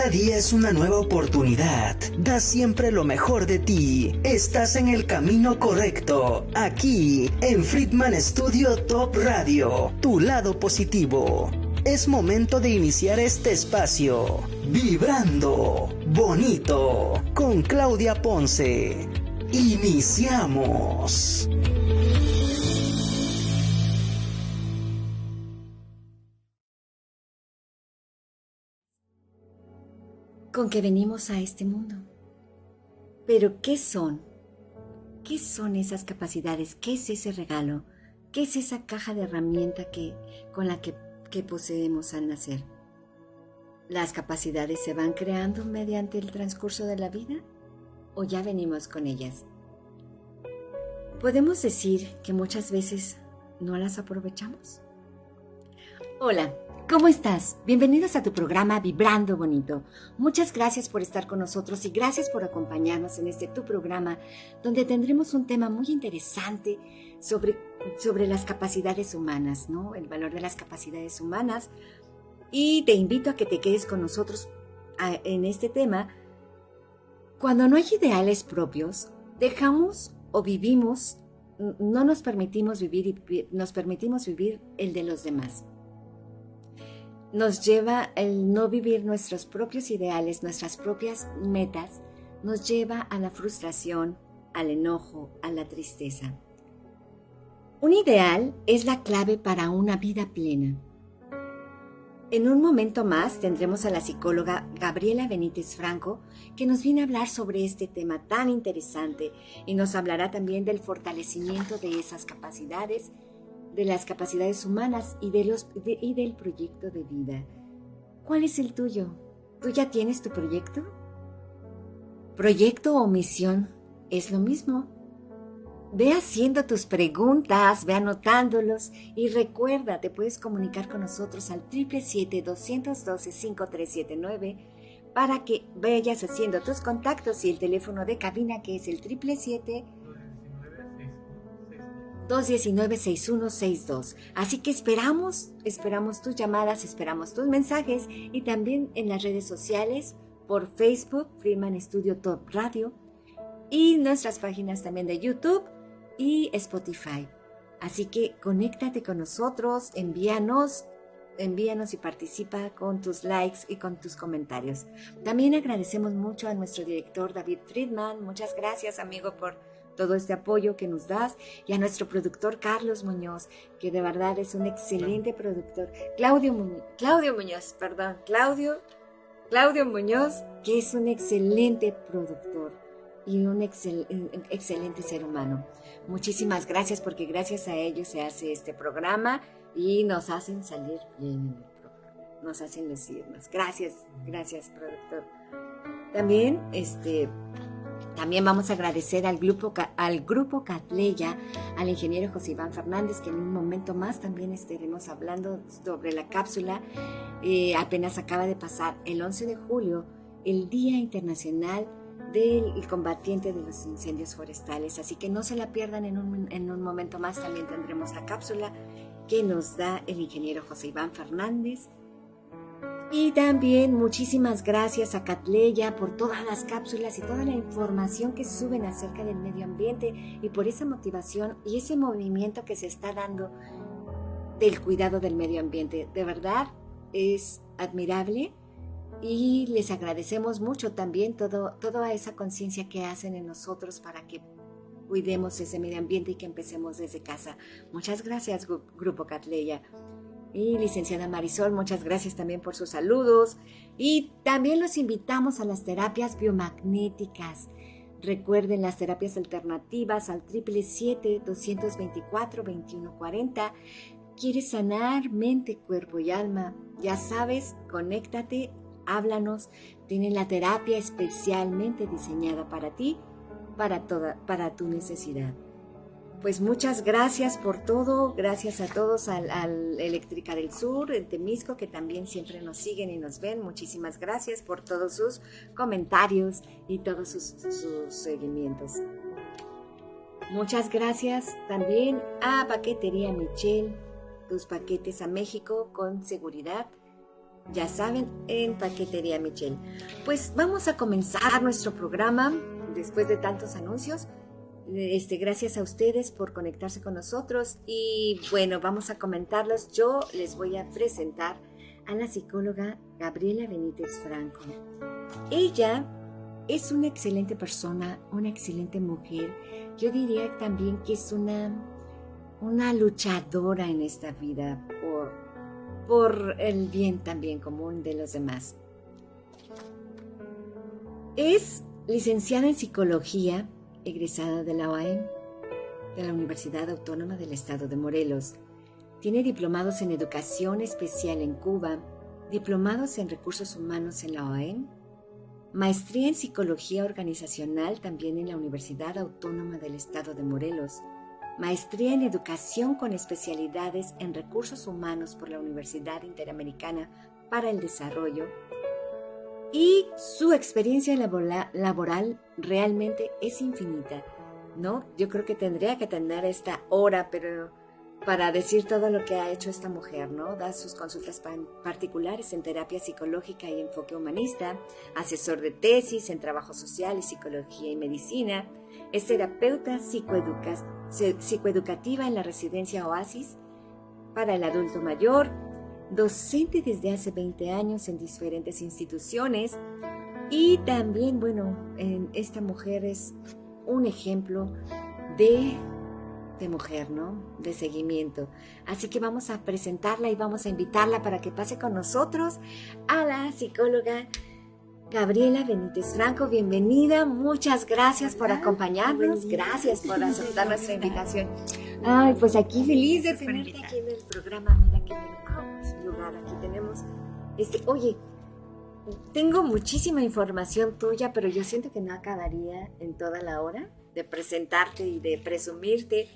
Cada día es una nueva oportunidad. Da siempre lo mejor de ti. Estás en el camino correcto. Aquí, en Friedman Studio Top Radio. Tu lado positivo. Es momento de iniciar este espacio. Vibrando Bonito. Con Claudia Ponce. Iniciamos. Con que venimos a este mundo. Pero ¿qué son? ¿Qué son esas capacidades? ¿Qué es ese regalo? ¿Qué es esa caja de herramienta con la que poseemos al nacer? ¿Las capacidades se van creando mediante el transcurso de la vida? ¿O ya venimos con ellas? ¿Podemos decir que muchas veces no las aprovechamos? Hola, ¿cómo estás? Bienvenidos a tu programa Vibrando Bonito. Muchas gracias por estar con nosotros y gracias por acompañarnos en tu programa, donde tendremos un tema muy interesante sobre las capacidades humanas, ¿no? El valor de las capacidades humanas. Y te invito a que te quedes con nosotros en este tema. Cuando no hay ideales propios, dejamos o vivimos, no nos permitimos vivir, nos permitimos vivir el de los demás. Nos lleva el no vivir nuestros propios ideales, nuestras propias metas, nos lleva a la frustración, al enojo, a la tristeza. Un ideal es la clave para una vida plena. En un momento más tendremos a la psicóloga Gabriela Benítez Franco, que nos viene a hablar sobre este tema tan interesante y nos hablará también del fortalecimiento de esas capacidades, de las capacidades humanas y del proyecto de vida. ¿Cuál es el tuyo? ¿Tú ya tienes tu proyecto? ¿Proyecto o misión es lo mismo? Ve haciendo tus preguntas, ve anotándolos y recuerda, te puedes comunicar con nosotros al 777-212-5379 para que vayas haciendo tus contactos y el teléfono de cabina que es el 777-219-6162. Así que esperamos tus llamadas, esperamos tus mensajes y también en las redes sociales por Facebook, Friedman Studio Top Radio y nuestras páginas también de YouTube y Spotify. Así que conéctate con nosotros, envíanos y participa con tus likes y con tus comentarios. También agradecemos mucho a nuestro director David Friedman. Muchas gracias, amigo, por todo este apoyo que nos das, y a nuestro productor Carlos Muñoz, que de verdad es un excelente productor. Claudio Muñoz, que es un excelente productor y un excelente ser humano. Muchísimas gracias, porque gracias a ellos se hace este programa y nos hacen salir bien en el programa, nos hacen lucirnos. Gracias, productor. También vamos a agradecer al grupo Catleya, al ingeniero José Iván Fernández, que en un momento más también estaremos hablando sobre la cápsula. Apenas acaba de pasar el 11 de julio, el Día Internacional del Combatiente de los Incendios Forestales, así que no se la pierdan. En un momento más también tendremos la cápsula que nos da el ingeniero José Iván Fernández. Y también muchísimas gracias a Catleya por todas las cápsulas y toda la información que suben acerca del medio ambiente y por esa motivación y ese movimiento que se está dando del cuidado del medio ambiente. De verdad es admirable y les agradecemos mucho también toda esa conciencia que hacen en nosotros para que cuidemos ese medio ambiente y que empecemos desde casa. Muchas gracias, Grupo Catleya. Y licenciada Marisol, muchas gracias también por sus saludos. Y también los invitamos a las terapias biomagnéticas. Recuerden las terapias alternativas al 777-224-2140. ¿Quieres sanar mente, cuerpo y alma? Ya sabes, conéctate, háblanos. Tienen la terapia especialmente diseñada para ti, para tu necesidad. Pues muchas gracias por todo, gracias a todos, al Eléctrica del Sur, el Temisco, que también siempre nos siguen y nos ven. Muchísimas gracias por todos sus comentarios y todos sus seguimientos. Muchas gracias también a Paquetería Michelle, tus paquetes a México con seguridad. ya saben, en Paquetería Michelle. Pues vamos a comenzar nuestro programa después de tantos anuncios. Gracias a ustedes por conectarse con nosotros y bueno, vamos a comentarlos. Yo les voy a presentar a la psicóloga Gabriela Benítez Franco. Ella es una excelente persona, una excelente mujer. Yo diría también que es una luchadora en esta vida por el bien también común de los demás. Es licenciada en psicología, egresada de la UAM, de la Universidad Autónoma del Estado de Morelos. Tiene diplomados en Educación Especial en Cuba, diplomados en Recursos Humanos en la OAM, maestría en Psicología Organizacional también en la Universidad Autónoma del Estado de Morelos, maestría en Educación con especialidades en Recursos Humanos por la Universidad Interamericana para el Desarrollo, y su experiencia laboral realmente es infinita, ¿no? Yo creo que tendría que tener esta hora, pero para decir todo lo que ha hecho esta mujer, ¿no? Da sus consultas particulares en terapia psicológica y enfoque humanista, asesor de tesis en trabajo social y psicología y medicina, es terapeuta psicoeducativa en la residencia Oasis para el adulto mayor, docente desde hace 20 años en diferentes instituciones y también, bueno, esta mujer es un ejemplo de mujer, ¿no? De seguimiento. Así que vamos a presentarla y vamos a invitarla para que pase con nosotros a la psicóloga Gabriela Benítez Franco. Bienvenida, muchas gracias por acompañarnos, gracias por aceptar nuestra invitación. Ay, pues aquí feliz de tenerte aquí en el programa. Mira qué lugar, aquí tenemos, oye, tengo muchísima información tuya, pero yo siento que no acabaría en toda la hora de presentarte y de presumirte.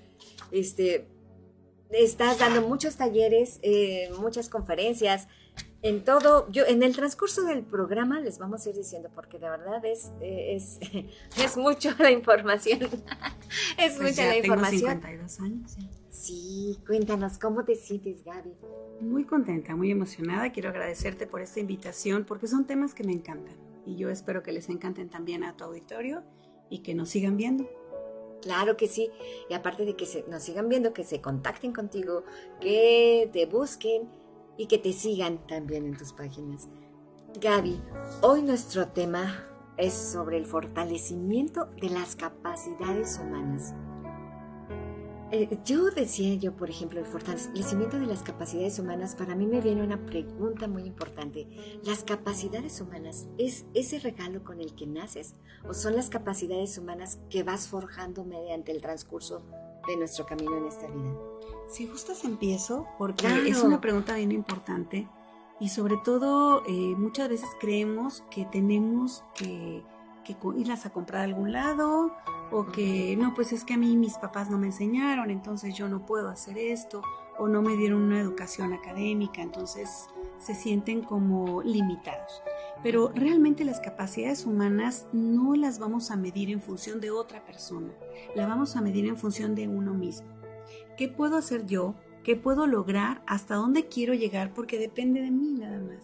Estás dando muchos talleres, muchas conferencias, en todo. Yo en el transcurso del programa les vamos a ir diciendo, porque de verdad es mucho la información. Es pues mucha la información. Tengo 52 años. ¿Sí? Sí, cuéntanos, ¿cómo te sientes, Gaby? Muy contenta, muy emocionada. Quiero agradecerte por esta invitación, porque son temas que me encantan. Y yo espero que les encanten también a tu auditorio y que nos sigan viendo. Claro que sí. Y aparte de que nos sigan viendo, que se contacten contigo, que te busquen y que te sigan también en tus páginas. Gaby, hoy nuestro tema es sobre el fortalecimiento de las capacidades humanas. Por ejemplo, el fortalecimiento de las capacidades humanas, para mí me viene una pregunta muy importante. ¿Las capacidades humanas es ese regalo con el que naces o son las capacidades humanas que vas forjando mediante el transcurso de nuestro camino en esta vida? Si gustas empiezo, porque claro, es una pregunta bien importante y sobre todo muchas veces creemos que tenemos que irlas a comprar a algún lado, o que no, pues es que a mí mis papás no me enseñaron, entonces yo no puedo hacer esto, o no me dieron una educación académica, entonces se sienten como limitados. Pero realmente las capacidades humanas no las vamos a medir en función de otra persona, las vamos a medir en función de uno mismo. ¿Qué puedo hacer yo? ¿Qué puedo lograr? ¿Hasta dónde quiero llegar? Porque depende de mí nada más.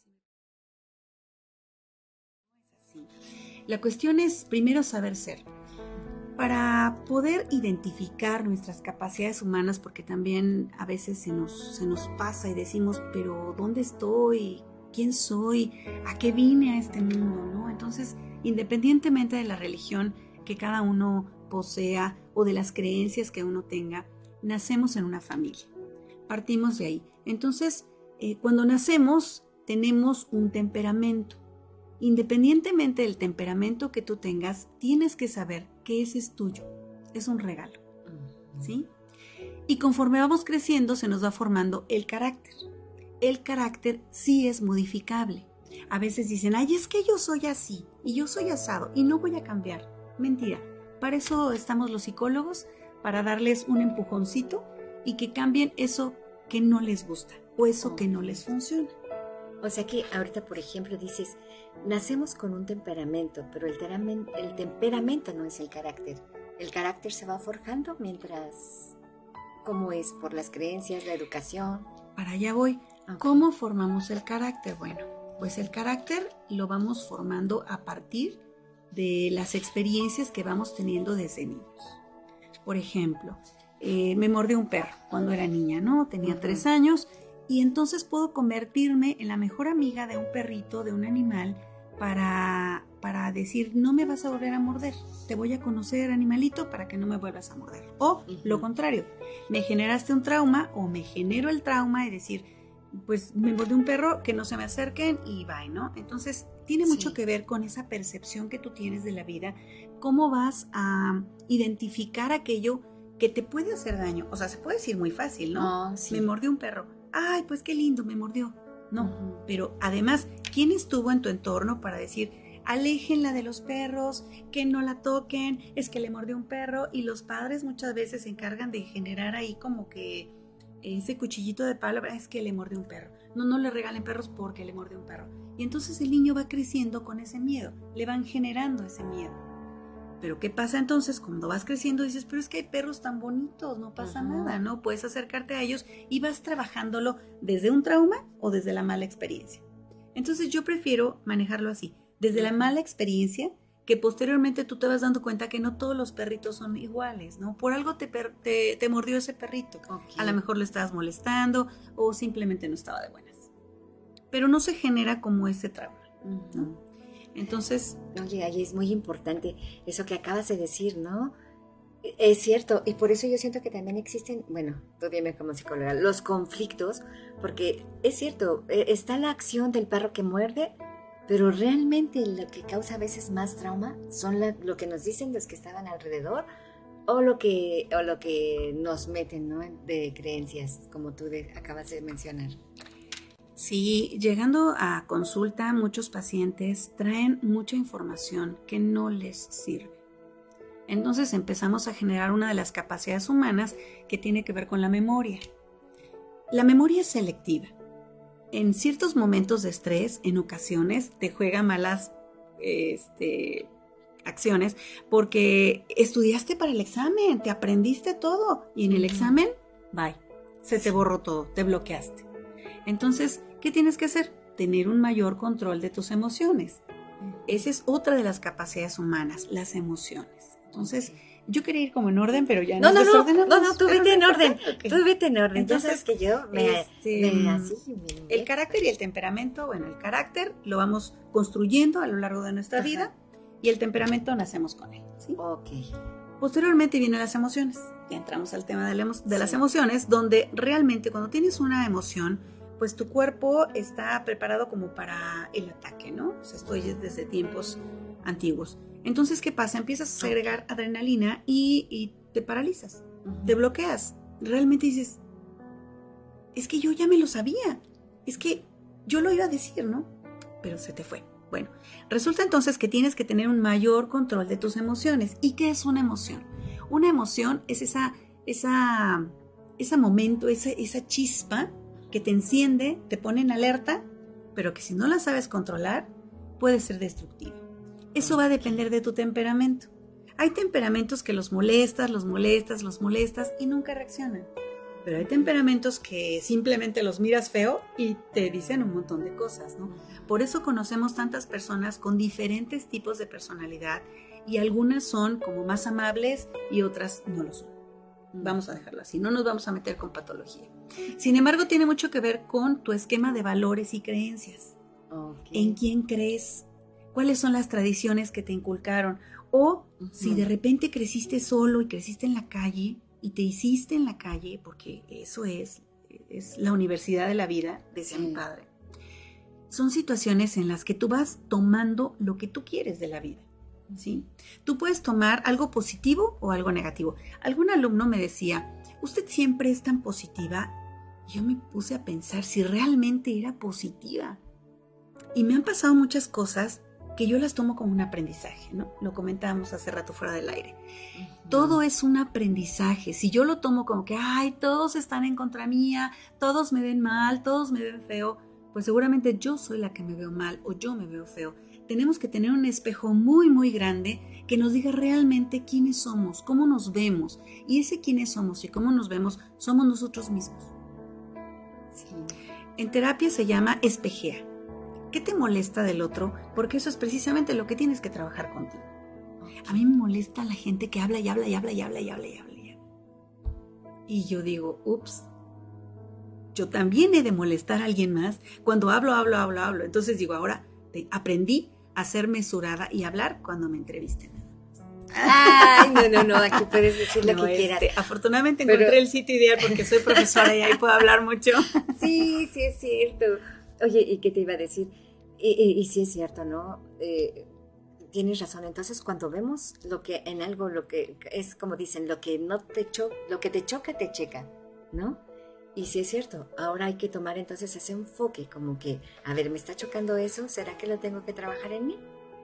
La cuestión es primero saber ser. Para poder identificar nuestras capacidades humanas, porque también a veces se nos pasa y decimos, pero ¿dónde estoy? ¿Quién soy? ¿A qué vine a este mundo? ¿No? Entonces, independientemente de la religión que cada uno posea o de las creencias que uno tenga, nacemos en una familia. Partimos de ahí. Entonces, cuando nacemos, tenemos un temperamento. Independientemente del temperamento que tú tengas, tienes que saber que ese es tuyo, es un regalo, ¿sí? Y conforme vamos creciendo se nos va formando el carácter. El carácter sí es modificable. A veces dicen, ay, es que yo soy así y yo soy asado y no voy a cambiar. Mentira, para eso estamos los psicólogos, para darles un empujoncito y que cambien eso que no les gusta o eso que no les funciona. O sea que ahorita, por ejemplo, dices, nacemos con un temperamento, pero el temperamento no es el carácter. El carácter se va forjando mientras, ¿cómo es? Por las creencias, la educación. Para allá voy. Okay. ¿Cómo formamos el carácter? Bueno, pues el carácter lo vamos formando a partir de las experiencias que vamos teniendo desde niños. Por ejemplo, me mordió un perro cuando era niña, ¿no? Tenía 3 años y entonces puedo convertirme en la mejor amiga de un perrito, de un animal, para decir, no me vas a volver a morder, te voy a conocer, animalito, para que no me vuelvas a morder. O lo contrario, me generaste un trauma o me genero el trauma y decir, pues me mordió un perro, que no se me acerquen y bye, ¿no? Entonces tiene mucho que ver con esa percepción que tú tienes de la vida, cómo vas a identificar aquello que te puede hacer daño. O sea, se puede decir muy fácil, ¿no? Sí. Me mordió un perro. Ay, pues qué lindo, me mordió. No, pero además, ¿quién estuvo en tu entorno para decir, aléjenla de los perros, que no la toquen, es que le mordió un perro? Y los padres muchas veces se encargan de generar ahí como que ese cuchillito de palo, es que le mordió un perro. No le regalen perros porque le mordió un perro. Y entonces el niño va creciendo con ese miedo, le van generando ese miedo. Pero ¿qué pasa entonces cuando vas creciendo? Dices, pero es que hay perros tan bonitos, no pasa nada, ¿no? Puedes acercarte a ellos y vas trabajándolo desde un trauma o desde la mala experiencia. Entonces yo prefiero manejarlo así, desde la mala experiencia, que posteriormente tú te vas dando cuenta que no todos los perritos son iguales, ¿no? Por algo te mordió ese perrito. A lo mejor le estabas molestando o simplemente no estaba de buenas. Pero no se genera como ese trauma, ¿no? Entonces... Oye, ahí es muy importante eso que acabas de decir, ¿no? Es cierto, y por eso yo siento que también existen, bueno, tú dime como psicóloga, los conflictos, porque es cierto, está la acción del perro que muerde, pero realmente lo que causa a veces más trauma son lo que nos dicen los que estaban alrededor o lo que nos meten, ¿no? De creencias, como tú acabas de mencionar. Sí, llegando a consulta, muchos pacientes traen mucha información que no les sirve. Entonces empezamos a generar una de las capacidades humanas que tiene que ver con la memoria. La memoria es selectiva. En ciertos momentos de estrés, en ocasiones, te juega malas acciones porque estudiaste para el examen, te aprendiste todo y en el examen, bye, se te borró todo, te bloqueaste. Entonces, ¿qué tienes que hacer? Tener un mayor control de tus emociones. Esa es otra de las capacidades humanas, las emociones. Entonces, yo quería ir como en orden, pero ya no, tú vete en orden. Okay. Tú vete en orden. Entonces, ya sabes que yo el carácter y el temperamento, bueno, el carácter lo vamos construyendo a lo largo de nuestra vida y el temperamento nacemos con él, ¿sí? Ok. Posteriormente vienen las emociones. Ya entramos al tema de las emociones, donde realmente cuando tienes una emoción, pues tu cuerpo está preparado como para el ataque, ¿no? O sea, esto es desde tiempos antiguos. Entonces, ¿qué pasa? Empiezas a segregar adrenalina y te paralizas, te bloqueas. Realmente dices, es que yo ya me lo sabía, es que yo lo iba a decir, ¿no? Pero se te fue. Bueno, resulta entonces que tienes que tener un mayor control de tus emociones. ¿Y qué es una emoción? Una emoción es ese momento, esa chispa que te enciende, te pone en alerta, pero que si no la sabes controlar, puede ser destructiva. Eso va a depender de tu temperamento. Hay temperamentos que los molestas y nunca reaccionan. Pero hay temperamentos que simplemente los miras feo y te dicen un montón de cosas, ¿no? Por eso conocemos tantas personas con diferentes tipos de personalidad y algunas son como más amables y otras no lo son. Vamos a dejarlo así, no nos vamos a meter con patología. Sin embargo, tiene mucho que ver con tu esquema de valores y creencias. ¿En quién crees? ¿Cuáles son las tradiciones que te inculcaron? O si de repente creciste solo y creciste en la calle y te hiciste en la calle, porque eso es la universidad de la vida, decía mi padre. Son situaciones en las que tú vas tomando lo que tú quieres de la vida. ¿Sí? Tú puedes tomar algo positivo o algo negativo. Algún alumno me decía, usted siempre es tan positiva. Yo me puse a pensar si realmente era positiva. Y me han pasado muchas cosas que yo las tomo como un aprendizaje, ¿no? Lo comentábamos hace rato fuera del aire. Todo es un aprendizaje. Si yo lo tomo como que, ay, todos están en contra mía, todos me ven mal, todos me ven feo, pues seguramente yo soy la que me veo mal o yo me veo feo. Tenemos que tener un espejo muy, muy grande que nos diga realmente quiénes somos, cómo nos vemos. Y ese quiénes somos y cómo nos vemos somos nosotros mismos. Sí. En terapia se llama espejea. ¿Qué te molesta del otro? Porque eso es precisamente lo que tienes que trabajar contigo. A mí me molesta la gente que habla y habla y habla y habla y habla y habla. Y yo digo, ups, yo también he de molestar a alguien más cuando hablo. Entonces digo, ahora aprendí a ser mesurada y hablar cuando me entrevisten. Ay, no, aquí puedes decir lo que quieras. Afortunadamente encontré el sitio ideal porque soy profesora y ahí puedo hablar mucho. Sí, es cierto. Oye, ¿y qué te iba a decir? Y sí es cierto, ¿no? Tienes razón. Entonces, cuando vemos lo que en algo, lo que es como dicen, lo que te choca, te checa, ¿no? Y sí es cierto. Ahora hay que tomar entonces ese enfoque, como que, a ver, ¿me está chocando eso? ¿Será que lo tengo que trabajar en mí?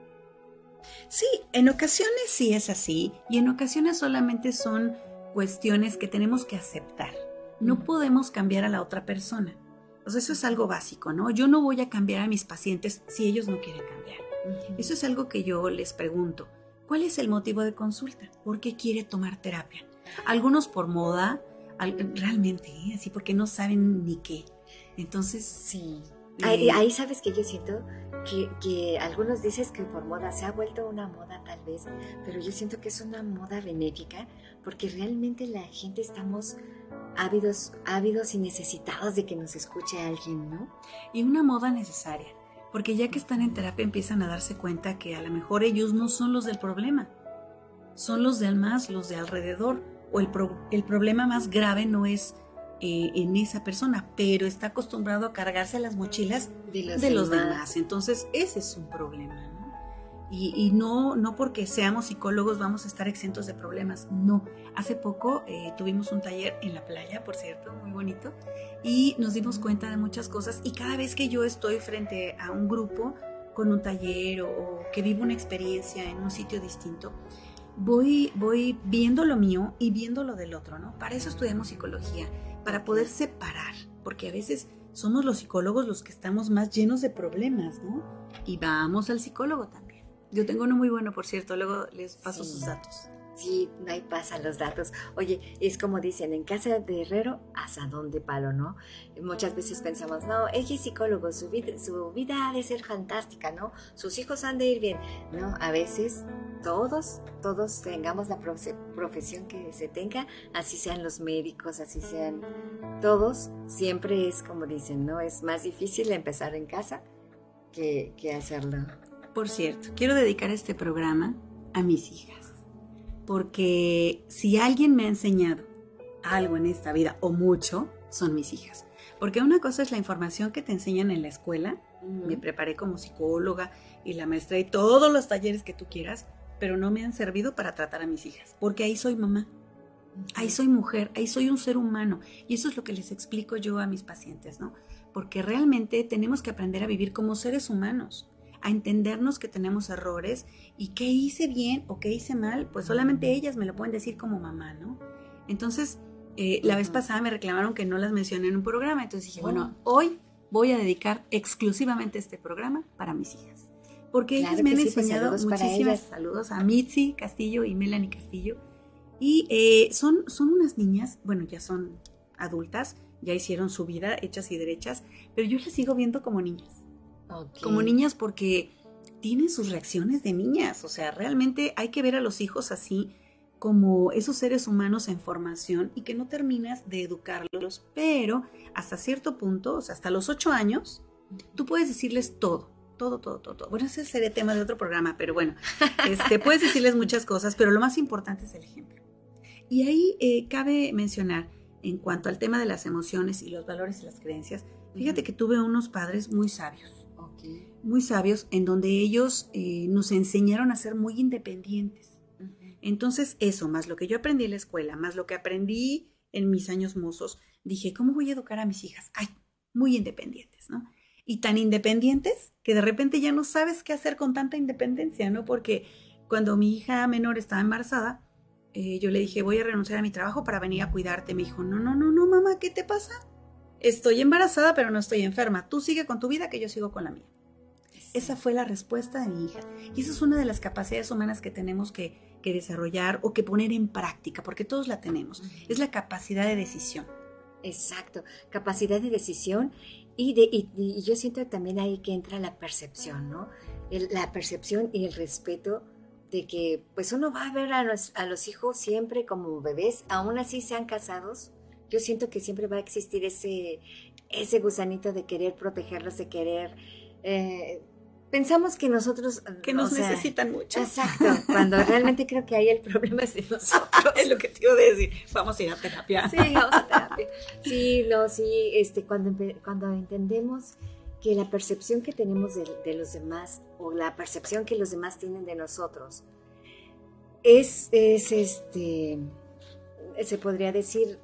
Sí, en ocasiones sí es así y en ocasiones solamente son cuestiones que tenemos que aceptar. No podemos cambiar a la otra persona. O sea, eso es algo básico, ¿no? Yo no voy a cambiar a mis pacientes si ellos no quieren cambiar. Eso es algo que yo les pregunto. ¿Cuál es el motivo de consulta? ¿Por qué quiere tomar terapia? Algunos por moda, realmente, así porque no saben ni qué. Entonces, sí. Ahí sabes que yo siento que algunos dicen que por moda se ha vuelto una moda tal vez, pero yo siento que es una moda benéfica porque realmente la gente estamos ávidos y necesitados de que nos escuche alguien, ¿no? Y una moda necesaria, porque ya que están en terapia empiezan a darse cuenta que a lo mejor ellos no son los del problema, son los del más, los de alrededor, o el problema más grave no es en esa persona, pero está acostumbrado a cargarse las mochilas de los demás. Entonces ese es un problema, ¿no? Y no porque seamos psicólogos vamos a estar exentos de problemas, no. Hace poco tuvimos un taller en la playa, por cierto, muy bonito, y nos dimos cuenta de muchas cosas, y cada vez que yo estoy frente a un grupo con un taller o que vivo una experiencia en un sitio distinto, voy viendo lo mío y viendo lo del otro, ¿no? Para eso estudiamos psicología, para poder separar, porque a veces somos los psicólogos los que estamos más llenos de problemas, ¿no? Y vamos al psicólogo también. Yo tengo uno muy bueno, por cierto, luego les paso sus datos. Sí, ahí pasan los datos. Oye, es como dicen, en casa de herrero, asadón de palo, ¿no? Muchas veces pensamos, no, ella es psicólogo, su vida ha de ser fantástica, ¿no? Sus hijos han de ir bien. No, a veces todos tengamos la profesión que se tenga, así sean los médicos, así sean todos, siempre es como dicen, ¿no? Es más difícil empezar en casa que hacerlo. Por cierto, quiero dedicar este programa a mis hijas, porque si alguien me ha enseñado algo en esta vida, o mucho, son mis hijas. Porque una cosa es la información que te enseñan en la escuela, me preparé como psicóloga y la maestra y todos los talleres que tú quieras, pero no me han servido para tratar a mis hijas, porque ahí soy mamá, ahí soy mujer, ahí soy un ser humano, y eso es lo que les explico yo a mis pacientes, ¿no? Porque realmente tenemos que aprender a vivir como seres humanos, a entendernos que tenemos errores y qué hice bien o qué hice mal, pues solamente ellas me lo pueden decir como mamá, ¿no? Entonces, la vez pasada me reclamaron que no las mencioné en un programa, entonces dije, bueno, hoy voy a dedicar exclusivamente este programa para mis hijas, porque ellas me han enseñado muchísimas. Saludos a Mitzi Castillo y Melanie Castillo, y son unas niñas, bueno, ya son adultas, ya hicieron su vida hechas y derechas, pero yo las sigo viendo como niñas. Okay. Como niñas porque tienen sus reacciones de niñas, o sea, realmente hay que ver a los hijos así como esos seres humanos en formación y que no terminas de educarlos, pero hasta cierto punto, o sea, hasta los 8 años, tú puedes decirles todo. Bueno, ese sería tema de otro programa, pero bueno, puedes decirles muchas cosas, pero lo más importante es el ejemplo. Y ahí cabe mencionar, en cuanto al tema de las emociones y los valores y las creencias, fíjate que tuve unos padres muy sabios. Muy sabios, en donde ellos nos enseñaron a ser muy independientes. Entonces eso, más lo que yo aprendí en la escuela, más lo que aprendí en mis años mozos, dije, ¿cómo voy a educar a mis hijas? Ay, muy independientes, ¿no? Y tan independientes que de repente ya no sabes qué hacer con tanta independencia, ¿no? Porque cuando mi hija menor estaba embarazada, yo le dije, voy a renunciar a mi trabajo para venir a cuidarte. Me dijo, no, mamá, ¿qué te pasa? Estoy embarazada, pero no estoy enferma. Tú sigue con tu vida, que yo sigo con la mía. Esa fue la respuesta de mi hija. Y esa es una de las capacidades humanas que tenemos que desarrollar o que poner en práctica, porque todos la tenemos. Es la capacidad de decisión. Exacto, capacidad de decisión Y yo siento también ahí que entra la percepción, ¿no? La percepción y el respeto de que pues uno va a ver a los hijos siempre como bebés, aún así sean casados. Yo siento que siempre va a existir ese gusanito de querer protegerlos, de querer... pensamos que nosotros... Que nos necesitan mucho. Exacto, cuando realmente creo que ahí el problema es de nosotros. Es lo que te iba a decir. Vamos a ir a terapia. Sí, vamos a terapia. Sí, cuando entendemos que la percepción que tenemos de los demás o la percepción que los demás tienen de nosotros se podría decir,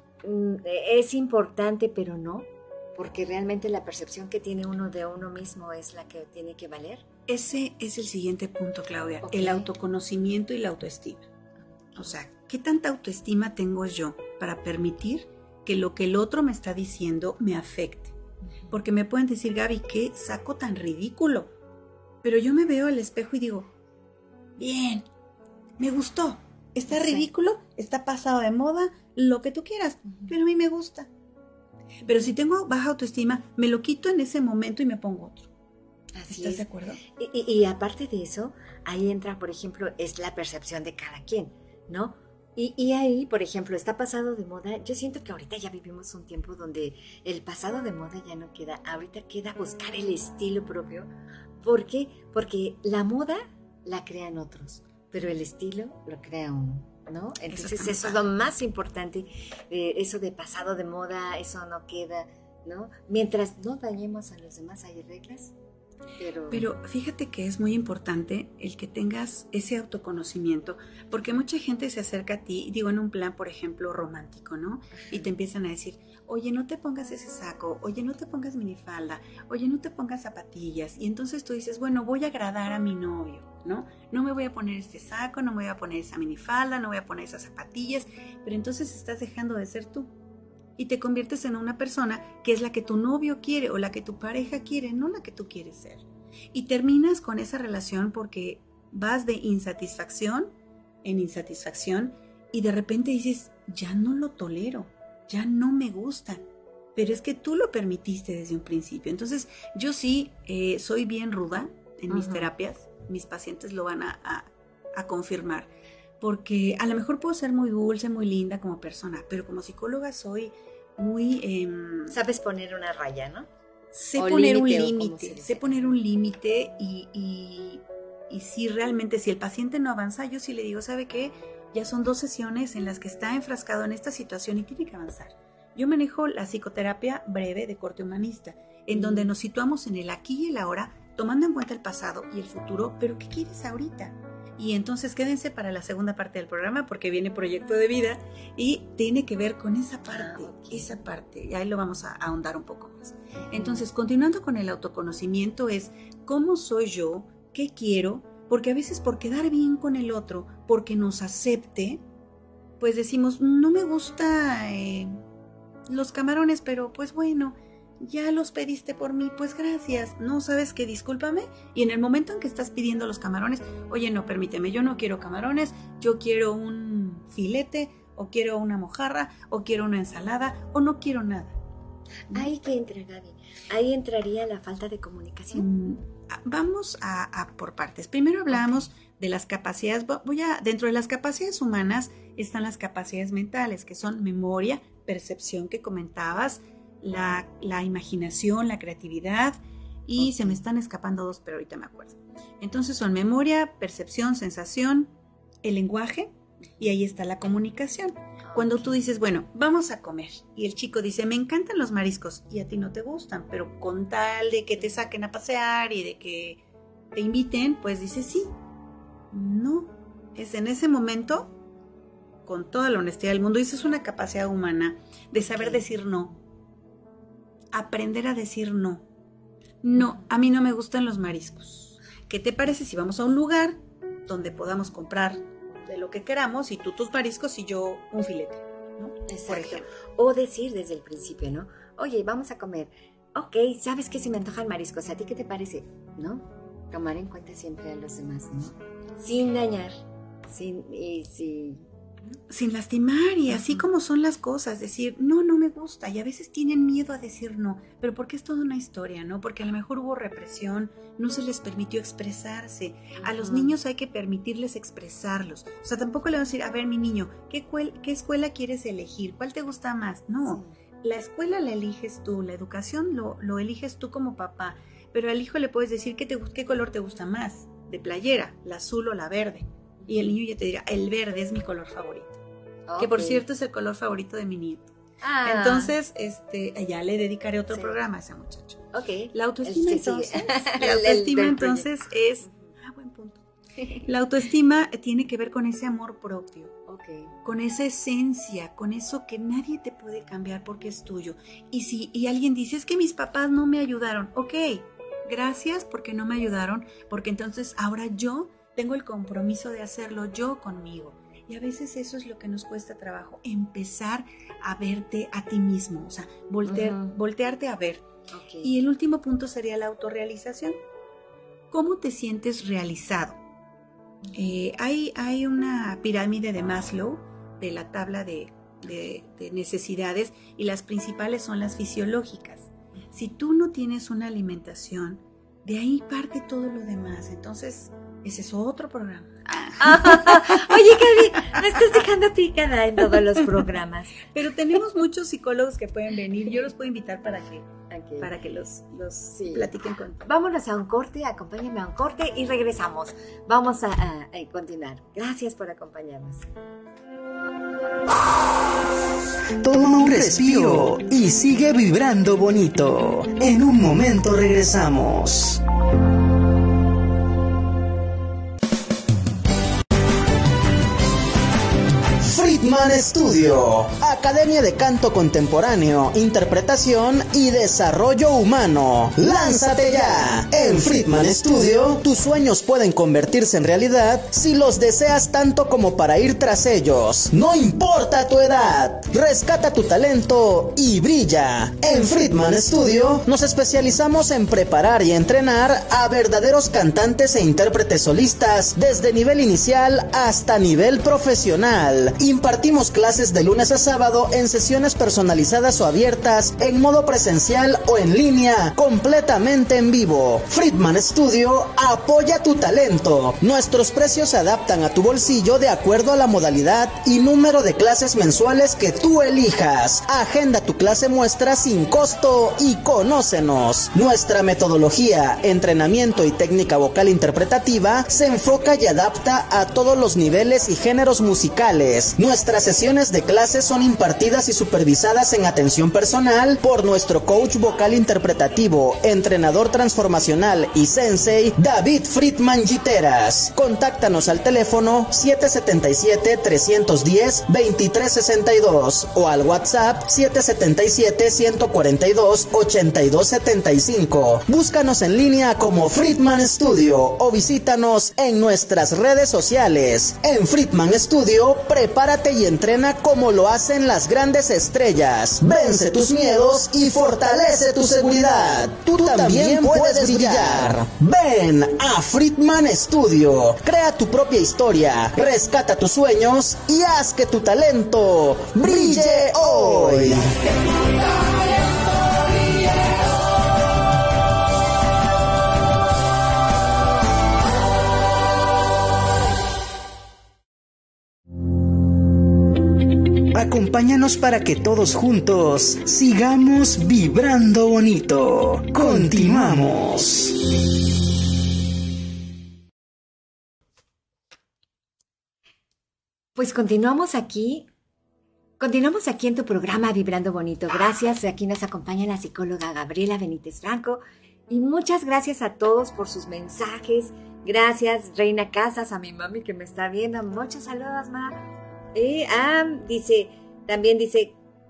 es importante, pero no, porque realmente la percepción que tiene uno de uno mismo es la que tiene que valer. Ese es el siguiente punto, Claudia, Okay. El autoconocimiento y la autoestima. O sea, ¿qué tanta autoestima tengo yo para permitir que lo que el otro me está diciendo me afecte? Porque me pueden decir, Gaby, qué saco tan ridículo. Pero yo me veo al espejo y digo, bien, me gustó. Está ridículo, está pasado de moda, lo que tú quieras, pero a mí me gusta. Pero si tengo baja autoestima, me lo quito en ese momento y me pongo otro. ¿Estás de acuerdo? Y aparte de eso, ahí entra, por ejemplo, es la percepción de cada quien, ¿no? Y ahí, por ejemplo, está pasado de moda. Yo siento que ahorita ya vivimos un tiempo donde el pasado de moda ya no queda. Ahorita queda buscar el estilo propio. ¿Por qué? Porque la moda la crean otros, pero el estilo lo crea uno, ¿no? Entonces eso es lo más importante. Eso de pasado de moda, eso no queda, ¿no? Mientras no dañemos a los demás, hay reglas. Pero fíjate que es muy importante el que tengas ese autoconocimiento, porque mucha gente se acerca a ti, digo, en un plan, por ejemplo, romántico, ¿no? Y te empiezan a decir, oye, no te pongas ese saco, oye, no te pongas minifalda, oye, no te pongas zapatillas. Y entonces tú dices, bueno, voy a agradar a mi novio, ¿no? No me voy a poner este saco, no me voy a poner esa minifalda, no voy a poner esas zapatillas, pero entonces estás dejando de ser tú. Y te conviertes en una persona que es la que tu novio quiere o la que tu pareja quiere, no la que tú quieres ser. Y terminas con esa relación porque vas de insatisfacción en insatisfacción y de repente dices, ya no lo tolero, ya no me gusta. Pero es que tú lo permitiste desde un principio. Entonces yo sí soy bien ruda en mis terapias, mis pacientes lo van a confirmar. Porque a lo mejor puedo ser muy dulce, muy linda como persona, pero como psicóloga soy muy... Sabes poner una raya, ¿no? Sé poner un límite y si realmente, si el paciente no avanza, yo sí le digo, ¿sabe qué? Ya son 2 sesiones en las que está enfrascado en esta situación y tiene que avanzar. Yo manejo la psicoterapia breve de corte humanista, en donde nos situamos en el aquí y el ahora, tomando en cuenta el pasado y el futuro, pero ¿qué quieres ahorita? Y entonces quédense para la segunda parte del programa porque viene Proyecto de Vida y tiene que ver con esa parte, y ahí lo vamos a ahondar un poco más. Entonces, continuando con el autoconocimiento es cómo soy yo, qué quiero, porque a veces por quedar bien con el otro, porque nos acepte, pues decimos, no me gusta los camarones, pero pues bueno, ya los pediste por mí, pues gracias. No, ¿sabes qué? Discúlpame. Y en el momento en que estás pidiendo los camarones, oye, no, permíteme, yo no quiero camarones, yo quiero un filete, o quiero una mojarra, o quiero una ensalada, o no quiero nada. Ahí que entra, Gaby. Ahí entraría la falta de comunicación. Vamos a por partes. Primero hablamos de las capacidades. Dentro de las capacidades humanas están las capacidades mentales, que son memoria, percepción que comentabas, la imaginación, la creatividad, y se me están escapando 2, pero ahorita me acuerdo. Entonces son memoria, percepción, sensación, el lenguaje, y ahí está la comunicación. Cuando tú dices, bueno, vamos a comer, y el chico dice, me encantan los mariscos, y a ti no te gustan, pero con tal de que te saquen a pasear y de que te inviten, pues dices sí. No, es en ese momento, con toda la honestidad del mundo, y eso es una capacidad humana de saber decir no. Aprender a decir no. No, a mí no me gustan los mariscos. ¿Qué te parece si vamos a un lugar donde podamos comprar de lo que queramos y tú tus mariscos y yo un filete, ¿no? Exacto. Por ejemplo. O decir desde el principio, ¿no? Oye, vamos a comer. Ok, ¿sabes qué? Si me antojan mariscos, ¿a ti qué te parece? ¿No? Tomar en cuenta siempre a los demás, ¿no? Sin dañar, sin lastimar y así como son las cosas, decir, no me gusta, y a veces tienen miedo a decir no, pero porque es toda una historia, ¿no? Porque a lo mejor hubo represión, no se les permitió expresarse. A los niños hay que permitirles expresarlos. O sea, tampoco le vamos a decir, a ver, mi niño, ¿qué escuela quieres elegir? ¿Cuál te gusta más? No, la escuela la eliges tú, la educación lo eliges tú como papá, pero al hijo le puedes decir qué color te gusta más, de playera, la azul o la verde. Y el niño ya te dirá, el verde es mi color favorito. Okay. Que por cierto es el color favorito de mi nieto. Entonces, ya le dedicaré otro programa a ese muchacho. Okay. La autoestima entonces es... buen punto. La autoestima tiene que ver con ese amor propio. Okay. Con esa esencia, con eso que nadie te puede cambiar porque es tuyo. Y alguien dice, es que mis papás no me ayudaron. Ok, gracias porque no me ayudaron, porque entonces ahora yo tengo el compromiso de hacerlo yo conmigo. Y a veces eso es lo que nos cuesta trabajo, empezar a verte a ti mismo, o sea, voltearte a ver. Okay. Y el último punto sería la autorrealización. ¿Cómo te sientes realizado? Hay una pirámide de Maslow, de la tabla de necesidades, y las principales son las fisiológicas. Si tú no tienes una alimentación, de ahí parte todo lo demás. Entonces, ese es otro programa. Oye, Gaby, me estás dejando picada en todos los programas. Pero tenemos muchos psicólogos que pueden venir. Yo los puedo invitar para que los platiquen contigo. Vámonos a un corte, acompáñame a un corte y regresamos. Vamos a continuar. Gracias por acompañarnos. Toma un respiro y sigue vibrando bonito. En un momento regresamos. Friedman Studio, Academia de Canto Contemporáneo, Interpretación y Desarrollo Humano. ¡Lánzate ya! En Friedman Studio, tus sueños pueden convertirse en realidad si los deseas tanto como para ir tras ellos. No importa tu edad, rescata tu talento y brilla. En Friedman Studio nos especializamos en preparar y entrenar a verdaderos cantantes e intérpretes solistas desde nivel inicial hasta nivel profesional. Impartimos clases de lunes a sábado en sesiones personalizadas o abiertas, en modo presencial o en línea, completamente en vivo. Friedman Studio apoya tu talento. Nuestros precios se adaptan a tu bolsillo de acuerdo a la modalidad y número de clases mensuales que tú elijas. Agenda tu clase muestra sin costo y conócenos. Nuestra metodología, entrenamiento y técnica vocal interpretativa se enfoca y adapta a todos los niveles y géneros musicales. Nuestras sesiones de clases son impartidas y supervisadas en atención personal por nuestro coach vocal interpretativo, entrenador transformacional y sensei David Friedman Giteras. Contáctanos al teléfono 777-310-2362 o al WhatsApp 777-142-8275. Búscanos en línea como Friedman Studio o visítanos en nuestras redes sociales. En Friedman Studio, prepárate y entrena como lo hacen las grandes estrellas. Vence tus miedos y fortalece tu seguridad. Tú también puedes brillar. Ven a Friedman Studio. Crea tu propia historia, rescata tus sueños y haz que tu talento brille hoy. Acompáñanos para que todos juntos sigamos vibrando bonito. Continuamos. Pues continuamos aquí en tu programa Vibrando Bonito. Gracias, aquí nos acompaña la psicóloga Gabriela Benítez Franco. Y muchas gracias a todos por sus mensajes. Gracias, Reina Casas, a mi mami que me está viendo. Muchos saludos, ma. Dice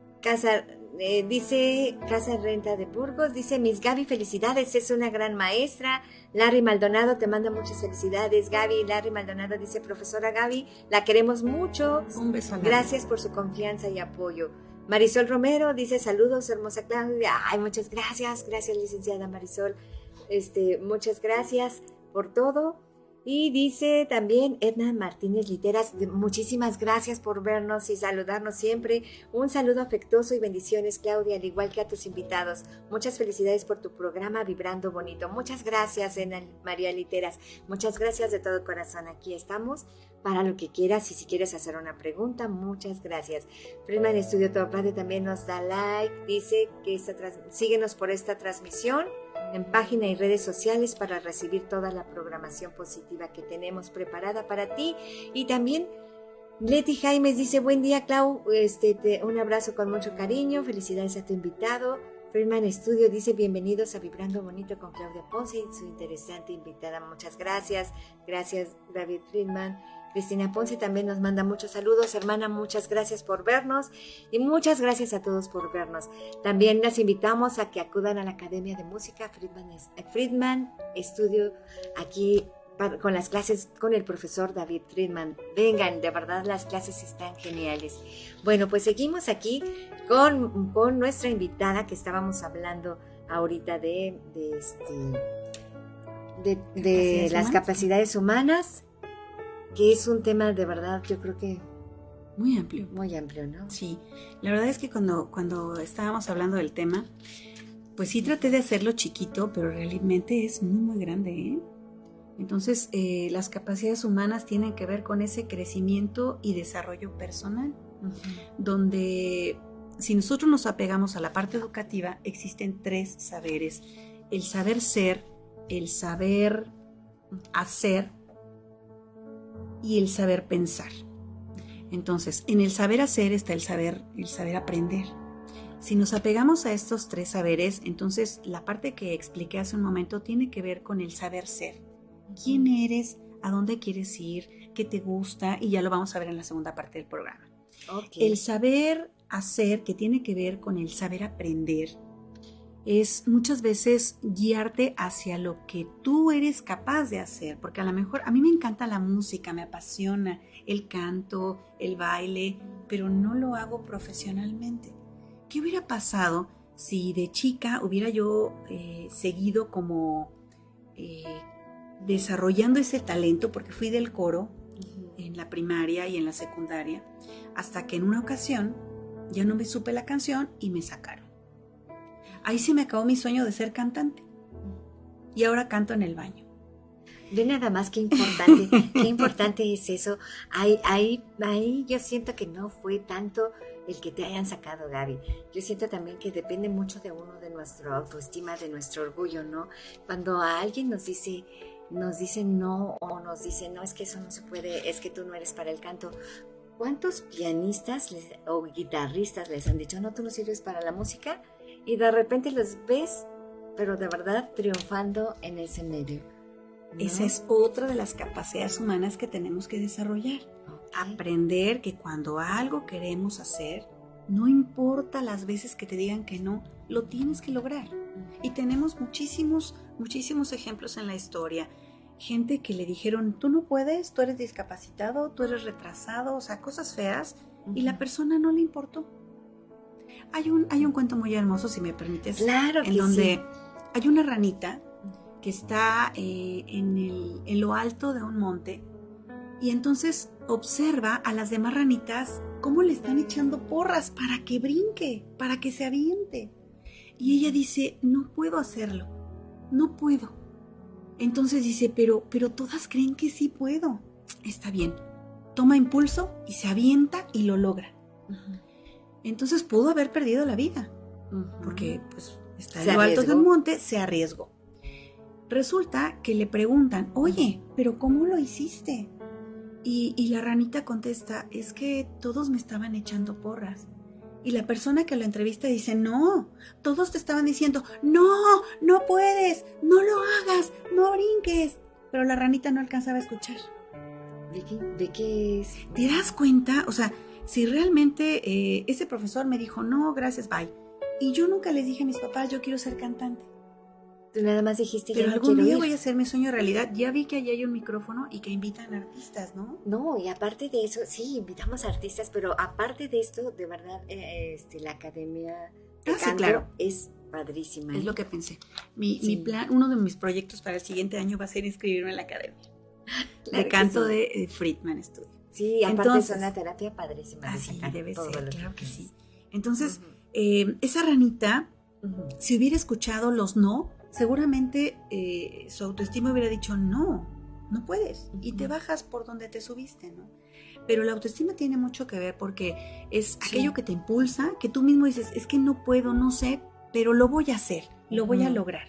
Casa Renta de Burgos, dice Miss Gaby, felicidades, es una gran maestra. Larry Maldonado te manda muchas felicidades, Gaby. Larry Maldonado dice, profesora Gaby, la queremos mucho. Un beso. Gracias por su confianza y apoyo. Marisol Romero dice, saludos, hermosa Claudia. Ay, muchas gracias, licenciada Marisol. Muchas gracias por todo. Y dice también Edna Martínez Literas, muchísimas gracias por vernos y saludarnos siempre. Un saludo afectuoso y bendiciones, Claudia, al igual que a tus invitados. Muchas felicidades por tu programa Vibrando Bonito. Muchas gracias, Edna María Literas. Muchas gracias de todo corazón. Aquí estamos para lo que quieras y si quieres hacer una pregunta, muchas gracias. Friedman Studio Top Radio también nos da like, dice que síguenos por esta transmisión en página y redes sociales para recibir toda la programación positiva que tenemos preparada para ti. Y también Leti Jaimes dice, buen día, Clau, un abrazo con mucho cariño, felicidades a tu invitado. Friedman Studio dice, bienvenidos a Vibrando Bonito con Claudia Ponce y su interesante invitada, muchas gracias. Gracias, David Friedman. Cristina Ponce también nos manda muchos saludos. Hermana, muchas gracias por vernos y muchas gracias a todos por vernos. También les invitamos a que acudan a la Academia de Música Friedman Studio aquí con las clases con el profesor David Friedman. Vengan, de verdad las clases están geniales. Bueno, pues seguimos aquí con nuestra invitada que estábamos hablando ahorita de las capacidades humanas, que es un tema de verdad, yo creo que muy amplio. Muy amplio, ¿no? Sí, la verdad es que cuando estábamos hablando del tema, pues sí traté de hacerlo chiquito, pero realmente es muy, muy grande, ¿eh? Entonces, las capacidades humanas tienen que ver con ese crecimiento y desarrollo personal, donde si nosotros nos apegamos a la parte educativa, existen 3 saberes: el saber ser, el saber hacer y el saber pensar. Entonces, en el saber hacer está el saber aprender. Si nos apegamos a estos 3 saberes, entonces la parte que expliqué hace un momento tiene que ver con el saber ser. ¿Quién eres? ¿A dónde quieres ir? ¿Qué te gusta? Y ya lo vamos a ver en la segunda parte del programa. Okay. El saber hacer, que tiene que ver con el saber aprender, es muchas veces guiarte hacia lo que tú eres capaz de hacer, porque a lo mejor a mí me encanta la música, me apasiona el canto, el baile, pero no lo hago profesionalmente. ¿Qué hubiera pasado si de chica hubiera yo seguido como desarrollando ese talento? Porque fui del coro en la primaria y en la secundaria, hasta que en una ocasión ya no me supe la canción y me sacaron. Ahí se me acabó mi sueño de ser cantante. Y ahora canto en el baño. Ve nada más qué importante es eso. Ahí yo siento que no fue tanto el que te hayan sacado, Gaby. Yo siento también que depende mucho de uno, de nuestra autoestima, de nuestro orgullo, ¿no? Cuando a alguien nos dice no, o nos dice, no, es que eso no se puede, es que tú no eres para el canto. ¿Cuántos pianistas o guitarristas les han dicho, no, tú no sirves para la música? Y de repente los ves, pero de verdad triunfando en ese medio, ¿no? Esa es otra de las capacidades humanas que tenemos que desarrollar. Okay. Aprender que cuando algo queremos hacer, no importa las veces que te digan que no, lo tienes que lograr. Y tenemos muchísimos ejemplos en la historia. Gente que le dijeron, tú no puedes, tú eres discapacitado, tú eres retrasado, o sea, cosas feas, y la persona no le importó. Hay un cuento muy hermoso, si me permites, claro, en donde hay una ranita que está en lo alto de un monte, y entonces observa a las demás ranitas cómo le están echando porras para que brinque, para que se aviente. Y ella dice, no puedo hacerlo, no puedo. Entonces dice, pero todas creen que sí puedo. Está bien, toma impulso y se avienta y lo logra. Entonces pudo haber perdido la vida, porque pues está en lo alto de un monte, se arriesgó. Resulta que le preguntan, oye, ¿pero cómo lo hiciste? Y la ranita contesta, es que todos me estaban echando porras. Y la persona que lo entrevista dice, no, todos te estaban diciendo, no puedes, no lo hagas, no brinques. Pero la ranita no alcanzaba a escuchar. ¿De qué es? ¿Te das cuenta? O sea, si realmente ese profesor me dijo, no, gracias, bye. Y yo nunca les dije a mis papás, yo quiero ser cantante. Tú nada más dijiste, pero algún día voy a hacer mi sueño realidad. Ya vi que allí hay un micrófono y que invitan artistas, ¿no? No, y aparte de eso, sí, invitamos a artistas, pero aparte de esto, de verdad, la academia de canto, sí, claro, es padrísima. Es lo que pensé. Mi plan, uno de mis proyectos para el siguiente año va a ser inscribirme en la academia. de canto de Friedman Studio. Sí, aparte es una terapia padrísima. Así debe ser, claro que sí. Entonces, esa ranita, si hubiera escuchado los no, seguramente su autoestima hubiera dicho no puedes, y te bajas por donde te subiste, ¿no? Pero la autoestima tiene mucho que ver porque es aquello que te impulsa, que tú mismo dices, es que no puedo, no sé, pero lo voy a hacer, lo voy a lograr.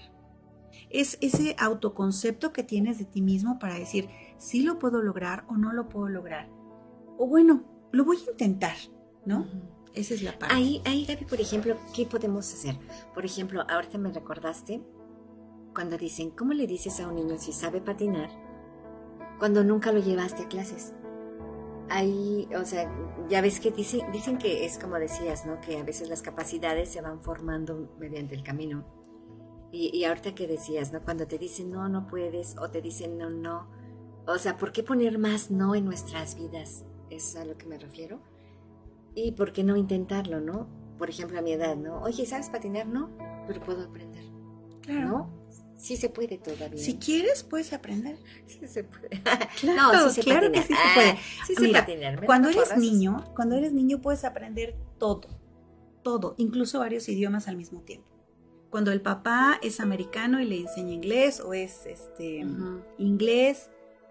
Es ese autoconcepto que tienes de ti mismo para decir, sí lo puedo lograr o no lo puedo lograr. O bueno, lo voy a intentar, ¿no? Esa es la parte. Ahí, Gaby, por ejemplo, ¿qué podemos hacer? Por ejemplo, ahorita me recordaste cuando dicen, ¿cómo le dices a un niño si sabe patinar cuando nunca lo llevaste a clases? Ahí, o sea, ya ves que dicen que es como decías, ¿no? Que a veces las capacidades se van formando mediante el camino. Y ahorita que decías, ¿no? Cuando te dicen no puedes, o te dicen no. O sea, ¿por qué poner más no en nuestras vidas? Es a lo que me refiero. Y ¿por qué no intentarlo, no? Por ejemplo, a mi edad, ¿no? Oye, ¿sabes patinar? No, pero puedo aprender. Claro. ¿No? Sí se puede todavía. Si quieres, puedes aprender. Sí se puede. Claro, no, sí se claro patina. que sí se puede. Sí se Mira, patinar. cuando eres niño puedes aprender todo, incluso varios idiomas al mismo tiempo. Cuando el papá es americano y le enseña inglés, o es inglés,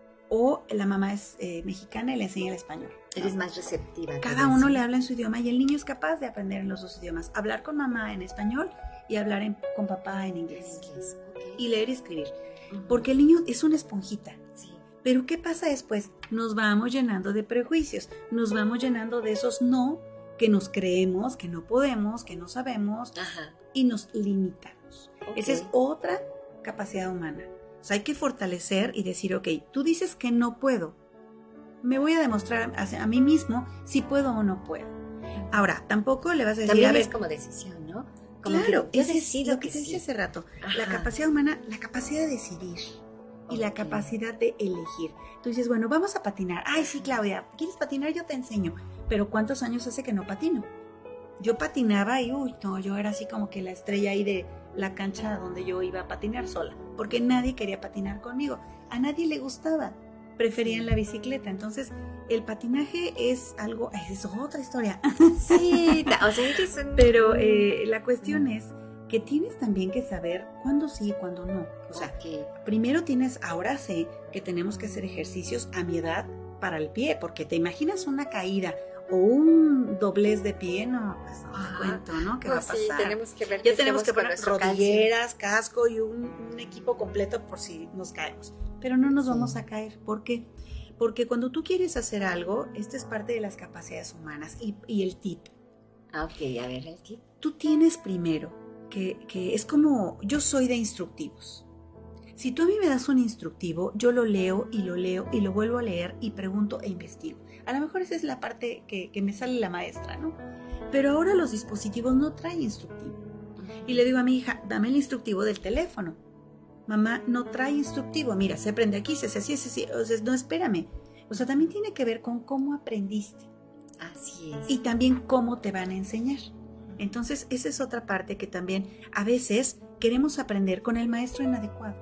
o la mamá es mexicana y le enseña el español, ¿no? Eres más receptiva. Cada uno le habla en su idioma y el niño es capaz de aprender en los dos idiomas. Hablar con mamá en español y hablar con papá en inglés. Okay. Y leer y escribir. Porque el niño es una esponjita. Sí. Pero ¿qué pasa después? Nos vamos llenando de prejuicios, nos vamos llenando de esos no que nos creemos, que no podemos, que no sabemos, y nos limitamos. Okay. Esa es otra capacidad humana. O sea, hay que fortalecer y decir, ok, tú dices que no puedo. Me voy a demostrar a mí mismo si puedo o no puedo. Ahora, tampoco le vas a decir, también a ver, es como decisión, ¿no? Como claro, que yo ese decido es lo que te dije hace rato. Ajá. La capacidad humana, la capacidad de decidir y la capacidad de elegir. Tú dices, bueno, vamos a patinar. Ay, sí, Claudia, ¿quieres patinar? Yo te enseño. Pero ¿cuántos años hace que no patino? Yo patinaba y, yo era así como que la estrella ahí de la cancha donde yo iba a patinar sola, porque nadie quería patinar conmigo. A nadie le gustaba. Preferían la bicicleta. Entonces, el patinaje es algo, es otra historia. Sí, o sea, eres un... Pero la cuestión es que tienes también que saber cuándo sí y cuándo no. O sea, primero ahora sé que tenemos que hacer ejercicios a mi edad para el pie, porque te imaginas una caída o un doblez de pie, no, pues no te cuento, ¿no? ¿Qué va a pasar? Sí, tenemos que ver ya tenemos que poner rodilleras, casco y un equipo completo por si nos caemos. Pero no nos vamos a caer. ¿Por qué? Porque cuando tú quieres hacer algo, esta es parte de las capacidades humanas y el tip. Ok, a ver el tip. Tú tienes primero que es como, yo soy de instructivos. Si tú a mí me das un instructivo, yo lo leo y lo vuelvo a leer y pregunto e investigo. A lo mejor esa es la parte que me sale la maestra, ¿no? Pero ahora los dispositivos no traen instructivo. Y le digo a mi hija, dame el instructivo del teléfono. Mamá, no trae instructivo. Mira, se prende aquí, se hace así. O sea, no, espérame. O sea, también tiene que ver con cómo aprendiste. Así es. Y también cómo te van a enseñar. Entonces, esa es otra parte que también a veces queremos aprender con el maestro inadecuado.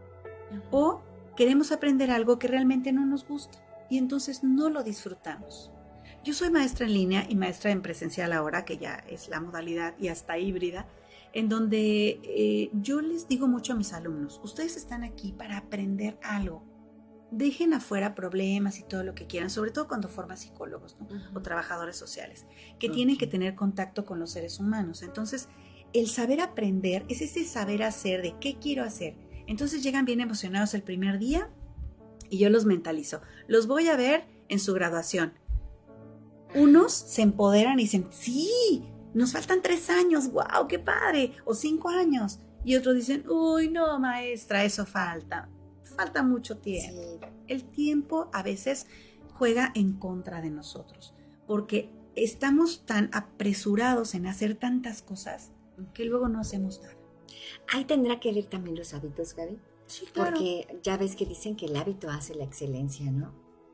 O queremos aprender algo que realmente no nos gusta y entonces no lo disfrutamos. Yo soy maestra en línea y maestra en presencial ahora, que ya es la modalidad y hasta híbrida, en donde yo les digo mucho a mis alumnos, ustedes están aquí para aprender algo. Dejen afuera problemas y todo lo que quieran, sobre todo cuando forman psicólogos, ¿no? O trabajadores sociales, que tienen que tener contacto con los seres humanos. Entonces, el saber aprender es ese saber hacer de qué quiero hacer. Entonces llegan bien emocionados el primer día y yo los mentalizo. Los voy a ver en su graduación. Unos se empoderan y dicen, sí, nos faltan 3 años, wow, qué padre, o 5 años. Y otros dicen, uy, no, maestra, eso falta mucho tiempo. Sí. El tiempo a veces juega en contra de nosotros, porque estamos tan apresurados en hacer tantas cosas que luego no hacemos nada. Ahí tendrá que ver también los hábitos, Gaby. Sí, claro. Porque ya ves que dicen que el hábito hace la excelencia, ¿no?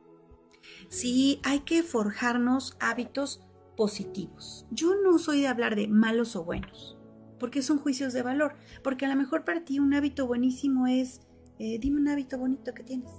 Sí, hay que forjarnos hábitos positivos. Yo no soy de hablar de malos o buenos, porque son juicios de valor. Porque a lo mejor para ti un hábito buenísimo es, dime un hábito bonito que tienes.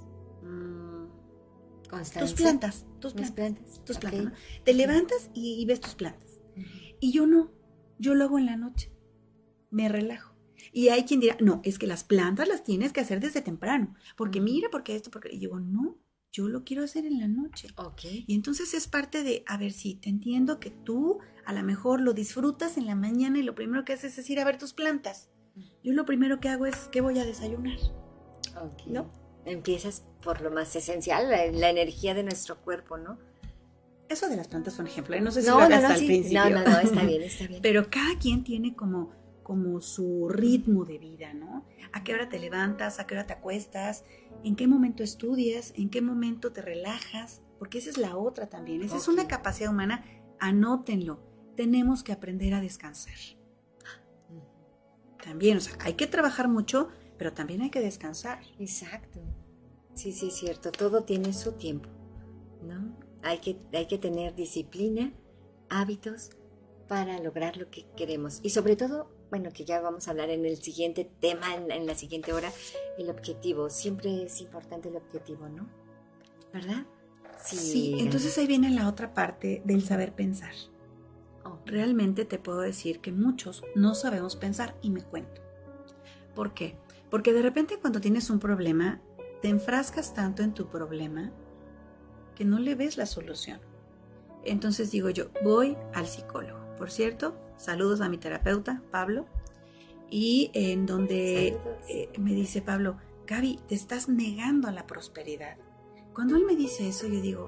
Constancia. Tus plantas. Mis plantas. Tus Ok. plantas, ¿no? Te levantas y ves tus plantas. Y yo no, yo lo hago en la noche. Me relajo. Y hay quien dirá, no, es que las plantas las tienes que hacer desde temprano. Porque mira, porque esto, porque... Y digo, no, yo lo quiero hacer en la noche. Ok. Y entonces es parte de, a ver, sí, te entiendo que tú a lo mejor lo disfrutas en la mañana y lo primero que haces es ir a ver tus plantas. Yo lo primero que hago es, ¿qué voy a desayunar? Ok. ¿No? Empiezas por lo más esencial, la energía de nuestro cuerpo, ¿no? Eso de las plantas fue un ejemplo. No sé si No, lo no, hagas no, al sí. principio. No, está bien, está bien. Pero cada quien tiene como su ritmo de vida, ¿no? ¿A qué hora te levantas? ¿A qué hora te acuestas? ¿En qué momento estudias? ¿En qué momento te relajas? Porque esa es la otra también. Esa es una capacidad humana. Anótenlo. Tenemos que aprender a descansar. También, o sea, hay que trabajar mucho, pero también hay que descansar. Exacto. Sí, es cierto. Todo tiene su tiempo, ¿no? Hay que tener disciplina, hábitos para lograr lo que queremos. Y sobre todo, bueno, que ya vamos a hablar en el siguiente tema, en la siguiente hora, el objetivo. Siempre es importante el objetivo, ¿no? ¿Verdad? Sí, entonces ahí viene la otra parte del saber pensar. Realmente te puedo decir que muchos no sabemos pensar y me cuento. ¿Por qué? Porque de repente cuando tienes un problema, te enfrascas tanto en tu problema que no le ves la solución. Entonces digo yo, voy al psicólogo. Por cierto, saludos a mi terapeuta, Pablo, y en donde me dice Pablo, Gaby, te estás negando a la prosperidad. Cuando él me dice eso, yo digo,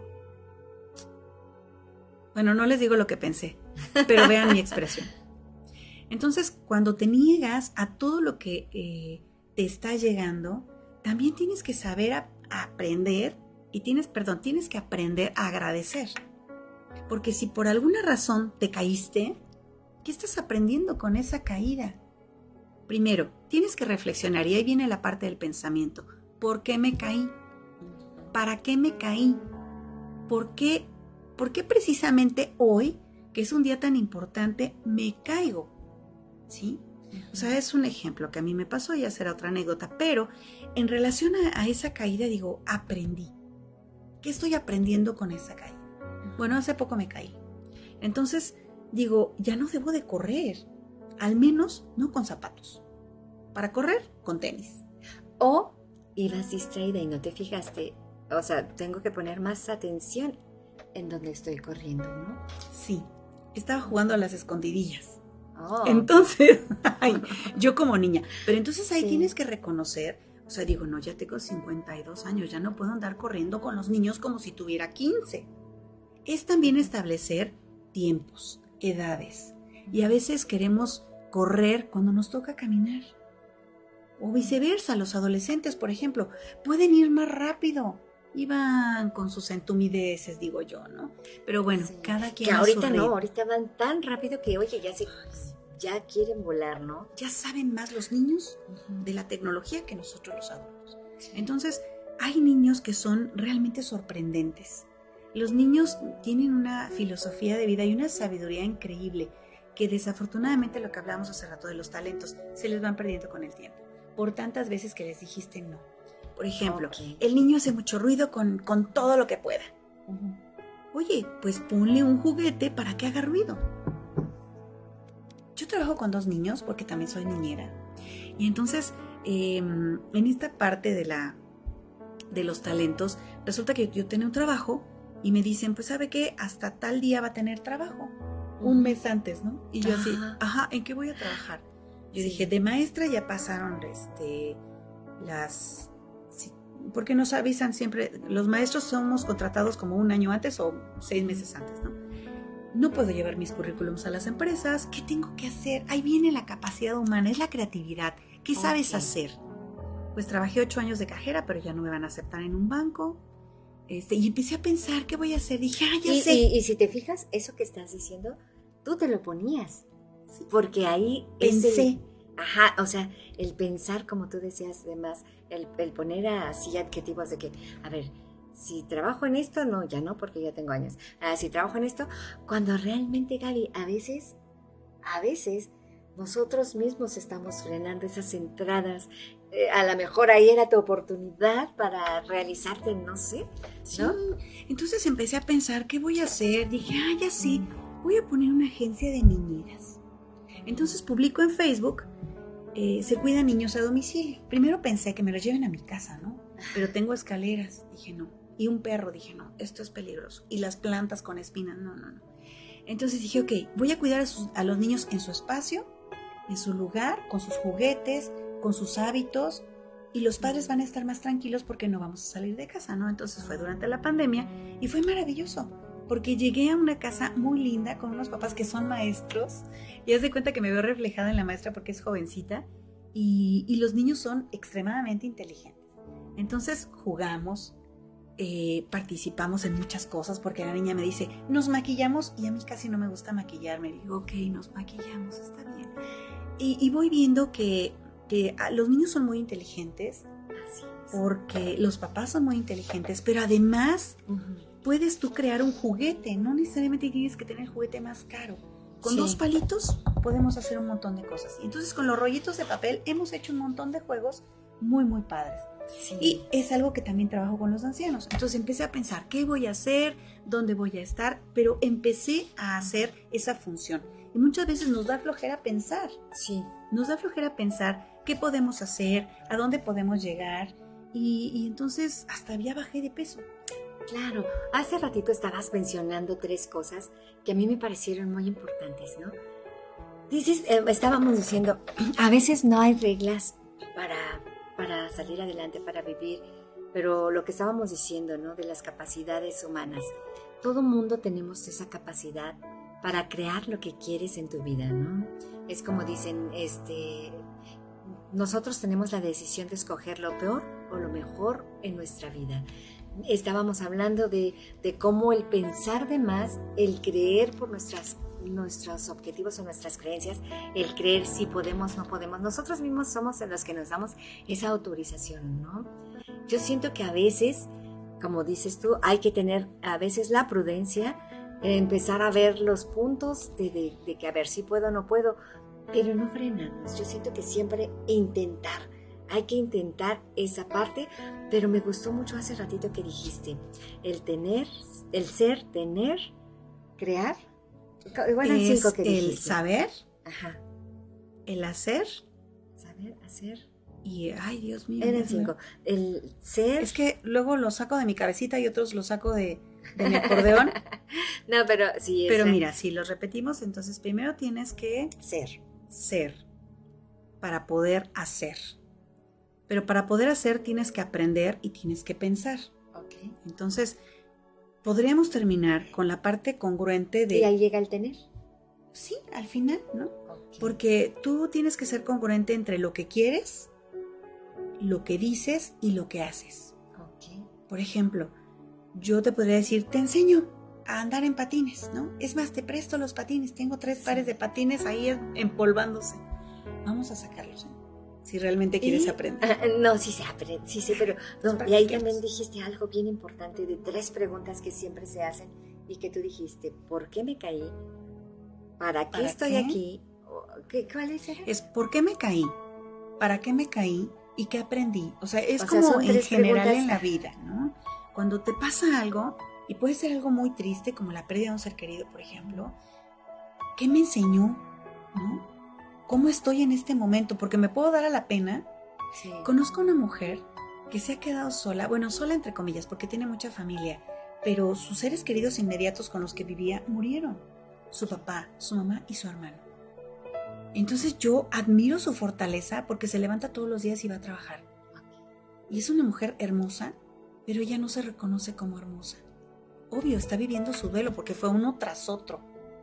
bueno, no les digo lo que pensé, pero vean mi expresión. Entonces, cuando te niegas a todo lo que te está llegando, también tienes que saber aprender y tienes que aprender a agradecer. Porque si por alguna razón te caíste, ¿qué estás aprendiendo con esa caída? Primero, tienes que reflexionar y ahí viene la parte del pensamiento. ¿Por qué me caí? ¿Para qué me caí? ¿Por qué precisamente hoy, que es un día tan importante, me caigo? ¿Sí? O sea, es un ejemplo que a mí me pasó, ya será otra anécdota, pero en relación a esa caída digo, aprendí. ¿Qué estoy aprendiendo con esa caída? Bueno, hace poco me caí. Entonces digo, ya no debo de correr, al menos no con zapatos. Para correr, con tenis. O ibas distraída y no te fijaste. O sea, tengo que poner más atención en donde estoy corriendo, ¿no? Sí, estaba jugando a las escondidillas. Oh. Entonces, yo como niña, pero entonces ahí tienes que reconocer, o sea, digo, no, ya tengo 52 años, ya no puedo andar corriendo con los niños como si tuviera 15. Es también establecer tiempos, edades, y a veces queremos correr cuando nos toca caminar. O viceversa, los adolescentes, por ejemplo, pueden ir más rápido. Iban con sus entumideces, digo yo, ¿no? Pero bueno, cada quien que a ahorita su ritmo. no, ahorita van tan rápido que, oye, ya quieren volar, ¿no? Ya saben más los niños de la tecnología que nosotros los adultos. Entonces, hay niños que son realmente sorprendentes. Los niños tienen una filosofía de vida y una sabiduría increíble que desafortunadamente, lo que hablábamos hace rato de los talentos, se les van perdiendo con el tiempo. Por tantas veces que les dijiste no. Por ejemplo, el niño hace mucho ruido con todo lo que pueda. Oye, pues ponle un juguete para que haga ruido. Yo trabajo con 2 niños porque también soy niñera. Y entonces, en esta parte de los talentos, resulta que yo tenía un trabajo y me dicen, pues ¿sabe qué? Hasta tal día va a tener trabajo. Un mes antes, ¿no? Y yo así, ¿en qué voy a trabajar? Yo dije, de maestra ya pasaron porque nos avisan siempre, los maestros somos contratados como 1 año antes o 6 meses antes, ¿no? No puedo llevar mis currículums a las empresas. ¿Qué tengo que hacer? Ahí viene la capacidad humana, es la creatividad. ¿Qué sabes hacer? Pues trabajé 8 años de cajera, pero ya no me van a aceptar en un banco. Y empecé a pensar, ¿qué voy a hacer? Dije, ya sé. Y si te fijas, eso que estás diciendo, tú te lo ponías. Sí. Porque ahí pensé. O sea, el pensar, como tú decías, además, el poner así adjetivos de que, a ver, si trabajo en esto, no, ya no, porque ya tengo años. Si trabajo en esto, cuando realmente, Gaby, a veces, nosotros mismos estamos frenando esas entradas a lo mejor ahí era tu oportunidad para realizarte, no sé, ¿no? Sí. Entonces empecé a pensar, ¿qué voy a hacer? Dije, ya sí, voy a poner una agencia de niñeras. Entonces publico en Facebook, se cuidan niños a domicilio. Primero pensé que me los lleven a mi casa, ¿no? Pero tengo escaleras, dije no. Y un perro, dije no, esto es peligroso. Y las plantas con espinas, no. Entonces dije, ok, voy a cuidar a los niños en su espacio, en su lugar, con sus juguetes, con sus hábitos, y los padres van a estar más tranquilos porque no vamos a salir de casa, ¿no? Entonces fue durante la pandemia y fue maravilloso, porque llegué a una casa muy linda con unos papás que son maestros, y haz de cuenta que me veo reflejada en la maestra porque es jovencita, y los niños son extremadamente inteligentes. Entonces jugamos, participamos en muchas cosas, porque la niña me dice, nos maquillamos, y a mí casi no me gusta maquillarme. Digo, ok, nos maquillamos, está bien. Y voy viendo que los niños son muy inteligentes, porque los papás son muy inteligentes, pero además puedes tú crear un juguete, no necesariamente tienes que tener el juguete más caro. Con 2 palitos podemos hacer un montón de cosas. Y entonces con los rollitos de papel hemos hecho un montón de juegos muy, muy padres. Sí. Y es algo que también trabajo con los ancianos. Entonces empecé a pensar, ¿qué voy a hacer? ¿Dónde voy a estar? Pero empecé a hacer esa función. Y muchas veces nos da flojera pensar. Sí. Nos da flojera pensar qué podemos hacer, a dónde podemos llegar. Y entonces hasta ya bajé de peso. Claro, hace ratito estabas mencionando 3 cosas que a mí me parecieron muy importantes, ¿no? Estábamos diciendo, a veces no hay reglas para salir adelante, para vivir, pero lo que estábamos diciendo, ¿no? De las capacidades humanas. Todo mundo tenemos esa capacidad para crear lo que quieres en tu vida, ¿no? Es como dicen, nosotros tenemos la decisión de escoger lo peor o lo mejor en nuestra vida. Estábamos hablando de cómo el pensar de más, el creer por nuestros objetivos o nuestras creencias, el creer si podemos, no podemos. Nosotros mismos somos los que nos damos esa autorización, ¿no? Yo siento que a veces, como dices tú, hay que tener a veces la prudencia, empezar a ver los puntos de que a ver si puedo o no puedo, pero no frenarnos. Yo siento que siempre hay que intentar esa parte, pero me gustó mucho hace ratito que dijiste, el ser, tener, crear. Bueno, es 5 que dijiste. El saber, el hacer, saber, hacer, y ay, Dios mío. Eran 5. El ser. Es que luego los saco de mi cabecita y otros los saco de mi acordeón. No, pero sí. Pero mira, si los repetimos, entonces primero tienes que ser para poder hacer. Pero para poder hacer tienes que aprender y tienes que pensar. Okay. Entonces, podríamos terminar con la parte congruente de... ¿Y ahí llega el tener? Sí, al final, ¿no? Okay. Porque tú tienes que ser congruente entre lo que quieres, lo que dices y lo que haces. Okay. Por ejemplo, yo te podría decir, te enseño a andar en patines, ¿no? Es más, te presto los patines. Tengo 3 pares de patines ahí empolvándose. Vamos a sacarlos, ¿no? Si realmente quieres aprender. No, sí se aprende, sí, pero no, y ahí también dijiste algo bien importante de 3 preguntas que siempre se hacen y que tú dijiste, ¿por qué me caí? ¿Para qué estoy aquí? ¿Cuáles eran? Es ¿por qué me caí? ¿Para qué me caí? ¿Y qué aprendí? O sea, es como en general en la vida, ¿no? Cuando te pasa algo, y puede ser algo muy triste, como la pérdida de un ser querido, por ejemplo, ¿qué me enseñó? ¿No? ¿Cómo estoy en este momento? Porque me puedo dar a la pena. Sí. Conozco a una mujer que se ha quedado sola, bueno, sola entre comillas, porque tiene mucha familia, pero sus seres queridos inmediatos con los que vivía murieron. Su papá, su mamá y su hermano. Entonces yo admiro su fortaleza porque se levanta todos los días y va a trabajar. Y es una mujer hermosa, pero ella no se reconoce como hermosa. Obvio, está viviendo su duelo porque fue uno tras otro.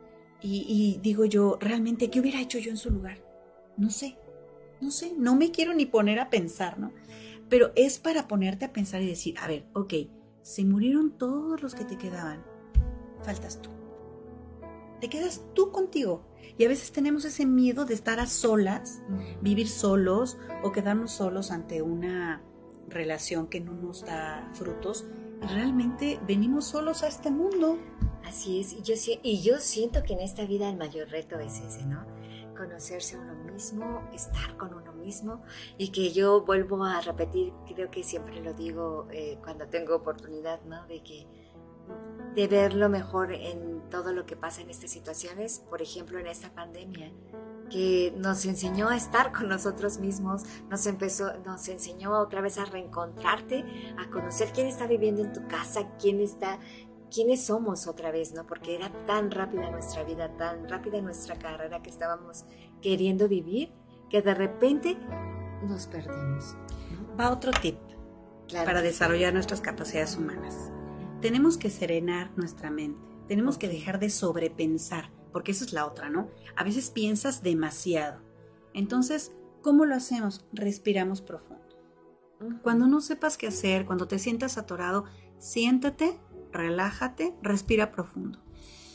Y digo yo, realmente, ¿qué hubiera hecho yo en su lugar? No sé, no me quiero ni poner a pensar, ¿no? Pero es para ponerte a pensar y decir, a ver, ok, se murieron todos los que te quedaban, faltas tú. Te quedas tú contigo. Y a veces tenemos ese miedo de estar a solas, vivir solos o quedarnos solos ante una relación que no nos da frutos. Y realmente venimos solos a este mundo. Así es, y yo siento que en esta vida el mayor reto es ese, ¿no? Conocerse a uno mismo, estar con uno mismo, y que yo vuelvo a repetir, creo que siempre lo digo cuando tengo oportunidad, ¿no? De ver lo mejor en todo lo que pasa en estas situaciones, por ejemplo en esta pandemia, que nos enseñó a estar con nosotros mismos, nos enseñó otra vez a reencontrarte, a conocer quién está viviendo en tu casa, quiénes somos otra vez, ¿no? Porque era tan rápida nuestra vida, tan rápida nuestra carrera que estábamos queriendo vivir, que de repente nos perdimos, ¿no? Va otro tip para desarrollar nuestras capacidades humanas. Tenemos que serenar nuestra mente, tenemos que dejar de sobrepensar, porque esa es la otra, ¿no? A veces piensas demasiado. Entonces, ¿cómo lo hacemos? Respiramos profundo. Cuando no sepas qué hacer, cuando te sientas atorado, siéntate, relájate, respira profundo.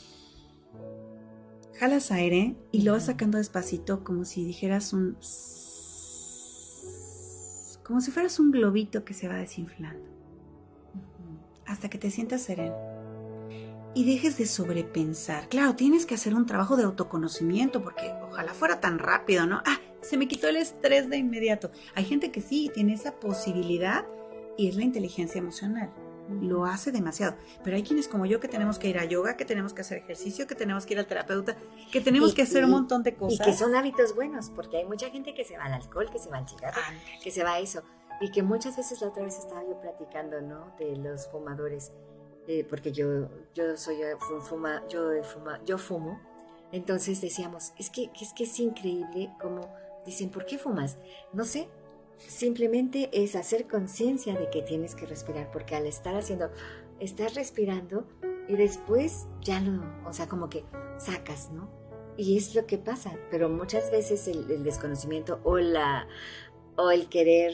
Jalas aire y lo vas sacando despacito como si dijeras como si fueras un globito que se va desinflando. Hasta que te sientas sereno. Y dejes de sobrepensar. Claro, tienes que hacer un trabajo de autoconocimiento porque ojalá fuera tan rápido, ¿no? Se me quitó el estrés de inmediato. Hay gente que sí tiene esa posibilidad y es la inteligencia emocional. Lo hace demasiado. Pero hay quienes como yo que tenemos que ir a yoga, que tenemos que hacer ejercicio, que tenemos que ir al terapeuta, que tenemos que hacer un montón de cosas. Y que son hábitos buenos, porque hay mucha gente que se va al alcohol, que se va al cigarro, que se va a eso. Y que muchas veces, la otra vez estaba yo platicando, ¿no? De los fumadores, porque yo fumo. Entonces decíamos, es que es increíble como dicen, ¿por qué fumas? No sé, simplemente es hacer conciencia de que tienes que respirar, porque al estás respirando y después ya o sea, como que sacas, ¿no? Y es lo que pasa, pero muchas veces el desconocimiento o el querer,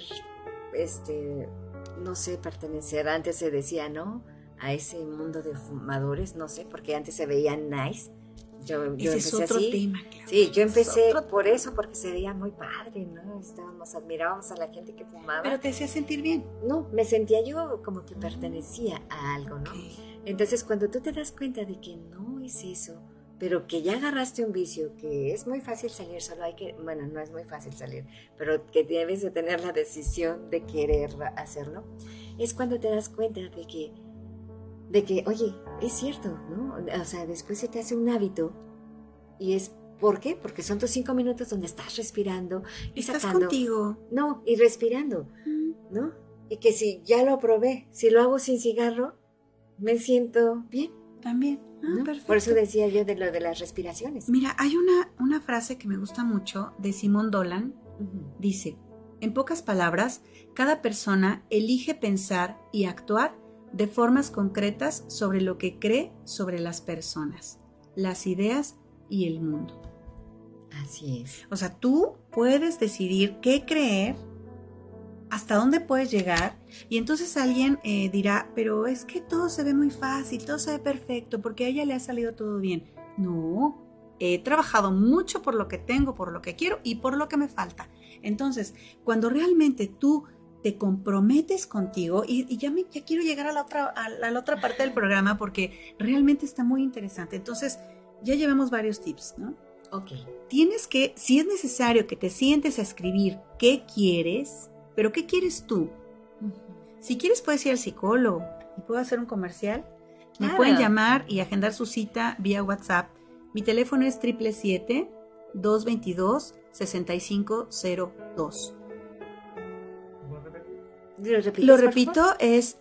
no sé, pertenecer, antes se decía, ¿no? A ese mundo de fumadores, no sé, porque antes se veían nice. Yo ese es otro así. tema, claro. Sí, yo empecé por eso, porque se veía muy padre, ¿no? Admirábamos a la gente que fumaba. Pero te hacía sentir bien. No, me sentía yo como que pertenecía a algo, ¿no? Okay. Entonces, cuando tú te das cuenta de que no es eso, pero que ya agarraste un vicio, que es muy fácil salir, no es muy fácil salir, pero que debes de tener la decisión de querer hacerlo, es cuando te das cuenta de que, oye, es cierto, ¿no? O sea, después se te hace un hábito y es, ¿por qué? Porque son tus 5 minutos donde estás respirando y estás sacando. Contigo. No, y respirando, ¿no? Y que si ya lo probé, si lo hago sin cigarro, me siento bien. También. ¿No? Perfecto. Por eso decía yo de lo de las respiraciones. Mira, hay una frase que me gusta mucho de Simone Dolan. Dice, en pocas palabras, cada persona elige pensar y actuar de formas concretas sobre lo que cree sobre las personas, las ideas y el mundo. Así es. O sea, tú puedes decidir qué creer, hasta dónde puedes llegar, y entonces alguien dirá, pero es que todo se ve muy fácil, todo se ve perfecto, porque a ella le ha salido todo bien. No, he trabajado mucho por lo que tengo, por lo que quiero y por lo que me falta. Entonces, cuando realmente tú te comprometes contigo, y ya quiero llegar a la otra parte del programa porque realmente está muy interesante. Entonces, ya llevamos varios tips, ¿no? Ok. Tienes que, si es necesario que te sientes a escribir qué quieres, pero ¿qué quieres tú? Si quieres puedes ir al psicólogo. ¿Y puedo hacer un comercial? Me pueden llamar y agendar su cita vía WhatsApp. Mi teléfono es 777-222-6502. Lo repito, es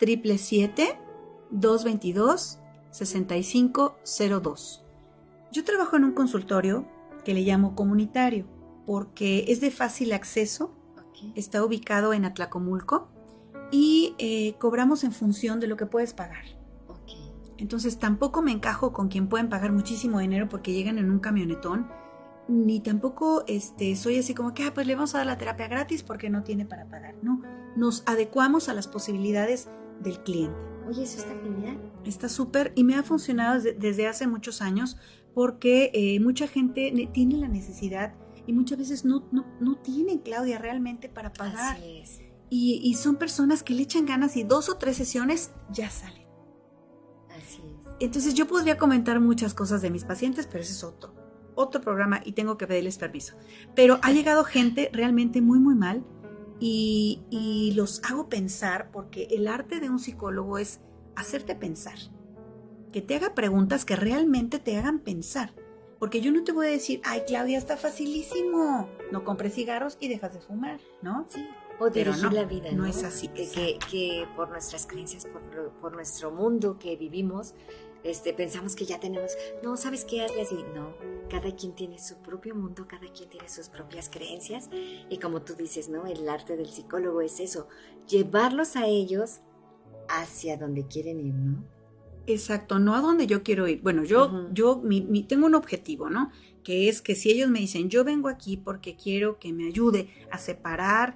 777-222-6502. Yo trabajo en un consultorio que le llamo comunitario porque es de fácil acceso. Está ubicado en Atlacomulco y cobramos en función de lo que puedes pagar. Entonces tampoco me encajo con quien pueden pagar muchísimo dinero porque llegan en un camionetón, ni tampoco soy así como que pues le vamos a dar la terapia gratis porque no tiene para pagar. No, nos adecuamos a las posibilidades del cliente. Oye, eso está genial. Está súper y me ha funcionado desde hace muchos años porque mucha gente tiene la necesidad y muchas veces no tienen, Claudia, realmente para pagar. Así es. Y son personas que le echan ganas y 2 o 3 sesiones ya salen. Así es. Entonces yo podría comentar muchas cosas de mis pacientes, pero ese es otro otro programa y tengo que pedirles permiso. Pero ha llegado gente realmente muy, muy mal y los hago pensar, porque el arte de un psicólogo es hacerte pensar, que te haga preguntas que realmente te hagan pensar. Porque yo no te voy a decir, ay, Claudia, está facilísimo, no compres cigarros y dejas de fumar, ¿no? Sí. O dirigir la vida, ¿no? No es así. Que por nuestras creencias, por nuestro mundo que vivimos, pensamos que ya tenemos, no, ¿sabes qué? Hazle así. No, cada quien tiene su propio mundo, cada quien tiene sus propias creencias. Y como tú dices, ¿no? El arte del psicólogo es eso, llevarlos a ellos hacia donde quieren ir, ¿no? Exacto, no a donde yo quiero ir. Bueno, yo tengo un objetivo, ¿no? Que es que si ellos me dicen, yo vengo aquí porque quiero que me ayude a separar,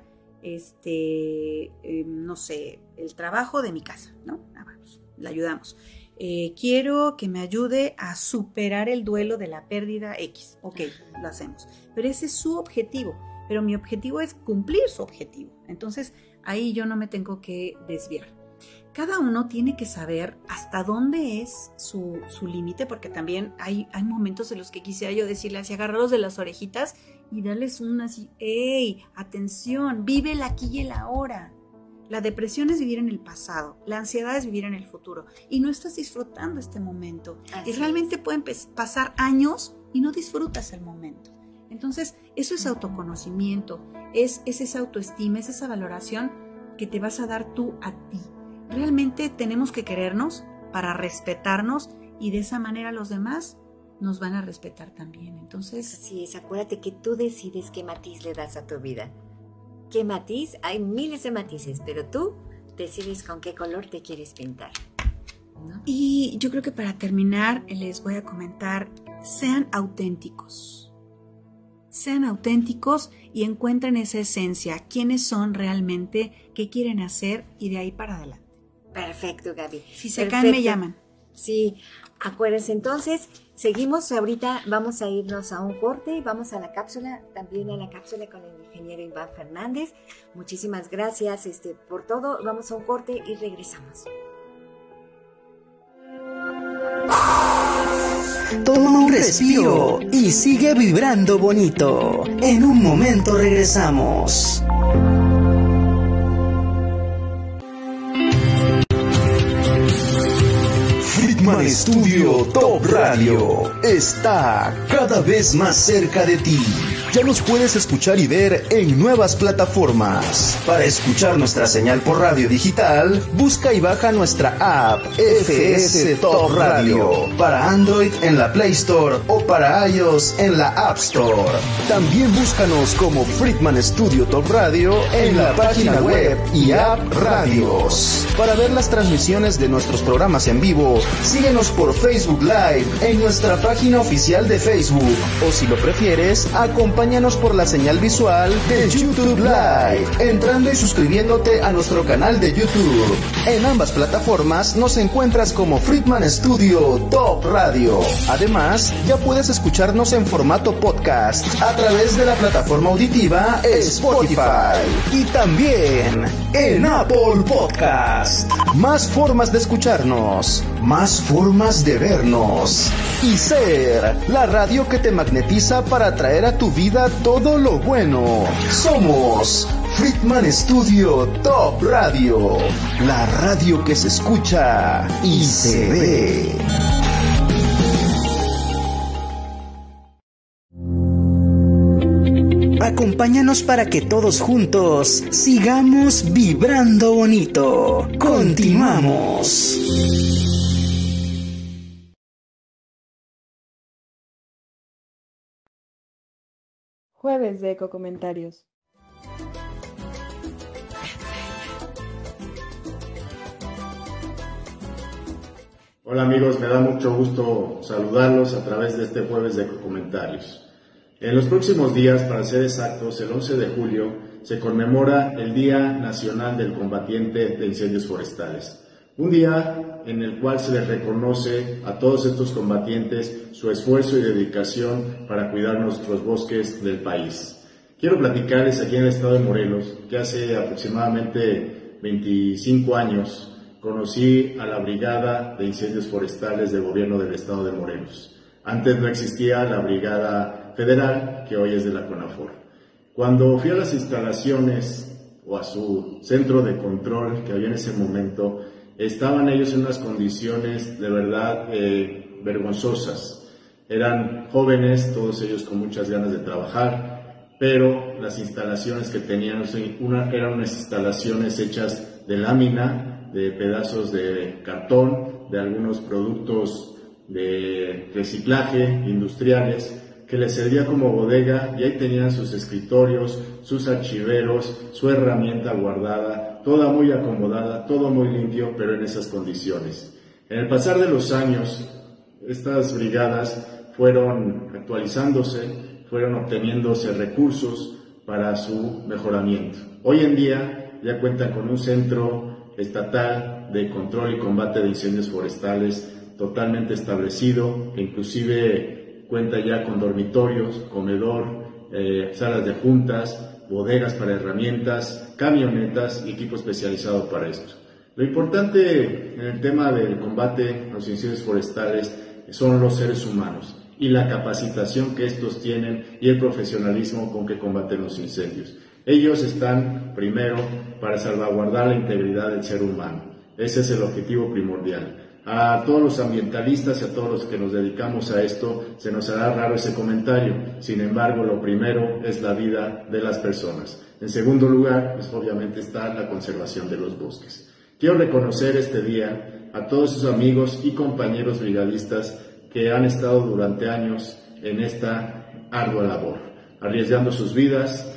no sé, el trabajo de mi casa, ¿no? Pues, le ayudamos. Quiero que me ayude a superar el duelo de la pérdida X. Ok, lo hacemos. Pero ese es su objetivo. Pero mi objetivo es cumplir su objetivo. Entonces, ahí yo no me tengo que desviar. Cada uno tiene que saber hasta dónde es su límite, porque también hay momentos en los que quisiera yo decirle así, agarrarlos de las orejitas y darles una así, ¡ey! Atención, vive el aquí y el ahora. La depresión es vivir en el pasado, la ansiedad es vivir en el futuro y no estás disfrutando este momento. Así y realmente pueden pasar años y no disfrutas el momento. Entonces, eso es autoconocimiento, es esa autoestima, es esa valoración que te vas a dar tú a ti. Realmente tenemos que querernos para respetarnos y de esa manera los demás nos van a respetar también. Entonces, así es, acuérdate que tú decides qué matiz le das a tu vida. ¿Qué matiz? Hay miles de matices, pero tú decides con qué color te quieres pintar, ¿no? Y yo creo que para terminar les voy a comentar, sean auténticos. Sean auténticos y encuentren esa esencia, quiénes son realmente, qué quieren hacer y de ahí para adelante. Perfecto, Gaby. Si se caen, me llaman. Sí, acuérdense entonces, seguimos ahorita, vamos a irnos a un corte, vamos a la cápsula, también a la cápsula con el ingeniero Iván Fernández. Muchísimas gracias por todo, vamos a un corte y regresamos. Toma un respiro y sigue vibrando bonito. En un momento regresamos. Friedman Studio Top Radio está cada vez más cerca de ti. Ya nos puedes escuchar y ver en nuevas plataformas. Para escuchar nuestra señal por radio digital, busca y baja nuestra app FS Top Radio para Android en la Play Store o para iOS en la App Store. También búscanos como Friedman Studio Top Radio en la página web y app Radios. Para ver las transmisiones de nuestros programas en vivo, síguenos por Facebook Live en nuestra página oficial de Facebook, o si lo prefieres, acompáñanos por la señal visual de YouTube Live, entrando y suscribiéndote a nuestro canal de YouTube. En ambas plataformas nos encuentras como Friedman Studio Top Radio. Además, ya puedes escucharnos en formato podcast a través de la plataforma auditiva Spotify y también en Apple Podcast. Más formas de escucharnos, más formas de vernos y ser la radio que te magnetiza para traer a tu vida todo lo bueno. Somos Friedman Studio Top Radio, la radio que se escucha y se ve. Acompáñanos para que todos juntos sigamos vibrando bonito. Continuamos. Jueves de Ecocomentarios. Hola amigos, me da mucho gusto saludarlos a través de este Jueves de Ecocomentarios. En los próximos días, para ser exactos, el 11 de julio, se conmemora el Día Nacional del Combatiente de Incendios Forestales. Un día en el cual se les reconoce a todos estos combatientes su esfuerzo y dedicación para cuidar nuestros bosques del país. Quiero platicarles aquí en el estado de Morelos que hace aproximadamente 25 años conocí a la Brigada de Incendios Forestales del gobierno del estado de Morelos. Antes no existía la Brigada Federal, que hoy es de la CONAFOR. Cuando fui a las instalaciones o a su centro de control que había en ese momento, estaban ellos en unas condiciones de verdad vergonzosas. Eran jóvenes, todos ellos con muchas ganas de trabajar, pero las instalaciones que tenían eran unas instalaciones hechas de lámina, de pedazos de cartón, de algunos productos de reciclaje industriales, que les servía como bodega, y ahí tenían sus escritorios, sus archiveros, su herramienta guardada, toda muy acomodada, todo muy limpio, pero en esas condiciones. En el pasar de los años, estas brigadas fueron actualizándose, fueron obteniéndose recursos para su mejoramiento. Hoy en día ya cuentan con un centro estatal de control y combate de incendios forestales totalmente establecido, que inclusive cuenta ya con dormitorios, comedor, salas de juntas, bodegas para herramientas, camionetas y equipo especializado para esto. Lo importante en el tema del combate a los incendios forestales son los seres humanos y la capacitación que estos tienen y el profesionalismo con que combaten los incendios. Ellos están primero para salvaguardar la integridad del ser humano. Ese es el objetivo primordial. A todos los ambientalistas y a todos los que nos dedicamos a esto se nos hará raro ese comentario. Sin embargo, lo primero es la vida de las personas. En segundo lugar, pues obviamente está la conservación de los bosques. Quiero reconocer este día a todos sus amigos y compañeros brigadistas que han estado durante años en esta ardua labor, arriesgando sus vidas,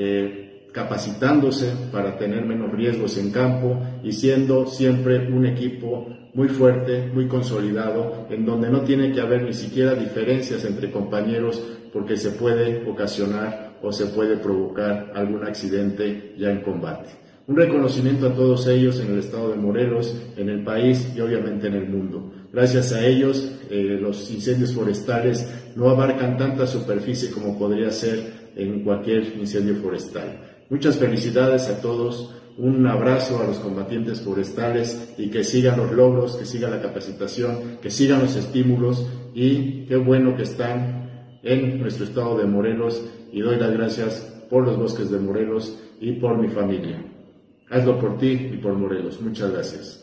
capacitándose para tener menos riesgos en campo y siendo siempre un equipo muy fuerte, muy consolidado, en donde no tiene que haber ni siquiera diferencias entre compañeros porque se puede ocasionar o se puede provocar algún accidente ya en combate. Un reconocimiento a todos ellos en el estado de Morelos, en el país y obviamente en el mundo. Gracias a ellos, los incendios forestales no abarcan tanta superficie como podría ser en cualquier incendio forestal. Muchas felicidades a todos, un abrazo a los combatientes forestales y que sigan los logros, que siga la capacitación, que sigan los estímulos y qué bueno que están en nuestro estado de Morelos y doy las gracias por los bosques de Morelos y por mi familia. Hazlo por ti y por Morelos. Muchas gracias.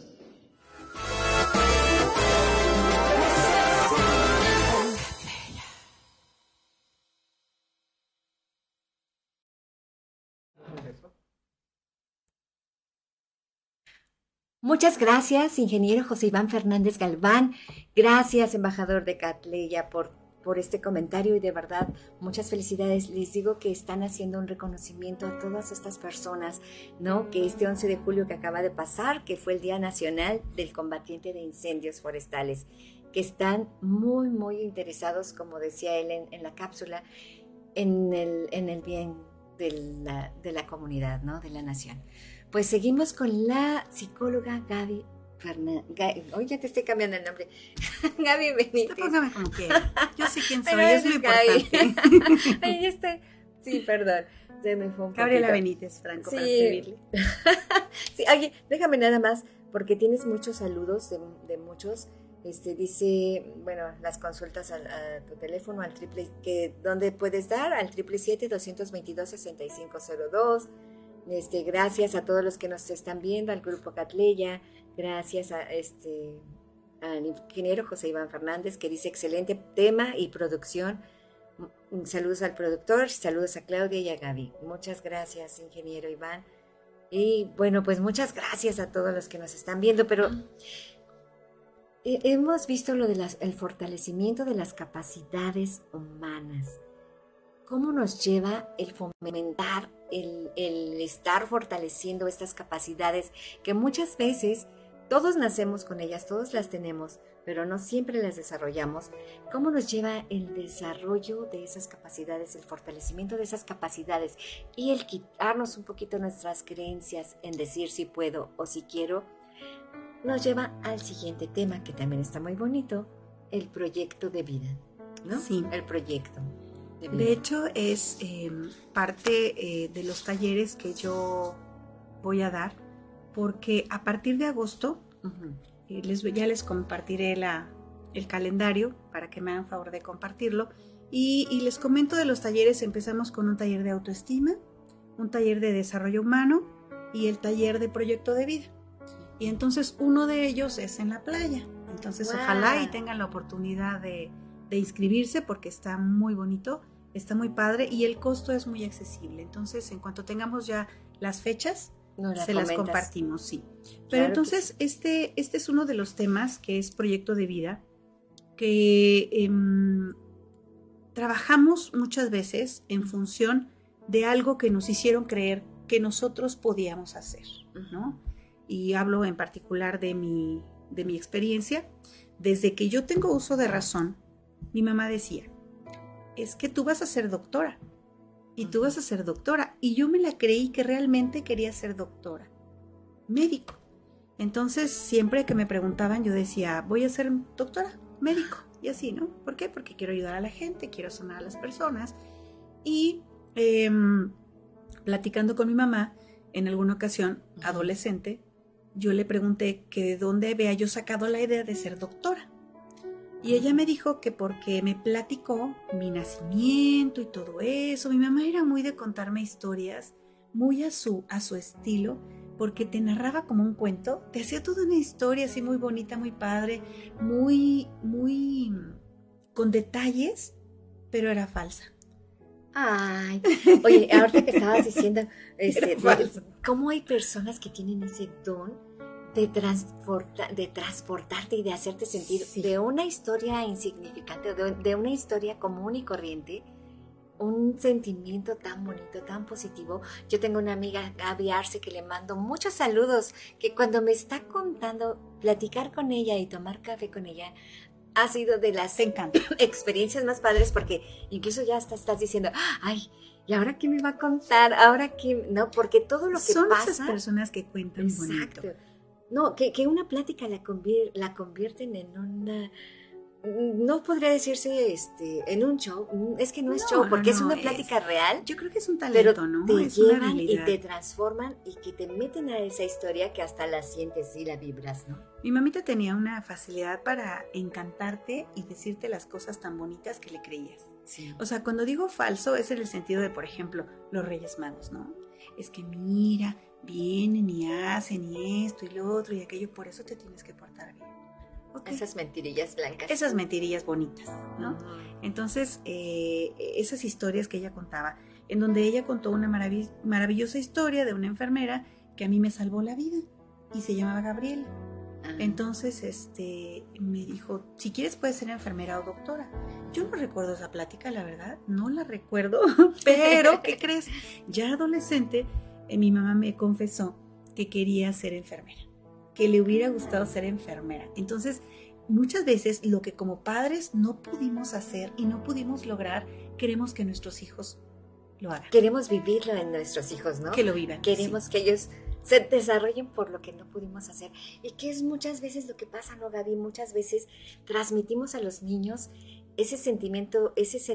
Muchas gracias, ingeniero José Iván Fernández Galván. Gracias, embajador de Catleya, por este comentario y de verdad, muchas felicidades. Les digo que están haciendo un reconocimiento a todas estas personas, ¿no? Que este 11 de julio que acaba de pasar, que fue el Día Nacional del Combatiente de Incendios Forestales, que están muy, muy interesados, como decía él en la cápsula, en el bien de la comunidad, ¿no? De la nación. Pues seguimos con la psicóloga Gaby Fernández. Hoy ya te estoy cambiando el nombre. Gaby Benítez. Póngame como quiera. Yo sé quién soy, es lo importante. Ahí está. Sí, perdón. Se me fue un Gabriela poquito. Benítez Franco, Sí. para escribirle. Sí, oye, déjame nada más, porque tienes muchos saludos de muchos. Dice, bueno, las consultas a tu teléfono, al ¿dónde puedes dar? Al 777-222-6502. Gracias a todos los que nos están viendo, al Grupo Catleya, gracias al ingeniero José Iván Fernández, que dice excelente tema y producción. Saludos al productor, saludos a Claudia y a Gaby. Muchas gracias, ingeniero Iván. Y bueno, pues muchas gracias a todos los que nos están viendo, pero hemos visto lo de el fortalecimiento de las capacidades humanas. ¿Cómo nos lleva el fomentar, el estar fortaleciendo estas capacidades que muchas veces todos nacemos con ellas, todos las tenemos, pero no siempre las desarrollamos? ¿Cómo nos lleva el desarrollo de esas capacidades, el fortalecimiento de esas capacidades y el quitarnos un poquito nuestras creencias en decir si puedo o si quiero? Nos lleva al siguiente tema que también está muy bonito, el proyecto de vida, ¿no? Sí. El proyecto. De hecho, es parte de los talleres que yo voy a dar, porque a partir de agosto, Uh-huh. ya les compartiré la el calendario para que me hagan favor de compartirlo. Y les comento de los talleres. Empezamos con un taller de autoestima, un taller de desarrollo humano y el taller de proyecto de vida. Y entonces uno de ellos es en la playa. Entonces ojalá y tengan la oportunidad de inscribirse porque está muy bonito, está muy padre y el costo es muy accesible. Entonces en cuanto tengamos ya las fechas, se las compartimos, sí. Pero claro, entonces este es uno de los temas que es proyecto de vida, que trabajamos muchas veces en función de algo que nos hicieron creer que nosotros podíamos hacer, ¿no? Y hablo en particular de mi experiencia. Desde que yo tengo uso de razón, mi mamá decía, es que tú vas a ser doctora, y tú vas a ser doctora. Y yo me la creí que realmente quería ser doctora, médico. Entonces, siempre que me preguntaban, yo decía, voy a ser doctora, médico, y así, ¿no? ¿Por qué? Porque quiero ayudar a la gente, quiero sanar a las personas. Y platicando con mi mamá, en alguna ocasión, adolescente, yo le pregunté que de dónde había yo sacado la idea de ser doctora. Y ella me dijo que porque me platicó mi nacimiento y todo eso. Mi mamá era muy de contarme historias, muy a su estilo, porque te narraba como un cuento, te hacía toda una historia así muy bonita, muy padre, muy con detalles, pero era falsa. Ay, oye, ahorita que estabas diciendo, ¿cómo hay personas que tienen ese don de transportarte y de hacerte sentir de una historia insignificante, de una historia común y corriente, un sentimiento tan bonito, tan positivo? Yo tengo una amiga, Gaby Arce, que le mando muchos saludos, que cuando me está contando, platicar con ella y tomar café con ella, ha sido de las experiencias más padres, porque incluso ya hasta estás diciendo, ay, ¿y ahora qué me va a contar? ¿Ahora qué? No, porque todo lo que son pasa... Son esas personas que cuentan bonito. No, que una plática la convierten en una... No podría decirse en un show, es que no es show, porque es una plática real. Yo creo que es un talento, pero ¿no? Te es llevan una y te transforman y que te meten a esa historia que hasta la sientes y la vibras, ¿no? Mi mamita tenía una facilidad para encantarte y decirte las cosas tan bonitas que le creías. Sí. O sea, cuando digo falso es en el sentido de, por ejemplo, los Reyes Magos, ¿no? Es que mira, vienen y hacen y esto y lo otro y aquello, por eso te tienes que portar bien. Okay. Esas mentirillas blancas. Esas mentirillas bonitas, ¿no? Entonces, esas historias que ella contaba, en donde ella contó una maravillosa historia de una enfermera que a mí me salvó la vida y se llamaba Gabriela. Entonces, me dijo, si quieres puedes ser enfermera o doctora. Yo no recuerdo esa plática, la verdad, no la recuerdo, pero ¿qué crees? Ya adolescente, mi mamá me confesó que quería ser enfermera, que le hubiera gustado ser enfermera. Entonces, muchas veces lo que como padres no pudimos hacer y no pudimos lograr, queremos que nuestros hijos lo hagan. Queremos vivirlo en nuestros hijos, ¿no? Que lo vivan. Queremos que ellos se desarrollen por lo que no pudimos hacer. Y que es muchas veces lo que pasa, ¿no, Gaby? Muchas veces transmitimos a los niños ese sentimiento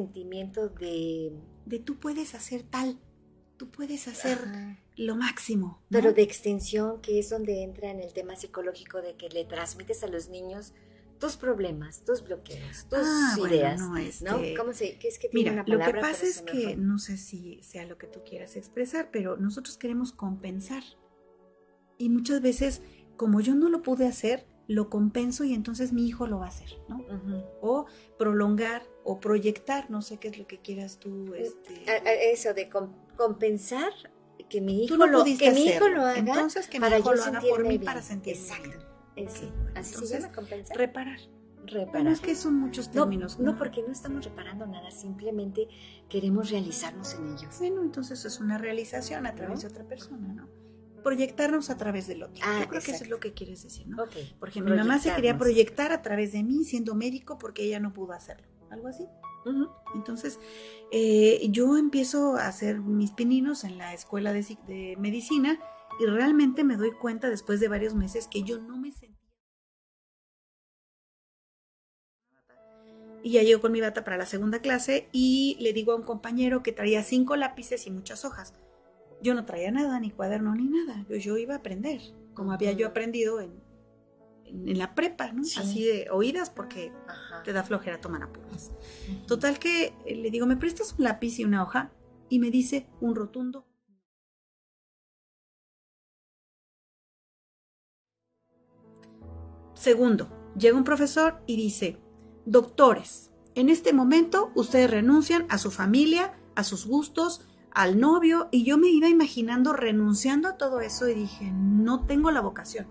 de tú puedes hacer tal, tú puedes hacer lo máximo, ¿no? Pero de extensión, que es donde entra en el tema psicológico, de que le transmites a los niños tus problemas, tus bloqueos, tus ideas, bueno, ¿no? ¿Cómo se? ¿Qué es que tiene una palabra? Lo que pasa es que no sé si sea lo que tú quieras expresar, pero nosotros queremos compensar. Y muchas veces, como yo no lo pude hacer, lo compenso y entonces mi hijo lo va a hacer, ¿no? O prolongar o proyectar, no sé qué es lo que quieras tú. Eso de compensar que mi hijo, no lo haga, entonces que mi hijo lo haga por mí para sentirme bien. Exacto. Así Entonces, se llama compensar. Reparar. Bueno, es que son muchos términos. No, porque no estamos reparando nada, simplemente queremos realizarnos en ellos. Bueno, entonces es una realización a través de otra persona, ¿no? Proyectarnos a través del otro. Yo creo que eso es lo que quieres decir, ¿no? Okay. Por ejemplo, mi mamá se quería proyectar a través de mí siendo médico porque ella no pudo hacerlo. Algo así. Entonces, yo empiezo a hacer mis pininos en la escuela de medicina y realmente me doy cuenta después de varios meses que yo no me sentía. Y ya llego con mi bata para la segunda clase y le digo a un compañero que traía 5 lápices y muchas hojas. Yo no traía nada, ni cuaderno, ni nada. Yo iba a aprender, como había yo aprendido en en la prepa, ¿no? Sí. Así de oídas porque Ajá. te da flojera tomar apuntes. Total que le digo, ¿me prestas un lápiz y una hoja? Y me dice un rotundo. Segundo, llega un profesor y dice, doctores, en este momento ustedes renuncian a su familia, a sus gustos, al novio, y yo me iba imaginando renunciando a todo eso y dije, no tengo la vocación.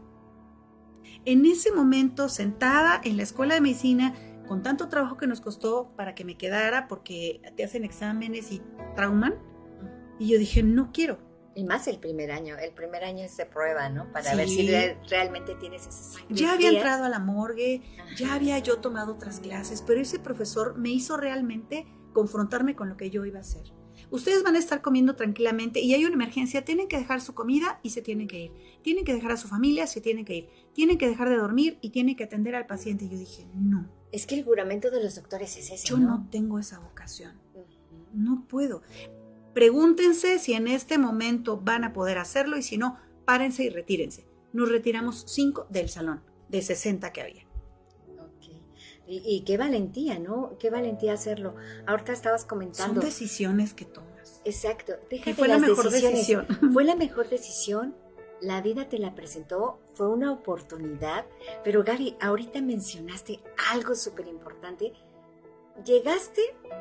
En ese momento, sentada en la escuela de medicina, con tanto trabajo que nos costó para que me quedara, porque te hacen exámenes y trauman, y yo dije, no quiero. Y más el primer año es de prueba, ¿no? Para Sí. ver si realmente tienes esa sangre Ya había fría. entrado a la morgue, Ajá. ya había yo tomado otras clases, pero ese profesor me hizo realmente confrontarme con lo que yo iba a hacer. Ustedes van a estar comiendo tranquilamente y hay una emergencia, tienen que dejar su comida y se tienen que ir. Tienen que dejar a su familia, se tienen que ir. Tienen que dejar de dormir y tienen que atender al paciente. Y yo dije, no, Es que el juramento de los doctores es ese, yo no tengo esa vocación. Ujú. No puedo. Pregúntense si en este momento van a poder hacerlo y si no, párense y retírense. Nos retiramos 5 del salón, de 60 que había. Ok. Y qué valentía, ¿no? Qué valentía hacerlo. Ahorita estabas comentando. Son decisiones que tomas. Exacto. Déjate Y fue la las mejor decisiones. decisión. Fue la mejor decisión. La vida te la presentó, fue una oportunidad. Pero Gaby, ahorita mencionaste algo súper importante. Llegaste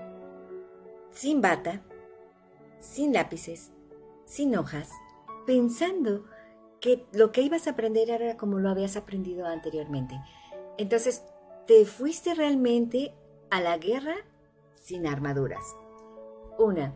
sin bata, sin lápices, sin hojas, pensando que lo que ibas a aprender era como lo habías aprendido anteriormente. Entonces, te fuiste realmente a la guerra sin armaduras. Una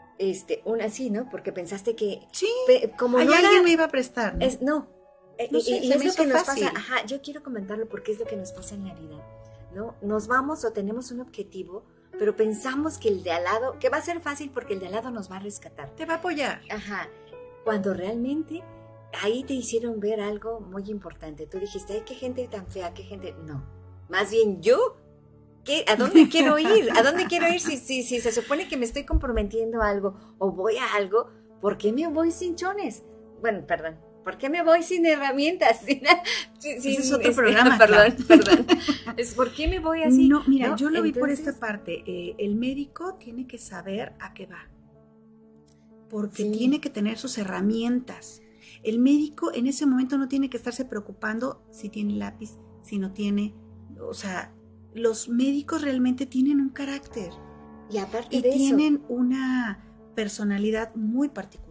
sí, ¿no? Porque pensaste que Sí, como ahí no alguien era, me iba a prestar, ¿no? no. No sé, Y se es me lo hizo que nos fácil. pasa. Ajá, yo quiero comentarlo porque es lo que nos pasa en la vida, ¿no? Nos vamos o tenemos un objetivo, pero pensamos que el de al lado, que va a ser fácil porque el de al lado nos va a rescatar. Te va a apoyar. Ajá, cuando realmente ahí te hicieron ver algo muy importante. Tú dijiste, ay, qué gente tan fea, qué gente... No, más bien yo, ¿a dónde quiero ir? ¿A dónde quiero ir si se supone que me estoy comprometiendo a algo o voy a algo? ¿Por qué me voy sin chones? Bueno, perdón, ¿por qué me voy sin herramientas? Ese es otro programa. Perdón. ¿Por qué me voy así? No, mira, ¿no? yo lo vi por Entonces, esta parte. El médico tiene que saber a qué va, porque Sí. tiene que tener sus herramientas. El médico en ese momento no tiene que estarse preocupando si tiene lápiz, si no tiene, o sea, los médicos realmente tienen un carácter Y aparte y de eso, tienen una personalidad muy particular.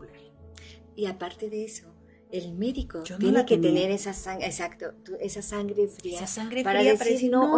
el médico Yo no tiene la que tenía. tener esa sangre, exacto, esa sangre fría. Esa sangre Para fría decir, parece, no,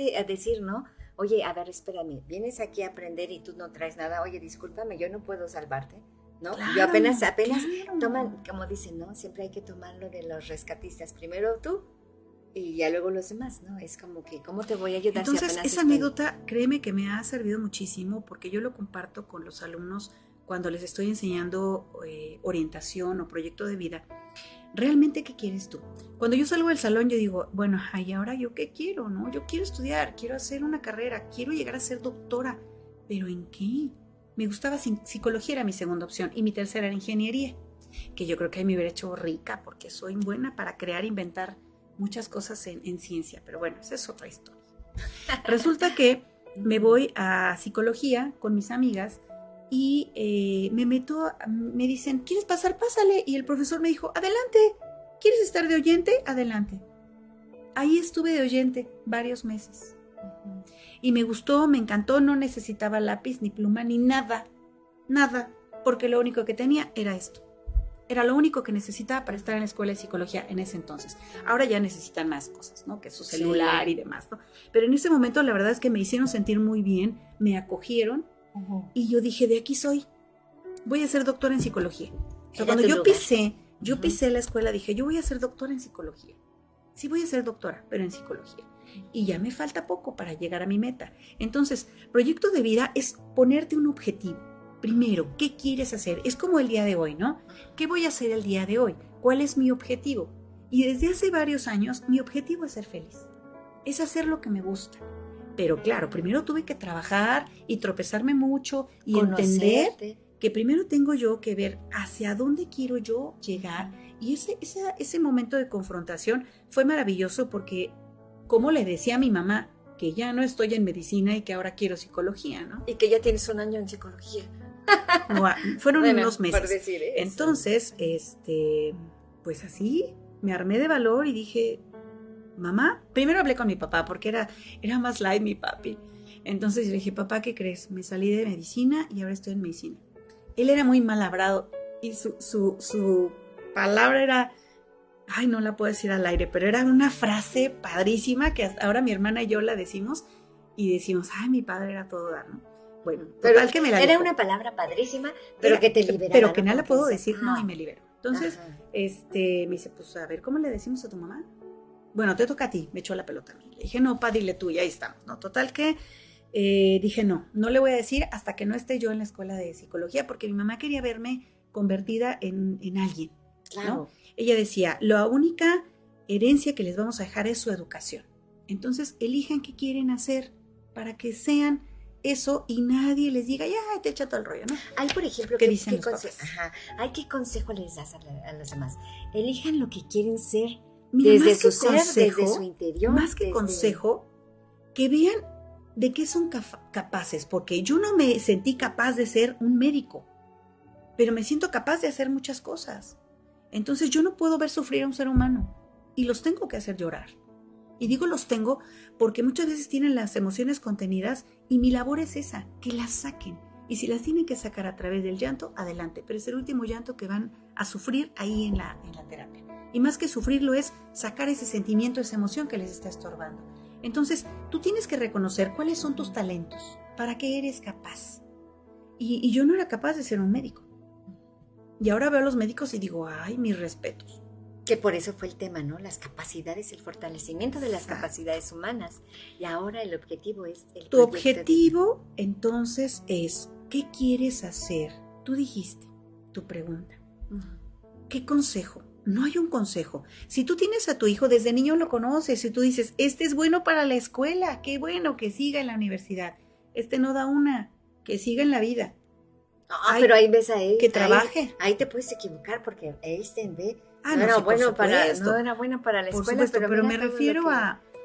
oye, a ver, espérame, vienes aquí a aprender y tú no traes nada, oye, discúlpame, yo no puedo salvarte, ¿no? Claro, Yo apenas claro. toman, como dicen, ¿no? Siempre hay que tomarlo de los rescatistas, primero tú y ya luego los demás, ¿no? Es como que, ¿cómo te voy a ayudar si Entonces, apenas esa estoy? anécdota, créeme que me ha servido muchísimo porque yo lo comparto con los alumnos cuando les estoy enseñando orientación o proyecto de vida. ¿Realmente qué quieres tú? Cuando yo salgo del salón yo digo, bueno, ¿y ahora yo qué quiero? ¿No? Yo quiero estudiar, quiero hacer una carrera, quiero llegar a ser doctora, ¿pero en qué? Me gustaba psicología, era mi segunda opción, y mi tercera era ingeniería, que yo creo que ahí me hubiera hecho rica porque soy buena para crear, inventar muchas cosas en ciencia, pero bueno, esa es otra historia. Resulta que me voy a psicología con mis amigas y me meto, me dicen, ¿quieres pasar? Pásale. Y el profesor me dijo, adelante, ¿quieres estar de oyente? Adelante. Ahí estuve de oyente varios meses. Y me gustó, me encantó, no necesitaba lápiz, ni pluma, ni nada, porque lo único que tenía era esto. Era lo único que necesitaba para estar en la escuela de psicología en ese entonces. Ahora ya necesitan más cosas, ¿no? Que su celular y demás, ¿no? Pero en ese momento la verdad es que me hicieron sentir muy bien, me acogieron y yo dije, de aquí soy, voy a ser doctora en psicología. O sea, cuando yo pisé la escuela, dije, yo voy a ser doctora en psicología. Sí voy a ser doctora, pero en psicología. Y ya me falta poco para llegar a mi meta. Entonces, proyecto de vida es ponerte un objetivo. Primero, ¿qué quieres hacer? Es como el día de hoy, ¿no? ¿Qué voy a hacer el día de hoy? ¿Cuál es mi objetivo? Y desde hace varios años, mi objetivo es ser feliz. Es hacer lo que me gusta. Pero claro, primero tuve que trabajar y tropezarme mucho y entender que primero tengo yo que ver hacia dónde quiero yo llegar Y ese momento de confrontación fue maravilloso porque, como le decía a mi mamá, que ya no estoy en medicina y que ahora quiero psicología, ¿no? Y que ya tienes 1 año en psicología. No, fueron Bueno, unos meses. por decir eso. Entonces, pues así, me armé de valor y dije, mamá, primero hablé con mi papá porque era más light mi papi. Entonces yo le dije, papá, ¿qué crees? Me salí de medicina y ahora estoy en medicina. Él era muy mal hablado y su palabra era, ay, no la puedo decir al aire, pero era una frase padrísima que hasta ahora mi hermana y yo la decimos y decimos, ay, mi padre era todo dar, ¿no? Bueno, Pero total que me la era dijo. una palabra padrísima, pero que te liberaba. Pero que no la Porque puedo dices, decir, no, y me libero. Entonces, Ajá. me dice, pues a ver, ¿cómo le decimos a tu mamá? Bueno, te toca a ti, me echó la pelota a mí. Le dije, no, pa, dile tú, y ahí estamos, ¿no? Total que dije, no le voy a decir hasta que no esté yo en la escuela de psicología, porque mi mamá quería verme convertida en alguien, Claro. ¿no? Ella decía, la única herencia que les vamos a dejar es su educación. Entonces, elijan qué quieren hacer para que sean eso y nadie les diga, ya, te echa todo el rollo, ¿no? Hay, por ejemplo, ¿Qué dicen los conse- papás? ajá, hay qué consejo les das a los demás. Elijan lo que quieren ser Mira, desde más su que ser, consejo, desde su interior. más que desde- consejo, que vean de qué son capaces, porque yo no me sentí capaz de ser un médico, pero me siento capaz de hacer muchas cosas. Entonces yo no puedo ver sufrir a un ser humano y los tengo que hacer llorar. Y digo los tengo porque muchas veces tienen las emociones contenidas y mi labor es esa, que las saquen. Y si las tienen que sacar a través del llanto, adelante. Pero es el último llanto que van a sufrir ahí en la terapia. Y más que sufrirlo es sacar ese sentimiento, esa emoción que les está estorbando. Entonces, tú tienes que reconocer cuáles son tus talentos, para qué eres capaz. Y yo no era capaz de ser un médico. Y ahora veo a los médicos y digo, ay, mis respetos. Que por eso fue el tema, ¿no? Las capacidades, el fortalecimiento de las Exacto. capacidades humanas. Y ahora el objetivo es el Tu proyecto objetivo, entonces, es, ¿qué quieres hacer? Tú dijiste tu pregunta. de vida. ¿Qué consejo? No hay un consejo. Si tú tienes a tu hijo, desde niño lo conoces, y tú dices, este es bueno para la escuela, qué bueno que siga en la universidad. Este no da una, que siga en la vida. Ay, Pero ahí ves a él. que trabaje. Ahí te puedes equivocar porque Einstein ve. Ah, no, no, era sí, por bueno supuesto. no era bueno para la Por escuela, supuesto, pero mira me todo lo refiero que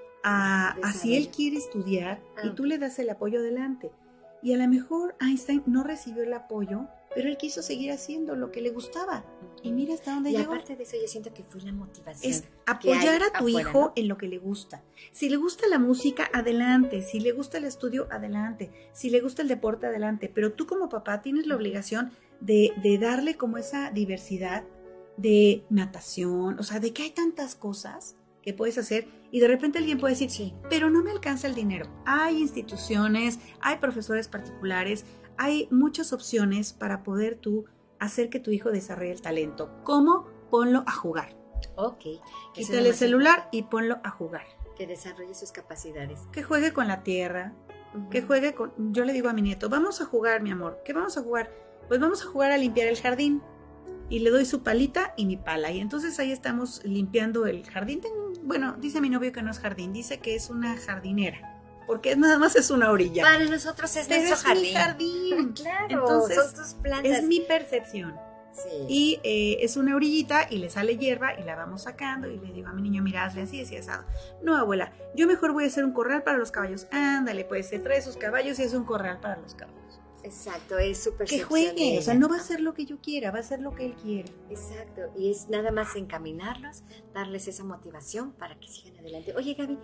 a si él desarrolla. quiere estudiar y Ah. tú le das el apoyo adelante. Y a lo mejor Einstein no recibió el apoyo, pero él quiso seguir haciendo lo que le gustaba. Y mira hasta dónde Y llegó. aparte de eso, yo siento que fue la motivación. Es que apoyar hay a tu afuera, hijo ¿no? en lo que le gusta. Si le gusta la música, adelante. Si le gusta el estudio, adelante. Si le gusta el deporte, adelante. Pero tú como papá tienes la obligación de darle como esa diversidad de natación, o sea, de que hay tantas cosas que puedes hacer y de repente alguien puede decir, Sí. pero no me alcanza el dinero. Hay instituciones, hay profesores particulares, hay muchas opciones para poder tú hacer que tu hijo desarrolle el talento. ¿Cómo? Ponlo a jugar. Ok. Eso es Quítale lo el más celular y ponlo a jugar. importante, que desarrolle sus capacidades. Que juegue con la tierra, que juegue con... Yo le digo a mi nieto, vamos a jugar, mi amor. ¿Qué vamos a jugar? Pues vamos a jugar a limpiar el jardín. Y le doy su palita y mi pala. Y entonces ahí estamos limpiando el jardín. Bueno, dice mi novio que no es jardín, dice que es una jardinera. Porque nada más es una orilla. Para nosotros es Pero nuestro es jardín. mi jardín. Claro, Entonces, son tus plantas. Es mi percepción. Sí. Y es una orillita y le sale hierba y la vamos sacando y le digo a mi niño, mira, hazle así, así, asado. No, abuela, yo mejor voy a hacer un corral para los caballos. Ándale, pues se trae sus caballos y hace un corral para los caballos. Exacto, es su Que percepción juegue, de o sea, ella. no va a ser lo que yo quiera, va a ser lo que él quiera. Exacto, y es nada más encaminarlos, darles esa motivación para que sigan adelante. Oye, Gaby,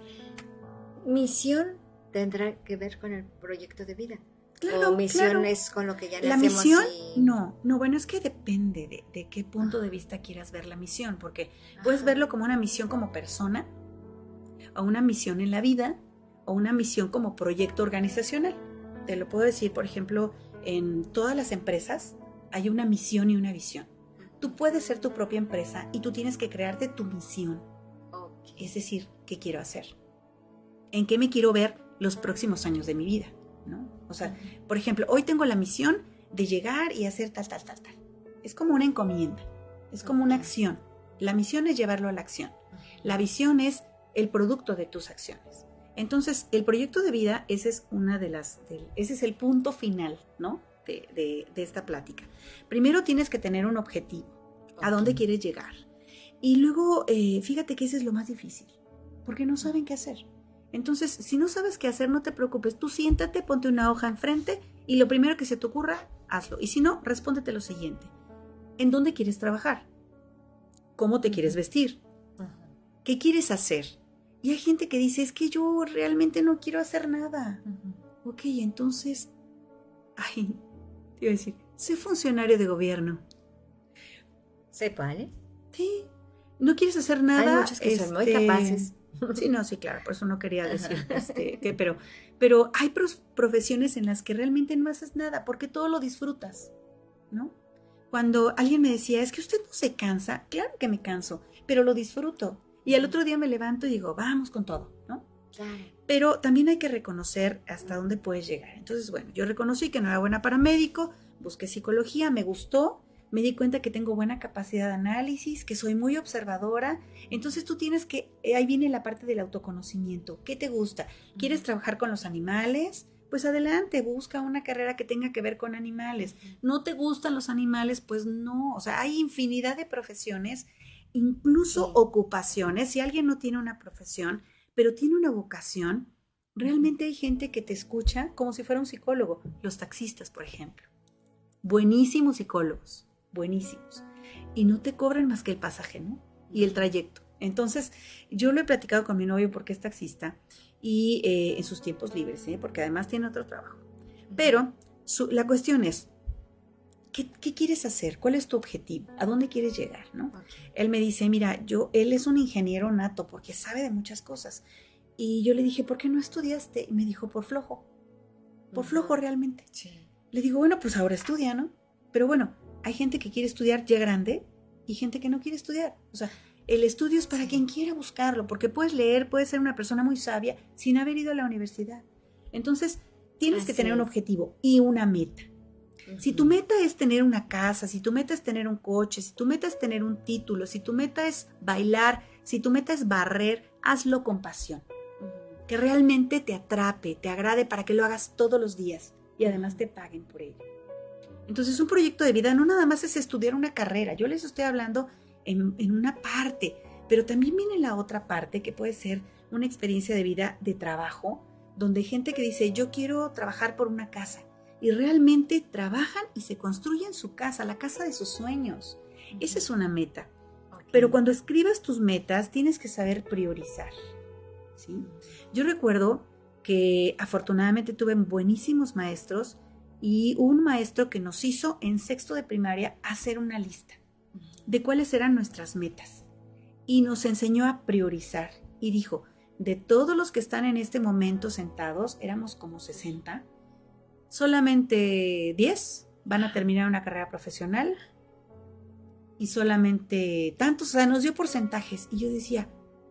misión tendrá que ver con el proyecto de vida. Claro, o misión claro. es con lo que ya La nacemos misión, y... no, bueno, es que depende de qué punto de vista quieras ver la misión, porque puedes Ajá. verlo como una misión como persona, o una misión en la vida, o una misión como proyecto organizacional. Te lo puedo decir, por ejemplo, en todas las empresas hay una misión y una visión. Tú puedes ser tu propia empresa y tú tienes que crearte tu misión, Ok. es decir, ¿qué quiero hacer? ¿En qué me quiero ver los próximos años de mi vida? ¿No? O sea, por ejemplo, hoy tengo la misión de llegar y hacer tal. Es como una encomienda, es como una acción. La misión es llevarlo a la acción. La visión es el producto de tus acciones. Entonces, el proyecto de vida, ese es ese es el punto final, ¿no? De esta plática. Primero tienes que tener un objetivo. ¿A dónde quieres llegar? Y luego, fíjate que ese es lo más difícil, porque no saben qué hacer. Entonces, si no sabes qué hacer, no te preocupes. Tú siéntate, ponte una hoja enfrente y lo primero que se te ocurra, hazlo. Y si no, respóndete lo siguiente. ¿En dónde quieres trabajar? ¿Cómo te quieres vestir? ¿Qué quieres hacer? Y hay gente que dice, es que yo realmente no quiero hacer nada. Ok, entonces, te iba a decir, sé funcionario de gobierno. ¿Vale? Sí. ¿No quieres hacer nada? Hay muchos que son muy capaces. Sí, no, sí, claro, por eso no quería decir pero hay profesiones en las que realmente no haces nada, porque todo lo disfrutas, ¿no? Cuando alguien me decía, es que usted no se cansa, claro que me canso, pero lo disfruto. Y al otro día me levanto y digo, vamos con todo, ¿no? Claro. Pero también hay que reconocer hasta dónde puedes llegar. Entonces, bueno, yo reconocí que no era buena para médico, busqué psicología, me gustó, me di cuenta que tengo buena capacidad de análisis, que soy muy observadora. Entonces tú tienes que, ahí viene la parte del autoconocimiento. ¿Qué te gusta? ¿Quieres trabajar con los animales? Pues adelante, busca una carrera que tenga que ver con animales. ¿No te gustan los animales? Pues no. O sea, hay infinidad de profesiones, incluso ocupaciones. Si alguien no tiene una profesión, pero tiene una vocación, realmente hay gente que te escucha como si fuera un psicólogo. Los taxistas, por ejemplo. Buenísimos psicólogos. Buenísimos. Y no te cobran más que el pasaje, ¿no? Y el trayecto. Entonces, yo lo he platicado con mi novio porque es taxista y en sus tiempos libres, porque además tiene otro trabajo. Pero la cuestión es, ¿qué quieres hacer? ¿Cuál es tu objetivo? ¿A dónde quieres llegar, no? Okay. Él me dice, mira, él es un ingeniero nato porque sabe de muchas cosas. Y yo le dije, ¿por qué no estudiaste? Y me dijo, por flojo. Por flojo realmente. Sí. Le digo, bueno, pues ahora estudia, ¿no? Pero bueno, hay gente que quiere estudiar ya grande y gente que no quiere estudiar. O sea, el estudio es para quien quiera buscarlo, porque puedes leer, puedes ser una persona muy sabia sin haber ido a la universidad. Entonces, tienes que tener un objetivo y una meta. Si tu meta es tener una casa, si tu meta es tener un coche, si tu meta es tener un título, si tu meta es bailar, si tu meta es barrer, hazlo con pasión. Que realmente te atrape, te agrade para que lo hagas todos los días y además te paguen por ello. Entonces, un proyecto de vida no nada más es estudiar una carrera. Yo les estoy hablando en una parte, pero también viene la otra parte que puede ser una experiencia de vida de trabajo, donde hay gente que dice, yo quiero trabajar por una casa. Y realmente trabajan y se construyen su casa, la casa de sus sueños. Esa es una meta. Okay. Pero cuando escribas tus metas, tienes que saber priorizar, ¿sí? Yo recuerdo que afortunadamente tuve buenísimos maestros y un maestro que nos hizo en sexto de primaria hacer una lista de cuáles eran nuestras metas. Y nos enseñó a priorizar. Y dijo, de todos los que están en este momento sentados, éramos como 60, solamente 10 van a terminar una carrera profesional y solamente tantos, o sea, nos dio porcentajes. Y yo decía,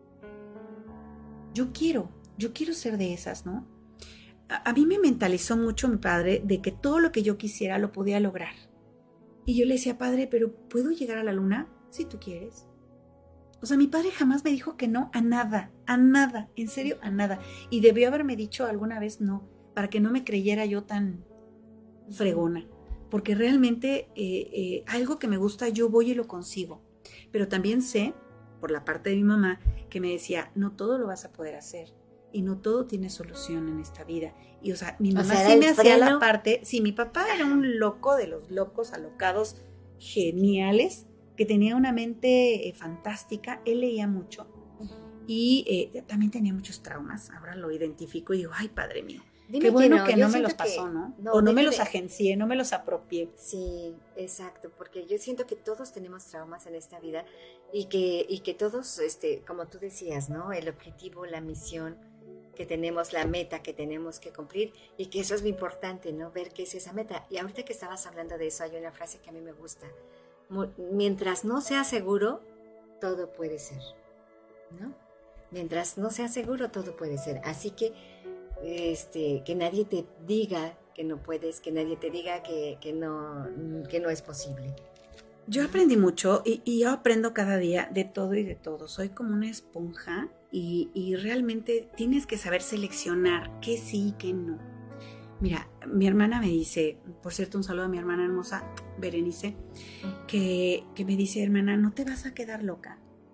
yo quiero ser de esas, ¿no? A mí me mentalizó mucho mi padre de que todo lo que yo quisiera lo podía lograr. Y yo le decía, padre, ¿pero puedo llegar a la luna? Si tú quieres. O sea, mi padre jamás me dijo que no a nada, en serio, a nada. Y debió haberme dicho alguna vez no, para que no me creyera yo tan fregona. Porque realmente algo que me gusta, yo voy y lo consigo. Pero también sé, por la parte de mi mamá, que me decía, no todo lo vas a poder hacer. Y no todo tiene solución en esta vida. Y, o sea, mi mamá sí me hacía la parte. Sí, mi papá era un loco de los locos, alocados, geniales, que tenía una mente fantástica. Él leía mucho. Y también tenía muchos traumas. Ahora lo identifico y digo, ay, padre mío. Qué bueno que no me los pasó, ¿no? O no me los agencié, no me los apropié. Sí, exacto, porque yo siento que todos tenemos traumas en esta vida y que todos, como tú decías, ¿no? El objetivo, la misión que tenemos, la meta que tenemos que cumplir y que eso es lo importante, ¿no? Ver qué es esa meta. Y ahorita que estabas hablando de eso, hay una frase que a mí me gusta. Mientras no sea seguro, todo puede ser, ¿no? Mientras no sea seguro, todo puede ser. Así que que nadie te diga que no puedes, que nadie te diga que no es posible. Yo aprendí mucho y yo aprendo cada día de todo y de todo. Soy como una esponja y realmente tienes que saber seleccionar qué sí y qué no. Mira, mi hermana me dice, por cierto, un saludo a mi hermana hermosa, Berenice, que me dice, hermana, no te vas a quedar loca.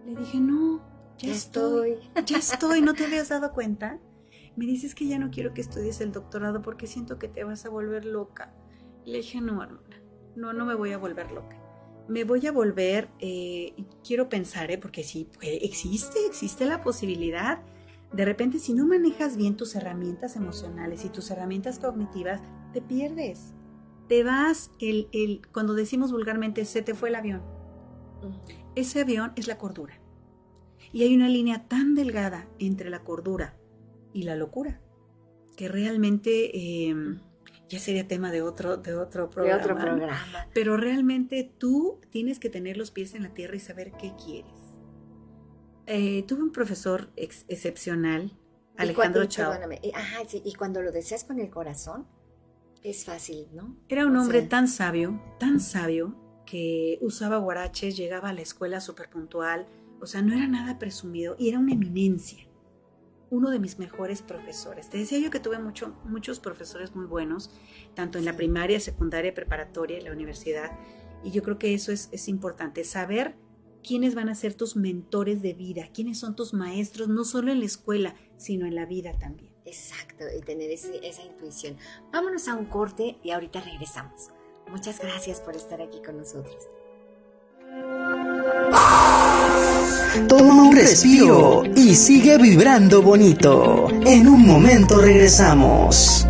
Le dije, no, ya estoy, ¿no te habías dado cuenta? Me dices que ya no quiero que estudies el doctorado porque siento que te vas a volver loca. Le dije, no, hermana, no me voy a volver loca. Me voy a volver, y quiero pensar, porque sí, existe la posibilidad. De repente, si no manejas bien tus herramientas emocionales y tus herramientas cognitivas, te pierdes. Te vas, cuando decimos vulgarmente, se te fue el avión. Ese avión es la cordura. Y hay una línea tan delgada entre la cordura y la locura, que realmente ya sería tema de otro programa. Pero realmente tú tienes que tener los pies en la tierra y saber qué quieres. Tuve un profesor excepcional, Alejandro Chao. Y cuando lo deseas con el corazón, es fácil, ¿no? Era un hombre tan sabio, que usaba guaraches, llegaba a la escuela súper puntual, o sea, no era nada presumido y era una eminencia. Uno de mis mejores profesores. Te decía yo que tuve muchos profesores muy buenos, tanto en la primaria, secundaria, preparatoria, en la universidad, y yo creo que eso es importante, saber quiénes van a ser tus mentores de vida, quiénes son tus maestros, no solo en la escuela, sino en la vida también. Exacto, y tener esa intuición. Vámonos a un corte y ahorita regresamos. Muchas gracias por estar aquí con nosotros. Toma un respiro y sigue vibrando bonito. En un momento regresamos.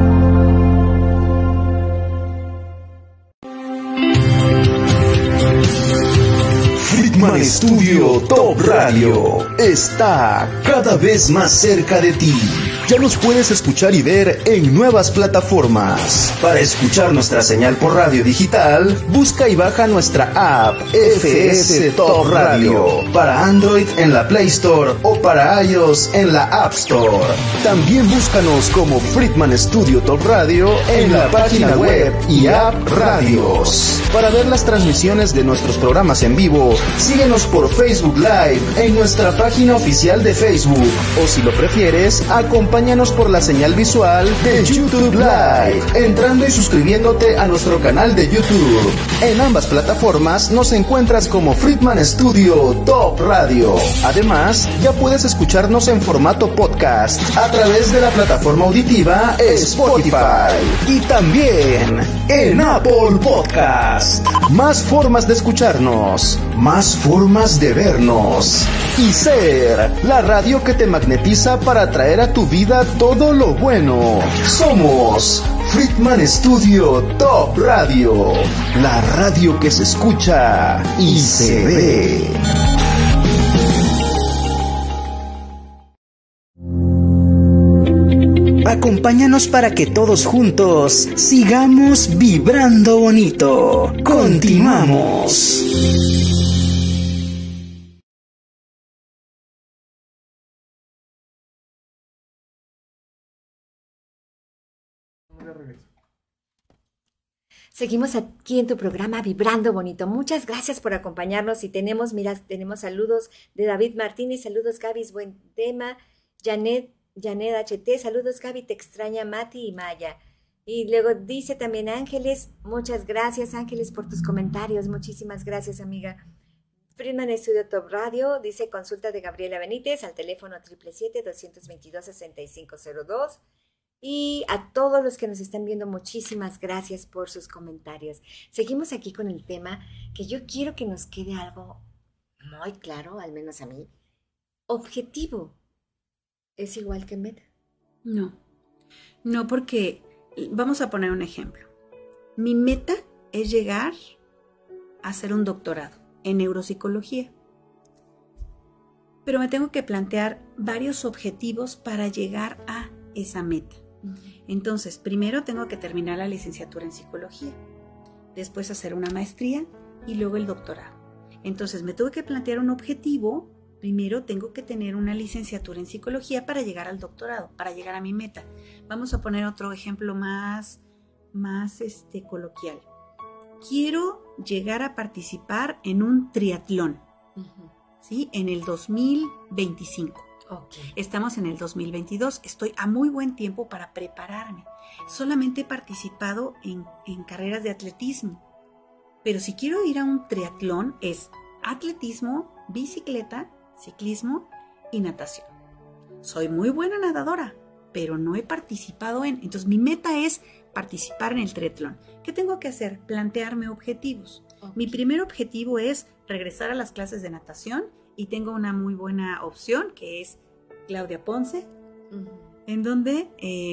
Friedman Studio Top Radio está cada vez más cerca de ti. Ya nos puedes escuchar y ver en nuevas plataformas. Para escuchar nuestra señal por radio digital, busca y baja nuestra app FS Top Radio para Android en la Play Store o para iOS en la App Store. También búscanos como Friedman Studio Top Radio en la página web y app Radios. Para ver las transmisiones de nuestros programas en vivo, síguenos por Facebook Live en nuestra página oficial de Facebook, o si lo prefieres, acompáñanos por la señal visual de YouTube Live, entrando y suscribiéndote a nuestro canal de YouTube. En ambas plataformas nos encuentras como Friedman Studio Top Radio. Además, ya puedes escucharnos en formato podcast a través de la plataforma auditiva Spotify y también en Apple Podcast. Más formas de escucharnos, más formas de vernos y ser la radio que te magnetiza para traer a tu vida todo lo bueno. Somos Friedman Studio Top Radio, la radio que se escucha y se ve. Acompáñanos para que todos juntos sigamos vibrando bonito. Continuamos. Seguimos aquí en tu programa Vibrando Bonito. Muchas gracias por acompañarnos y tenemos saludos de David Martínez, saludos Gaby, buen tema, Janet HT, saludos Gaby, te extraña Mati y Maya. Y luego dice también Ángeles, muchas gracias Ángeles por tus comentarios, muchísimas gracias amiga. Friedman Studio Top Radio, dice consulta de Gabriela Benítez al teléfono 777-222-6502. Y a todos los que nos están viendo, muchísimas gracias por sus comentarios. Seguimos aquí con el tema que yo quiero que nos quede algo muy claro, al menos a mí. Objetivo es igual que meta. No, porque vamos a poner un ejemplo. Mi meta es llegar a hacer un doctorado en neuropsicología. Pero me tengo que plantear varios objetivos para llegar a esa meta. Entonces, primero tengo que terminar la licenciatura en psicología, después hacer una maestría y luego el doctorado. Entonces, me tengo que plantear un objetivo. Primero tengo que tener una licenciatura en psicología para llegar al doctorado, para llegar a mi meta. Vamos a poner otro ejemplo más coloquial. Quiero llegar a participar en un triatlón, ¿sí? En el 2025. Okay. Estamos en el 2022, estoy a muy buen tiempo para prepararme. Solamente he participado en carreras de atletismo, pero si quiero ir a un triatlón es atletismo, bicicleta, ciclismo y natación. Soy muy buena nadadora, pero no he participado entonces mi meta es participar en el triatlón. ¿Qué tengo que hacer? Plantearme objetivos. Okay. Mi primer objetivo es regresar a las clases de natación y tengo una muy buena opción que es Claudia Ponce, en donde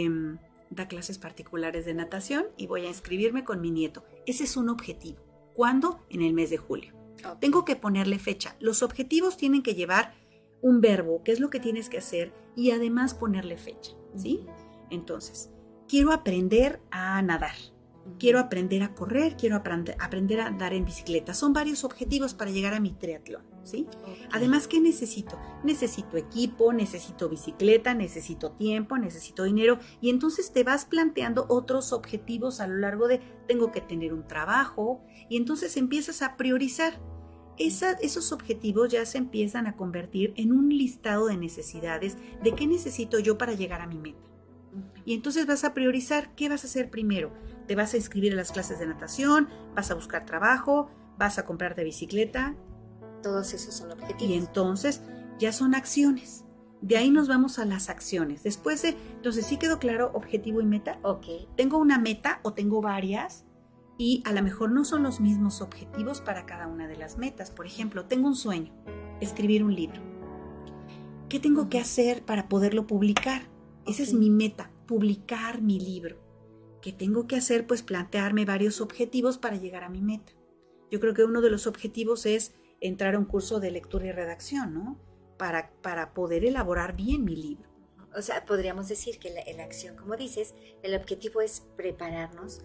da clases particulares de natación y voy a inscribirme con mi nieto. Ese es un objetivo. ¿Cuándo? En el mes de julio. Okay. Tengo que ponerle fecha. Los objetivos tienen que llevar un verbo, qué es lo que tienes que hacer y además ponerle fecha, ¿sí? Entonces, quiero aprender a nadar, quiero aprender a correr, quiero aprender a andar en bicicleta. Son varios objetivos para llegar a mi triatlón, ¿sí? Okay. Además, ¿qué necesito? Necesito equipo, necesito bicicleta, necesito tiempo, necesito dinero. Y entonces te vas planteando otros objetivos a lo largo de, tengo que tener un trabajo. Y entonces empiezas a priorizar. Esos objetivos ya se empiezan a convertir en un listado de necesidades de qué necesito yo para llegar a mi meta. Y entonces vas a priorizar qué vas a hacer primero. Te vas a inscribir a las clases de natación, vas a buscar trabajo, vas a comprarte bicicleta. Todos esos son objetivos. Y entonces ya son acciones. De ahí nos vamos a las acciones. Entonces sí quedó claro objetivo y meta. Okay. Tengo una meta o tengo varias. Y a lo mejor no son los mismos objetivos para cada una de las metas. Por ejemplo, tengo un sueño, escribir un libro. ¿Qué tengo que hacer para poderlo publicar? Esa es mi meta, publicar mi libro. ¿Qué tengo que hacer? Pues plantearme varios objetivos para llegar a mi meta. Yo creo que uno de los objetivos es entrar a un curso de lectura y redacción, ¿no? Para poder elaborar bien mi libro. O sea, podríamos decir que la acción, como dices, el objetivo es prepararnos,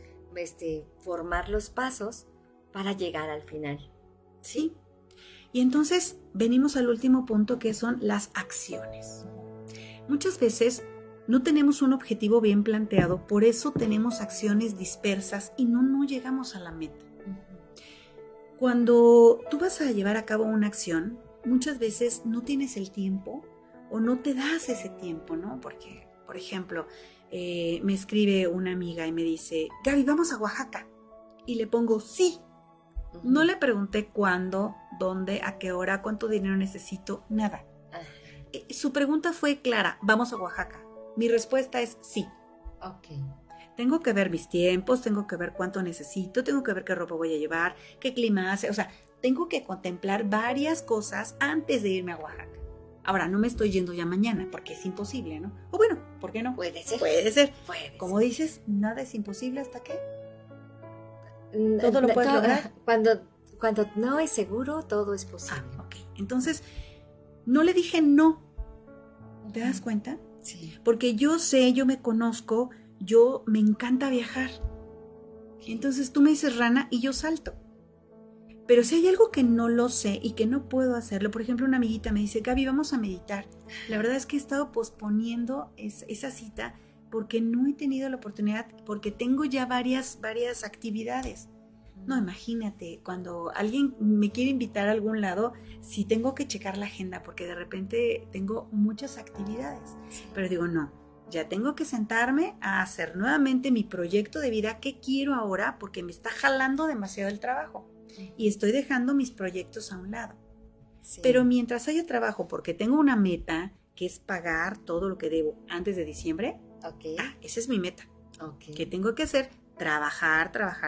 formar los pasos para llegar al final. Sí. Y entonces venimos al último punto, que son las acciones. Muchas veces no tenemos un objetivo bien planteado, por eso tenemos acciones dispersas y no llegamos a la meta. Cuando tú vas a llevar a cabo una acción, muchas veces no tienes el tiempo o no te das ese tiempo, ¿no? Porque, por ejemplo, me escribe una amiga y me dice, Gaby, vamos a Oaxaca. Y le pongo sí. No le pregunté cuándo, dónde, a qué hora, cuánto dinero necesito, nada. Su pregunta fue clara, vamos a Oaxaca. Mi respuesta es sí. Okay. Tengo que ver mis tiempos, tengo que ver cuánto necesito, tengo que ver qué ropa voy a llevar, qué clima hace. O sea, tengo que contemplar varias cosas antes de irme a Oaxaca. Ahora, no me estoy yendo ya mañana, porque es imposible, ¿no? O bueno, ¿por qué no? Puede ser. Puede ser. Como dices, nada es imposible hasta que todo lo puedes lograr. Cuando no es seguro, todo es posible. Ok. Entonces, no le dije no. ¿Te das cuenta? Sí. Porque yo me conozco, me encanta viajar. Entonces tú me dices rana y yo salto. Pero si hay algo que no lo sé y que no puedo hacerlo, por ejemplo, una amiguita me dice, Gaby, vamos a meditar. La verdad es que he estado posponiendo esa cita porque no he tenido la oportunidad, porque tengo ya varias actividades. No, imagínate, cuando alguien me quiere invitar a algún lado, sí tengo que checar la agenda porque de repente tengo muchas actividades. Pero digo, no, ya tengo que sentarme a hacer nuevamente mi proyecto de vida, qué quiero ahora, porque me está jalando demasiado el trabajo. Y estoy dejando mis proyectos a un lado. Sí. Pero mientras haya trabajo, porque tengo una meta, que es pagar todo lo que debo antes de diciembre, esa es mi meta. ¿Qué tengo que hacer? Trabajar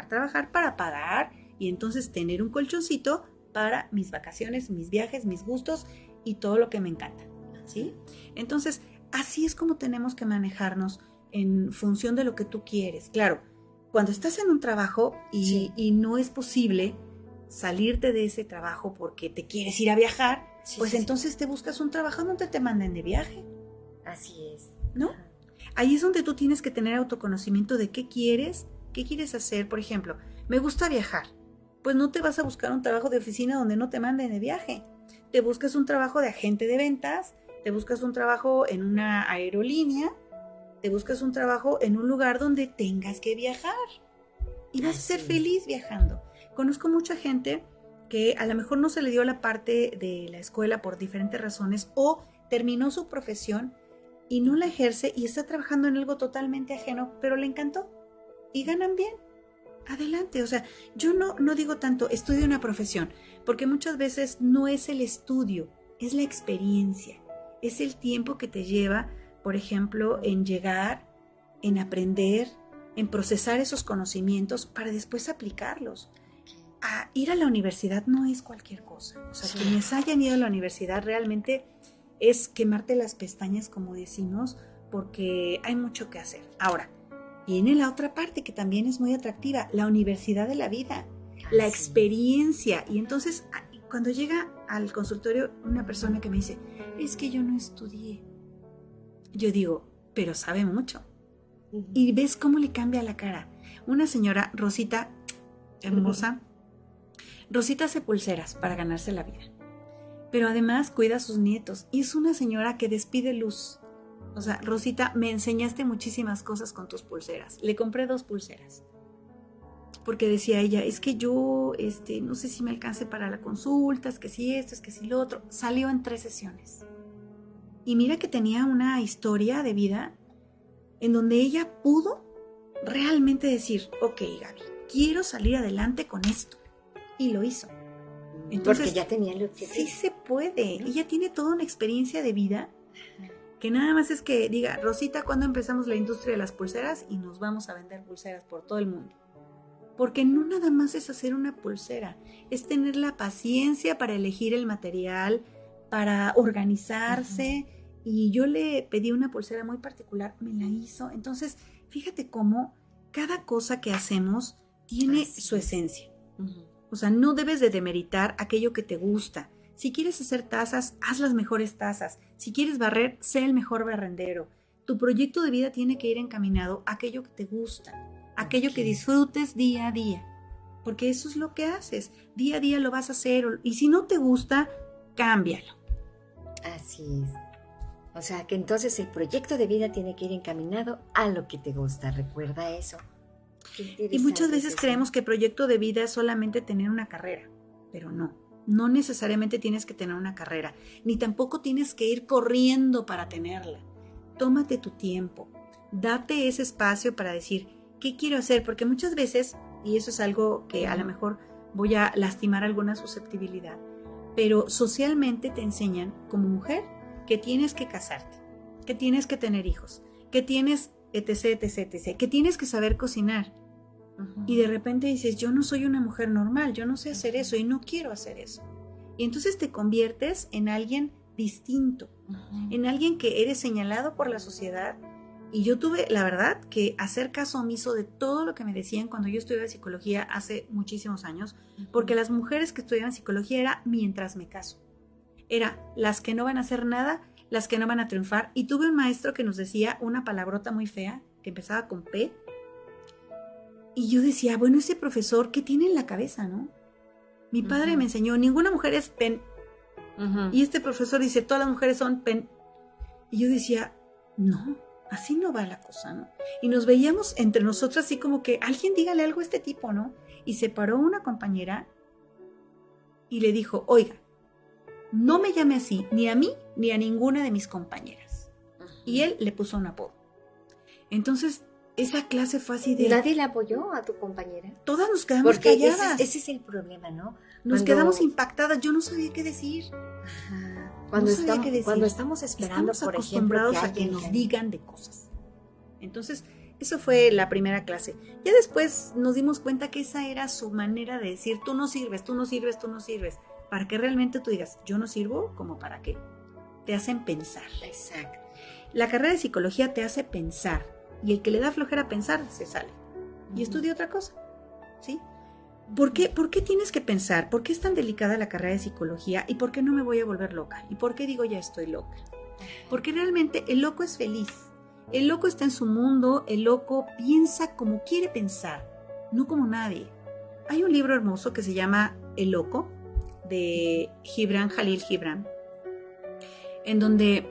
para pagar y entonces tener un colchoncito para mis vacaciones, mis viajes, mis gustos y todo lo que me encanta, ¿sí? Entonces, así es como tenemos que manejarnos en función de lo que tú quieres. Claro, cuando estás en un trabajo y no es posible salirte de ese trabajo porque te quieres ir a viajar, entonces te buscas un trabajo donde te manden de viaje. Así es. ¿No? Ahí es donde tú tienes que tener autoconocimiento de qué quieres hacer. Por ejemplo, me gusta viajar. Pues no te vas a buscar un trabajo de oficina donde no te manden de viaje. Te buscas un trabajo de agente de ventas, te buscas un trabajo en una aerolínea, te buscas un trabajo en un lugar donde tengas que viajar. Y vas a ser feliz viajando. Conozco mucha gente que a lo mejor no se le dio la parte de la escuela por diferentes razones o terminó su profesión y no la ejerce y está trabajando en algo totalmente ajeno, pero le encantó y ganan bien. adelante. O sea, yo no digo tanto estudia una profesión, porque muchas veces no es el estudio, es la experiencia, es el tiempo que te lleva, por ejemplo, en llegar, en aprender, en procesar esos conocimientos para después aplicarlos. A ir a la universidad no es cualquier cosa. O sea, quienes hayan ido a la universidad realmente es quemarte las pestañas, como decimos, porque hay mucho que hacer. Ahora, viene la otra parte que también es muy atractiva, la universidad de la vida, la experiencia. Y entonces, cuando llega al consultorio una persona que me dice, es que yo no estudié, yo digo, pero sabe mucho. Y ves cómo le cambia la cara. Una señora, Rosita, hermosa, Rosita hace pulseras para ganarse la vida, pero además cuida a sus nietos y es una señora que despide luz. O sea, Rosita, me enseñaste muchísimas cosas con tus pulseras. Le compré 2 pulseras porque decía ella, es que yo no sé si me alcance para la consulta, es que si esto, es que si lo otro. Salió en 3 sesiones y mira que tenía una historia de vida en donde ella pudo realmente decir, ok, Gaby, quiero salir adelante con esto. Y lo hizo. Entonces, porque ya tenía el objetivo. Sí se puede. Ella tiene toda una experiencia de vida que nada más es que diga, Rosita, ¿cuándo empezamos la industria de las pulseras? Y nos vamos a vender pulseras por todo el mundo. Porque no nada más es hacer una pulsera, es tener la paciencia para elegir el material, para organizarse. Y yo le pedí una pulsera muy particular, me la hizo. Entonces, fíjate cómo cada cosa que hacemos tiene su esencia. O sea, no debes de demeritar aquello que te gusta. Si quieres hacer tazas, haz las mejores tazas. Si quieres barrer, sé el mejor barrendero. Tu proyecto de vida tiene que ir encaminado a aquello que te gusta, aquello que disfrutes día a día. Porque eso es lo que haces. Día a día lo vas a hacer. Y si no te gusta, cámbialo. Así es. O sea, que entonces el proyecto de vida tiene que ir encaminado a lo que te gusta. Recuerda eso. Y muchas veces creemos que proyecto de vida es solamente tener una carrera, pero no necesariamente tienes que tener una carrera, ni tampoco tienes que ir corriendo para tenerla. Tómate tu tiempo, date ese espacio para decir, ¿qué quiero hacer? Porque muchas veces, y eso es algo que a lo mejor voy a lastimar alguna susceptibilidad, pero socialmente te enseñan como mujer que tienes que casarte, que tienes que tener hijos, que tienes etc, etc, etc, que tienes que saber cocinar. Y de repente dices, yo no soy una mujer normal, yo no sé hacer eso y no quiero hacer eso. Y entonces te conviertes en alguien distinto, en alguien que eres señalado por la sociedad. Y yo tuve, la verdad, que hacer caso omiso de todo lo que me decían cuando yo estudiaba psicología hace muchísimos años, porque las mujeres que estudiaban psicología era mientras me caso. Era las que no van a hacer nada, las que no van a triunfar. Y tuve un maestro que nos decía una palabrota muy fea, que empezaba con P. Y yo decía, bueno, ese profesor, ¿qué tiene en la cabeza, no? Mi padre me enseñó, ninguna mujer es pen. Y este profesor dice, todas las mujeres son pen. Y yo decía, no, así no va la cosa, ¿no? Y nos veíamos entre nosotras así como que, alguien dígale algo a este tipo, ¿no? Y se paró una compañera y le dijo, oiga, no me llame así, ni a mí, ni a ninguna de mis compañeras. Y él le puso un apodo. Entonces, esa clase fue así de... ¿Nadie la apoyó a tu compañera? Todas nos quedamos porque calladas. Ese es el problema, ¿no? Nos quedamos impactadas. Yo no sabía qué decir. Ajá. Cuando Estamos esperando, estamos por acostumbrados ejemplo, a que nos digan de cosas. Entonces, eso fue la primera clase. Ya después nos dimos cuenta que esa era su manera de decir, tú no sirves, tú no sirves, tú no sirves. Para que realmente tú digas, yo no sirvo, ¿como para qué? Te hacen pensar. Exacto. La carrera de psicología te hace pensar. Y el que le da flojera pensar, se sale. Y estudia otra cosa, ¿sí? ¿Por qué tienes que pensar? ¿Por qué es tan delicada la carrera de psicología? ¿Y por qué no me voy a volver loca? ¿Y por qué digo ya estoy loca? Porque realmente el loco es feliz. El loco está en su mundo, el loco piensa como quiere pensar, no como nadie. Hay un libro hermoso que se llama El Loco, de Gibran Jalil Gibran, en donde...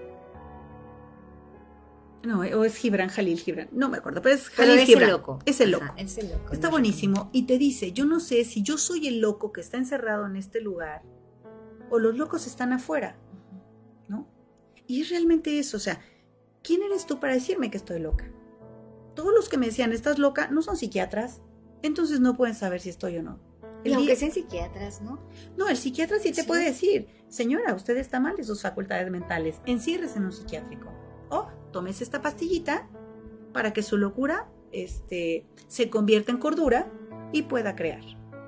No, o es Gibran Jalil Gibran, no me acuerdo, pero es Jalil Gibran. Es el loco. Es el loco. Está buenísimo y te dice, yo no sé si yo soy el loco que está encerrado en este lugar o los locos están afuera, ¿no? Y es realmente eso, o sea, ¿quién eres tú para decirme que estoy loca? Todos los que me decían, estás loca, no son psiquiatras, entonces no pueden saber si estoy o no. Y aunque sean psiquiatras, ¿no? No, el psiquiatra sí te puede decir, señora, usted está mal de sus facultades mentales, enciérrese en un psiquiátrico. O tómese esta pastillita para que su locura se convierta en cordura y pueda crear.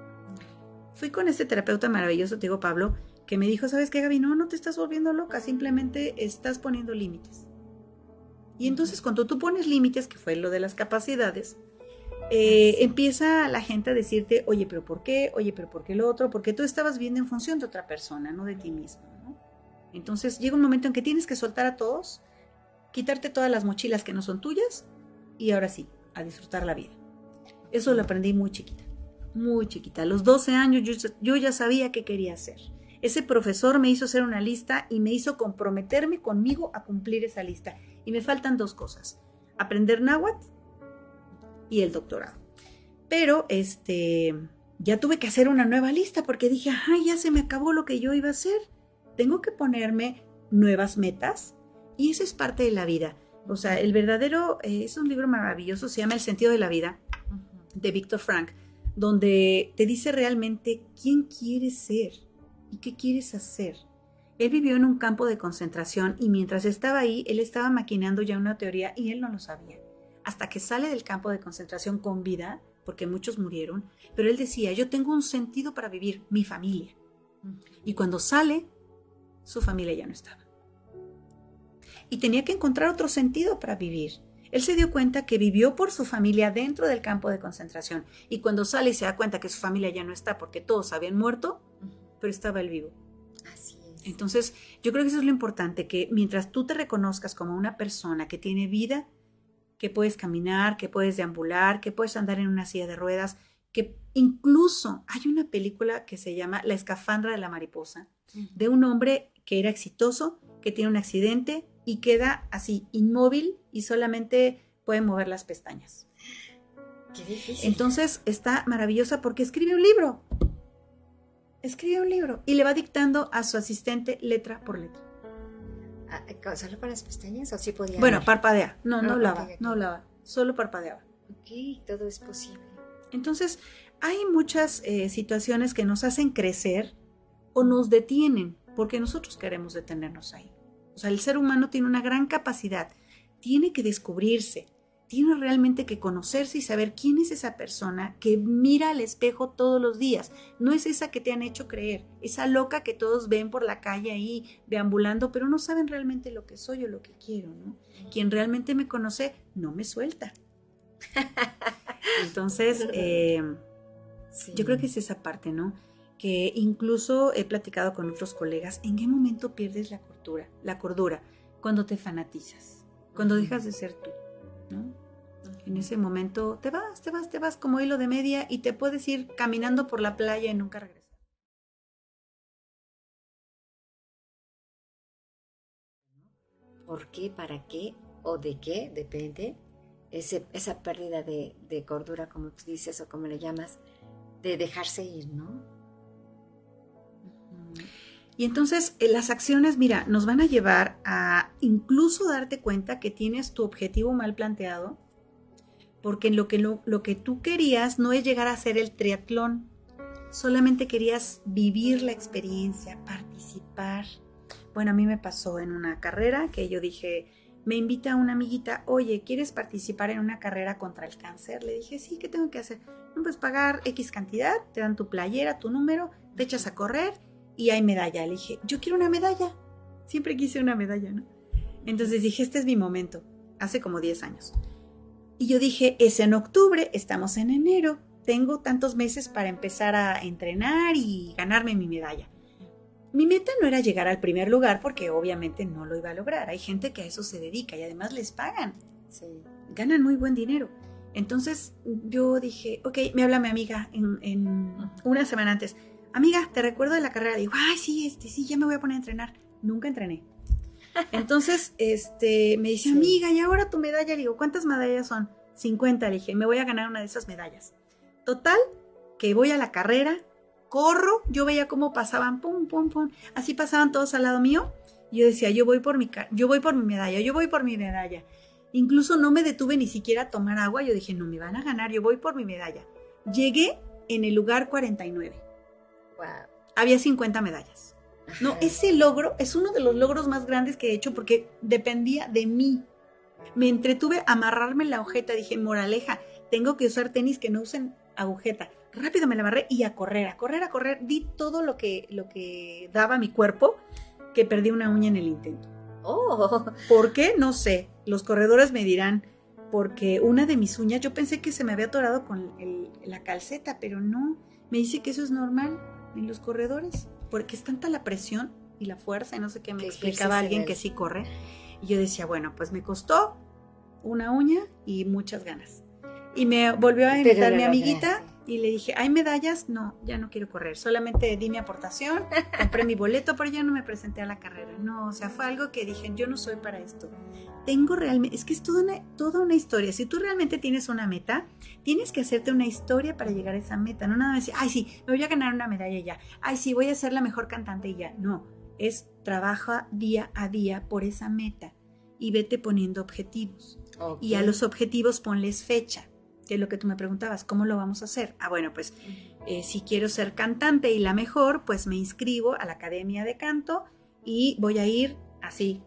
Fui con este terapeuta maravilloso, te digo, Pablo, que me dijo, ¿sabes qué, Gaby? No te estás volviendo loca, simplemente estás poniendo límites. Y entonces cuando tú pones límites, que fue lo de las capacidades, empieza la gente a decirte, oye, pero ¿por qué? Oye, pero ¿por qué lo otro? Porque tú estabas viendo en función de otra persona, no de ti mismo, ¿no? Entonces llega un momento en que tienes que soltar a todos, quitarte todas las mochilas que no son tuyas y ahora sí, a disfrutar la vida. Eso lo aprendí muy chiquita, muy chiquita. A los 12 años yo ya sabía qué quería hacer. Ese profesor me hizo hacer una lista y me hizo comprometerme conmigo a cumplir esa lista. Y me faltan 2 cosas, aprender náhuatl y el doctorado. Pero ya tuve que hacer una nueva lista porque dije, ay, ya se me acabó lo que yo iba a hacer. Tengo que ponerme nuevas metas y eso es parte de la vida. O sea, el verdadero, es un libro maravilloso, se llama El sentido de la vida, de Viktor Frankl, donde te dice realmente quién quieres ser y qué quieres hacer. Él vivió en un campo de concentración y mientras estaba ahí, él estaba maquinando ya una teoría y él no lo sabía. Hasta que sale del campo de concentración con vida, porque muchos murieron, pero él decía, yo tengo un sentido para vivir, mi familia. Y cuando sale, su familia ya no estaba. Y tenía que encontrar otro sentido para vivir. Él se dio cuenta que vivió por su familia dentro del campo de concentración. Y cuando sale y se da cuenta que su familia ya no está porque todos habían muerto, pero estaba él vivo. Así es. Entonces, yo creo que eso es lo importante, que mientras tú te reconozcas como una persona que tiene vida, que puedes caminar, que puedes deambular, que puedes andar en una silla de ruedas, que incluso hay una película que se llama La escafandra de la mariposa, de un hombre que era exitoso, que tiene un accidente y queda así inmóvil y solamente puede mover las pestañas. Qué difícil. Entonces está maravillosa porque escribe un libro y le va dictando a su asistente letra por letra. ¿Solo para las pestañas o sí podía? Bueno, ver? parpadea. No hablaba, Okay. no hablaba, solo parpadeaba. Ok, todo es posible. Entonces, hay muchas situaciones que nos hacen crecer o nos detienen porque nosotros queremos detenernos ahí. O sea, el ser humano tiene una gran capacidad, tiene que descubrirse, tiene realmente que conocerse y saber quién es esa persona que mira al espejo todos los días. No es esa que te han hecho creer, esa loca que todos ven por la calle ahí deambulando, pero no saben realmente lo que soy o lo que quiero, ¿no? Quien realmente me conoce no me suelta. Entonces, Sí. yo creo que es esa parte, ¿no? Que incluso he platicado con otros colegas, ¿en qué momento pierdes la cordura? Cuando te fanatizas, cuando dejas de ser tú, ¿no? En ese momento te vas como hilo de media y te puedes ir caminando por la playa y nunca regresar. ¿Por qué? ¿Para qué? ¿O de qué? Depende. Esa pérdida de cordura, como tú dices, o como le llamas, de dejarse ir, ¿no? Y entonces las acciones, mira, nos van a llevar a incluso darte cuenta que tienes tu objetivo mal planteado, porque lo que tú querías no es llegar a hacer el triatlón, solamente querías vivir la experiencia, participar. Bueno, a mí me pasó en una carrera que yo dije, me invita una amiguita, oye, ¿quieres participar en una carrera contra el cáncer? Le dije, sí, ¿qué tengo que hacer? No, pues pagar X cantidad, te dan tu playera, tu número, te echas a correr y hay medalla. Le dije, yo quiero una medalla. Siempre quise una medalla, ¿no? Entonces dije, este es mi momento, hace como 10 años. Y yo dije, es en octubre, estamos en enero, tengo tantos meses para empezar a entrenar y ganarme mi medalla. Mi meta no era llegar al primer lugar porque obviamente no lo iba a lograr. Hay gente que a eso se dedica y además les pagan. Sí. Ganan muy buen dinero. Entonces yo dije, ok, me habla mi amiga en una semana antes. Amiga, te recuerdo de la carrera. Le digo, ay, sí, ya me voy a poner a entrenar. Nunca entrené. Entonces, me dice, amiga, ¿y ahora tu medalla? Le digo, ¿cuántas medallas son? 50, le dije, me voy a ganar una de esas medallas. Total, que voy a la carrera, corro, yo veía cómo pasaban, pum, pum, pum, así pasaban todos al lado mío. Y yo decía, yo voy por mi medalla. Incluso no me detuve ni siquiera a tomar agua, yo dije, no me van a ganar, yo voy por mi medalla. Llegué en el lugar 49. Wow. Había 50 medallas. No, ese logro es uno de los logros más grandes que he hecho porque dependía de mí. Me entretuve a amarrarme la agujeta. Dije, moraleja, tengo que usar tenis que no usen agujeta. Rápido me la amarré y a correr. Di todo lo que daba mi cuerpo, que perdí una uña en el intento. Oh. ¿Por qué? No sé. Los corredores me dirán, porque una de mis uñas, yo pensé que se me había atorado con la calceta, pero no. Me dice que eso es normal en los corredores, porque es tanta la presión y la fuerza, y no sé qué me explicaba alguien que sí corre. Y yo decía, bueno, pues me costó una uña y muchas ganas. Y me volvió a invitar mi amiguita y le dije, ¿hay medallas? No, ya no quiero correr, solamente di mi aportación, compré mi boleto, pero ya no me presenté a la carrera. No, o sea, fue algo que dije, yo no soy para esto. Tengo realmente, es que es toda una historia. Si tú realmente tienes una meta, tienes que hacerte una historia para llegar a esa meta. No nada más decir, ay sí, me voy a ganar una medalla y ya. Ay sí, voy a ser la mejor cantante y ya. No, es trabaja día a día por esa meta y vete poniendo objetivos. Okay. Y a los objetivos ponles fecha, que es lo que tú me preguntabas, ¿cómo lo vamos a hacer? Ah, bueno, pues si quiero ser cantante y la mejor, pues me inscribo a la academia de canto y voy a ir así,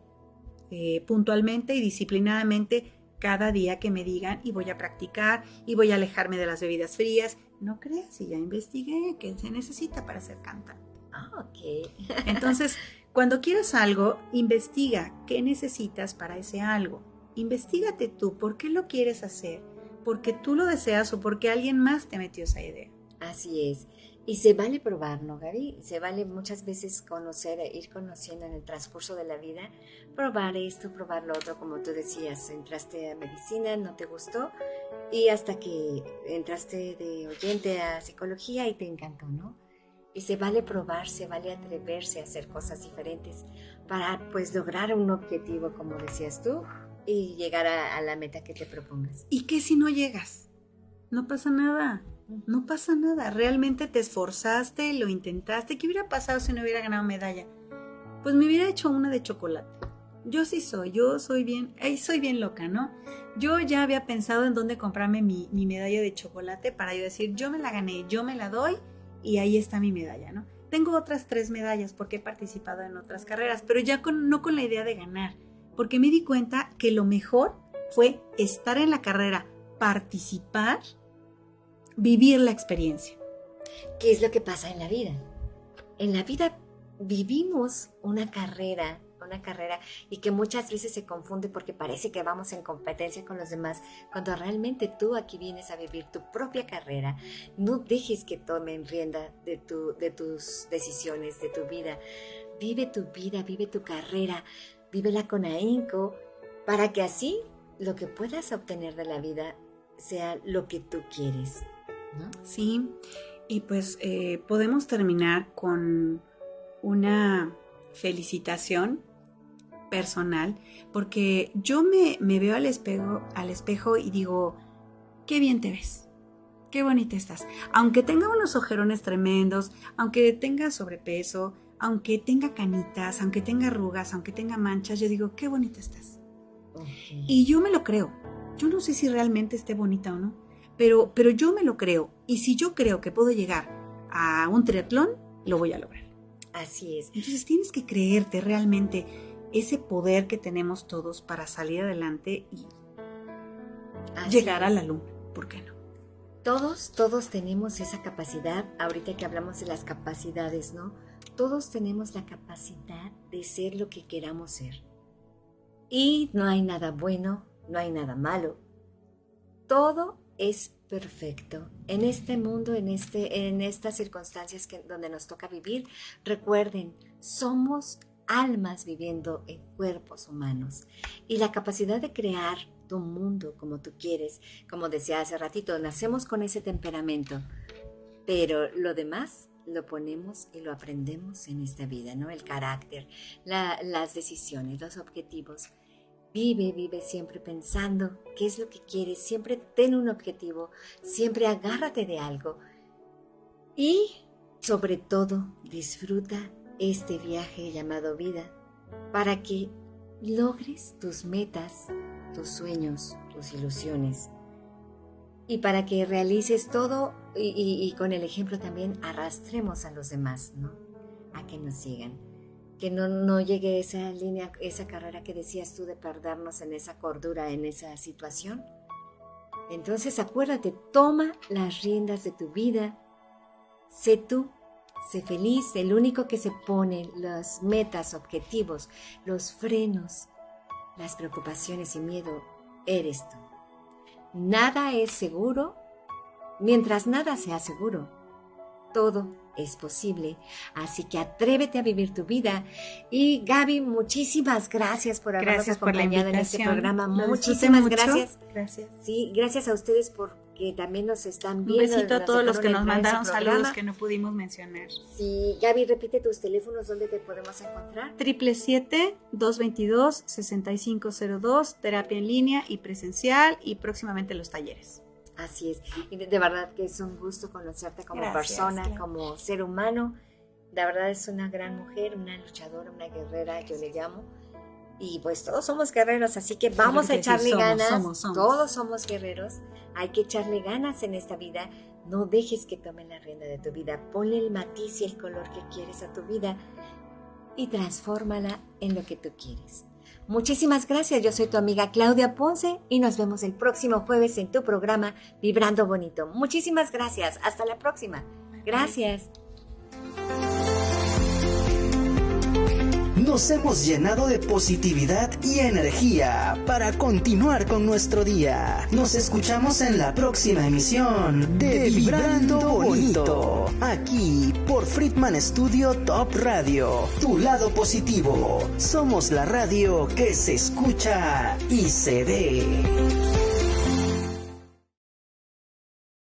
puntualmente y disciplinadamente cada día que me digan, y voy a practicar y voy a alejarme de las bebidas frías. No creas, si ya investigué qué se necesita para ser cantante. Ah, ok. Entonces, cuando quieras algo, investiga qué necesitas para ese algo. Investígate tú, ¿por qué lo quieres hacer? ¿Porque tú lo deseas o porque alguien más te metió esa idea? Así es. Y se vale probar, ¿no, Gaby? Se vale muchas veces ir conociendo en el transcurso de la vida, probar esto, probar lo otro, como tú decías, entraste a medicina, no te gustó, y hasta que entraste de oyente a psicología y te encantó, ¿no? Y se vale probar, se vale atreverse a hacer cosas diferentes para, pues, lograr un objetivo, como decías tú, y llegar a la meta que te propongas. ¿Y qué si no llegas? No pasa nada. No pasa nada, realmente te esforzaste, lo intentaste. ¿Qué hubiera pasado si no hubiera ganado medalla? Pues me hubiera hecho una de chocolate. Yo sí soy, soy bien loca, ¿no? Yo ya había pensado en dónde comprarme mi medalla de chocolate para yo decir, yo me la gané, yo me la doy y ahí está mi medalla, ¿no? Tengo otras 3 medallas porque he participado en otras carreras, pero ya no con la idea de ganar, porque me di cuenta que lo mejor fue estar en la carrera, participar, vivir la experiencia. ¿Qué es lo que pasa en la vida? En la vida vivimos una carrera y que muchas veces se confunde porque parece que vamos en competencia con los demás, cuando realmente tú aquí vienes a vivir tu propia carrera. No dejes que tomen rienda de tus decisiones, de tu vida. Vive tu vida, vive tu carrera, vívela con ahínco, para que así lo que puedas obtener de la vida sea lo que tú quieres, ¿no? Sí, y pues podemos terminar con una felicitación personal, porque yo me veo al espejo y digo, qué bien te ves, qué bonita estás. Aunque tenga unos ojerones tremendos, aunque tenga sobrepeso, aunque tenga canitas, aunque tenga arrugas, aunque tenga manchas, yo digo, qué bonita estás. Okay. Y yo me lo creo. Yo no sé si realmente esté bonita o no, pero yo me lo creo. Y si yo creo que puedo llegar a un triatlón, lo voy a lograr. Así es. Entonces tienes que creerte realmente ese poder que tenemos todos para salir adelante y llegar a la luna. ¿Por qué no? Todos tenemos esa capacidad. Ahorita que hablamos de las capacidades, ¿no? Todos tenemos la capacidad de ser lo que queramos ser. Y no hay nada bueno, no hay nada malo. Todo es perfecto. En este mundo, en estas circunstancias donde nos toca vivir, recuerden, somos almas viviendo en cuerpos humanos. Y la capacidad de crear tu mundo como tú quieres, como decía hace ratito, nacemos con ese temperamento, pero lo demás lo ponemos y lo aprendemos en esta vida, ¿no? El carácter, las decisiones, los objetivos. Vive siempre pensando qué es lo que quieres, siempre ten un objetivo, siempre agárrate de algo y sobre todo disfruta este viaje llamado vida para que logres tus metas, tus sueños, tus ilusiones y para que realices todo y con el ejemplo también arrastremos a los demás, ¿no? A que nos sigan. Que no llegue esa línea, esa carrera que decías tú de perdernos en esa cordura, en esa situación. Entonces acuérdate, toma las riendas de tu vida, sé tú, sé feliz, el único que se pone las metas, objetivos, los frenos, las preocupaciones y miedo, eres tú. Nada es seguro, mientras nada sea seguro, todo es posible, así que atrévete a vivir tu vida. Y Gaby, muchísimas gracias por habernos acompañado en este programa. Muchísimas gracias. Gracias. Sí, gracias a ustedes porque también nos están viendo. Un besito a todos los que nos mandaron saludos que no pudimos mencionar. Sí, Gaby, repite tus teléfonos, ¿dónde te podemos encontrar? 777-222-6502, terapia en línea y presencial, y próximamente los talleres. Así es, y de verdad que es un gusto conocerte como persona, como ser humano. De verdad es una gran mujer, una luchadora, una guerrera, yo le llamo. Y pues todos somos guerreros, así que vamos a echarle ganas. Somos. Todos somos guerreros, hay que echarle ganas en esta vida. No dejes que tomen la rienda de tu vida, ponle el matiz y el color que quieres a tu vida y transfórmala en lo que tú quieres. Muchísimas gracias, yo soy tu amiga Claudia Ponce y nos vemos el próximo jueves en tu programa Vibrando Bonito. Muchísimas gracias, hasta la próxima. Gracias. Nos hemos llenado de positividad y energía para continuar con nuestro día. Nos escuchamos en la próxima emisión de Vibrando Bonito, aquí por Friedman Studio Top Radio. Tu lado positivo. Somos la radio que se escucha y se ve.